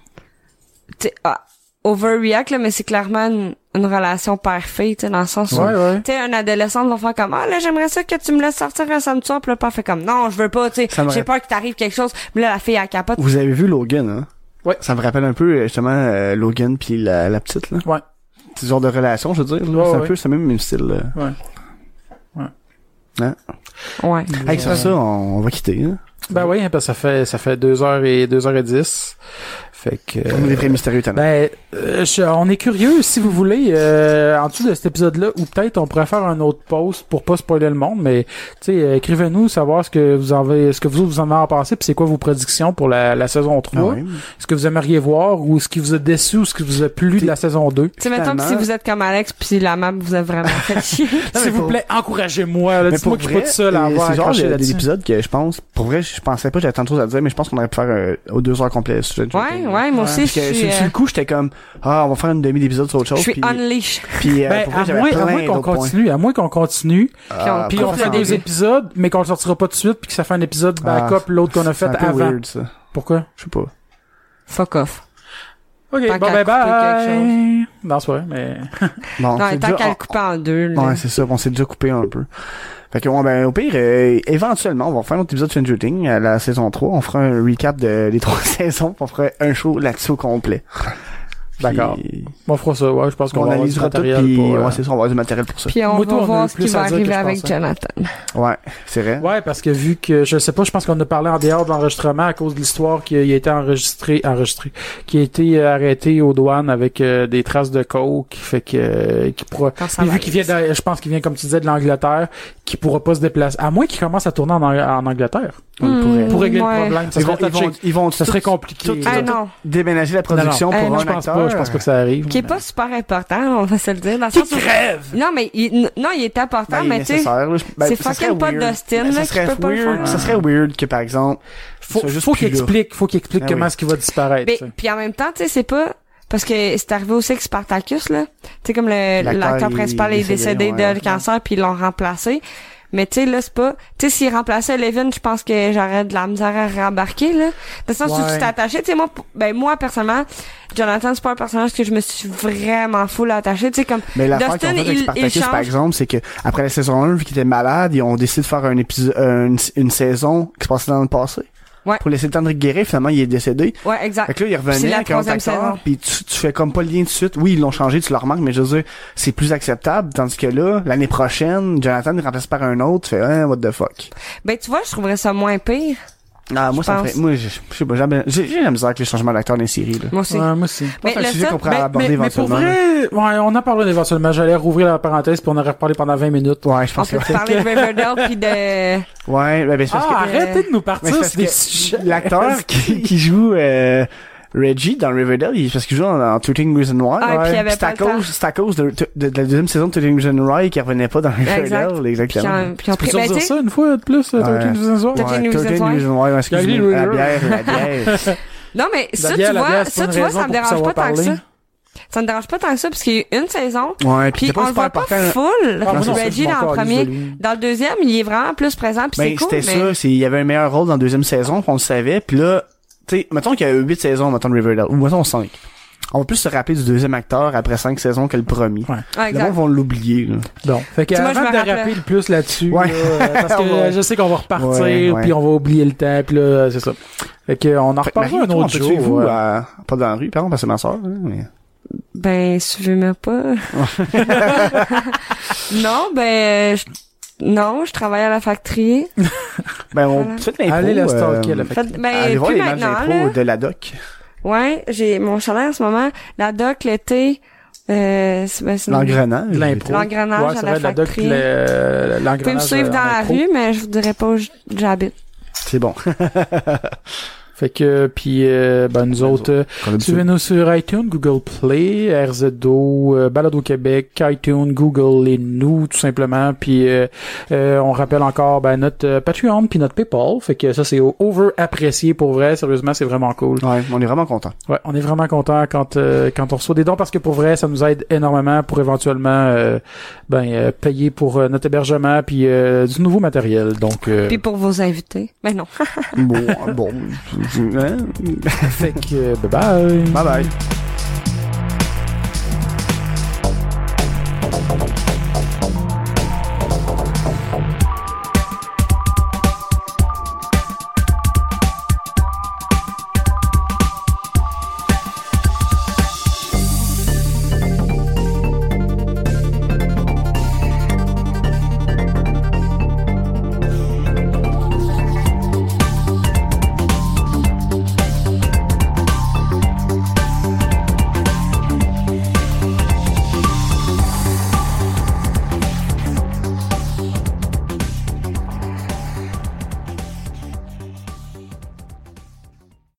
T'sais, ah, overreact, là, mais c'est clairement une, une relation parfaite, tu sais, dans le sens où... Ouais, ouais. Tu sais, un adolescent va faire comme « Ah, là, j'aimerais ça que tu me laisses sortir un samedi soir. » Puis le père fait comme « Non, je veux pas, tu sais. J'ai peur qu'il t'arrive quelque chose. » Puis là, la fille, elle capote. Vous avez vu Logan, hein? Ouais. Ça me rappelle un peu, justement, euh, Logan puis la, la petite, là. Ouais. C'est ce genre de relation, je veux dire, là. Ouais, c'est ouais. un peu, c'est même le même style, là. Ouais. Ouais. Hein? Ouais. Hey, sur ça, on, on va quitter, hein? Ben oui, parce que ça fait, ça fait deux heures et, deux heures et dix. Fait que... On est des vrais mystérieux talents. Ben, euh, je, on est curieux, si vous voulez, euh, en dessous de cet épisode-là, ou peut-être on pourrait faire un autre post pour pas spoiler le monde, mais, tu sais, euh, écrivez-nous, savoir ce que vous en avez, ce que vous, vous en avez pensé, puis c'est quoi vos prédictions pour la, la saison trois. Ah oui. Ce que vous aimeriez voir, ou ce qui vous a déçu, ou ce qui vous a plu de la saison deux. Tu sais, mettons que si vous êtes comme Alex, puis la map vous a vraiment fait chier. S'il vous plaît, encouragez-moi, là. Dites-moi que je suis pas tout seul à avoir c'est genre des, des épisodes que je pense, pour vrai, je pensais pas, j'avais tant de choses à dire, mais je pense qu'on aurait pu faire euh, aux deux heures complètes. Ouais, ouais, moi aussi, je Sur, sur le coup, j'étais comme, ah, on va faire une demi d'épisode sur autre chose. Je suis puis, unleash. Puis, euh, ben, pour vrai, à, moins, à moins qu'on continue, points. à moins qu'on continue, ah, puis on fait deux épisodes, mais qu'on le sortira pas tout de suite, puis que ça fait un épisode backup, ah, l'autre qu'on a fait avant. Weird, ça. Pourquoi? Je sais pas. Fuck off. Ok, bon, ben, bye. Non, c'est vrai, mais... non, non tant qu'à le couper en deux, là. Ouais, c'est ça, on s'est déjà coupé un peu. Fait que, ouais, ben, au pire, euh, éventuellement, on va faire un autre épisode de Stranger Things à la saison trois. On fera un recap de, des trois saisons, puis on fera un show là-dessus au complet. D'accord. On fera ça, ouais, je pense qu'on On va avoir du analysera tout, matériel puis pour... euh, ouais, c'est ça, on va avoir du matériel pour ça. Puis on Moto, on va a voir le ce qui plus va à dire arriver que je avec pense, hein. Jonathan. Ouais, c'est vrai. Ouais, parce que vu que, je sais pas, je pense qu'on a parlé en dehors de l'enregistrement à cause de l'histoire qu'il a été enregistré, enregistré, qui a été euh, arrêté aux douanes avec euh, des traces de coke, fait que, euh, qui pourra, Quand ça puis va vu qu'il vient, de- je pense qu'il vient, comme tu disais, de l'Angleterre, qui pourra pas se déplacer, à moins qu'il commence à tourner en, Ang- en Angleterre, On pourrait. pour régler ouais. le problème. Ça Ils vont, serait ils vont, touché. ils vont Ça serait tout- compliqué. tout- Ah non. déménager la production Non, non. pour Eh, un je pense acteur. pas, je pense pas que ça arrive. Qui est pas super important, on va se le dire. Dans le sens où- crève! Non, mais il, n- non, il est important, Ben, il est mais tu sais, nécessaire, là. Je- ben, c'est ça fucking serait pas weird. Dustin, Ben, là, ça qui serait peut pas le weird. faire. Ça serait weird que, par exemple, Faut, soit juste faut plus qu'il là. explique, faut qu'il explique Ah comment oui. est-ce qu'il va disparaître. Mais, tu sais. puis en même temps, tu sais, c'est pas parce que c'est arrivé aussi avec Spartacus, là. Tu sais, comme le, L'acteur, l'acteur il- principal il est est décédé, décédé ouais, de ouais. cancer puis ils l'ont remplacé. Mais tu sais, là, c'est pas... Tu sais, s'il remplaçait Levin, je pense que j'aurais de la misère à rembarquer, là. Dans le sens où Ouais. tu t'es attaché. Tu sais, moi, p- ben moi, personnellement, Jonathan, c'est pas un personnage que je me suis vraiment full attaché. Tu sais, comme... Mais l'affaire Dustin, qu'ils ont fait avec il- Spartacus, il change. par exemple, c'est que après la saison un, vu qu'il était malade, ils ont décidé de faire un épisode, une, une saison qui se passait dans le passé. Ouais. Pour laisser le temps de guérir, finalement, il est décédé. Ouais, exact. Fait que là, il C'est revenait la avec un autre troisième acteur, saison. puis tu, tu fais comme pas le lien tout de suite. Oui, ils l'ont changé, tu le remarques, mais je veux dire, c'est plus acceptable, tandis que là, l'année prochaine, Jonathan est remplacé par un autre, tu fais, hein, what the fuck. Ben, tu vois, je trouverais ça moins pire. Ah, moi, Je ça me pense. ferait, moi, je, je sais pas, jamais, j'ai, j'ai la misère avec les changements d'acteurs dans les séries, là. Moi aussi. Ouais, moi aussi. Mais C'est un le sujet seul- qu'on pourrait Mais, aborder mais, mais pour éventuellement. vrai, ouais, on en parlera éventuellement. J'allais rouvrir la parenthèse puis on aurait reparlé pendant vingt minutes. Ouais, je On pense que peut te parler de Riverdale puis de... ouais, ben, ben, c'est parce Ah, que, arrêtez de nous mais partir c'est parce sur des que sujets. l'acteur qui, qui joue, euh, Reggie dans Riverdale, il, parce qu'il joue dans, dans thirteen Reasons Why. Ah, et puis il y avait c'est pas à le temps. cause, c'est à cause de, de, de la deuxième saison de thirteen Reasons Why qui revenait pas dans Exact. Riverdale, Puis exactement. on, puis on Tu peux ben, dire tu sais, ça une fois de plus, euh, Ouais. Thirteen Reasons Why? Thirteen Ouais, Reasons thirteen Why. Reasons Why, excuse-moi, la Thirteen bière, la bière. non, mais ça, bière, tu la vois, bière, c'est ça, pas tu une vois, raison ça me pour dérange pas savoir tant que parler. ça. Ça me dérange pas tant que ça, parce qu'il y a eu une saison, Ouais, puis c'était on pas le voit super pas important. full, Ah, moi non, Reggie je m'en dans le calisse premier. de lui. Dans le deuxième, il est vraiment plus présent, puis Ben, c'est cool, c'était mais... ça, c'est, il y avait un meilleur rôle dans la deuxième saison, qu'on le savait, pis là, tu sais, mettons qu'il y a eu huit saisons, mettons, de Riverdale, ou mettons cinq. On va plus se rappeler du deuxième acteur après cinq saisons que le premier. Ouais. Ah, Les gens exact. vont l'oublier, là. Donc, fait que Tu vois, je avant me de rappelais. déraper le plus là-dessus, Ouais. là, euh, parce que Ouais. euh, je sais qu'on va repartir, Ouais, ouais. puis on va oublier le temps, puis là, c'est ça. Fait que on en Fait que reparlera Marie, un toi, autre on peut jour. suivre vous, ouais. à- pas dans la rue, pardon, parce que c'est ma soeur, mais... Ben, suivez-moi pas. non, ben, je... non, je travaille à la factory. Ben, on Voilà. fait l'intro. Allez la stalker, euh, la Fait- factory. ben, allez voir plus les matchs maintenant, d'impro là. de la doc. Ouais, j'ai mon chalet en ce moment. La doc, l'été, euh, c'est, ben, c'est une- L'engrenage. L'impro. L'engrenage Ouais, à c'est la vrai, la doc, factory. le- Vous pouvez me l'engrenage suivre en dans la impro. rue, mais je vous dirais pas où j- j'habite. C'est bon. Fait que, puis, euh, ben, nous autres, euh, Qu'on a dit ça. suivez-nous sur iTunes, Google Play, R Z O, euh, Balado Québec, iTunes, Google et nous, tout simplement. Puis, euh, euh, on rappelle encore, ben, notre euh, Patreon puis notre PayPal. Fait que ça, c'est over apprécié pour vrai. Sérieusement, c'est vraiment cool. Ouais, on est vraiment content. Ouais, on est vraiment content quand euh, quand on reçoit des dons parce que pour vrai, ça nous aide énormément pour éventuellement euh, ben euh, payer pour euh, notre hébergement puis euh, du nouveau matériel. Donc euh, Puis pour vos invités. Ben non. Bon, bon. Hein? fait que euh, bye bye. Bye bye.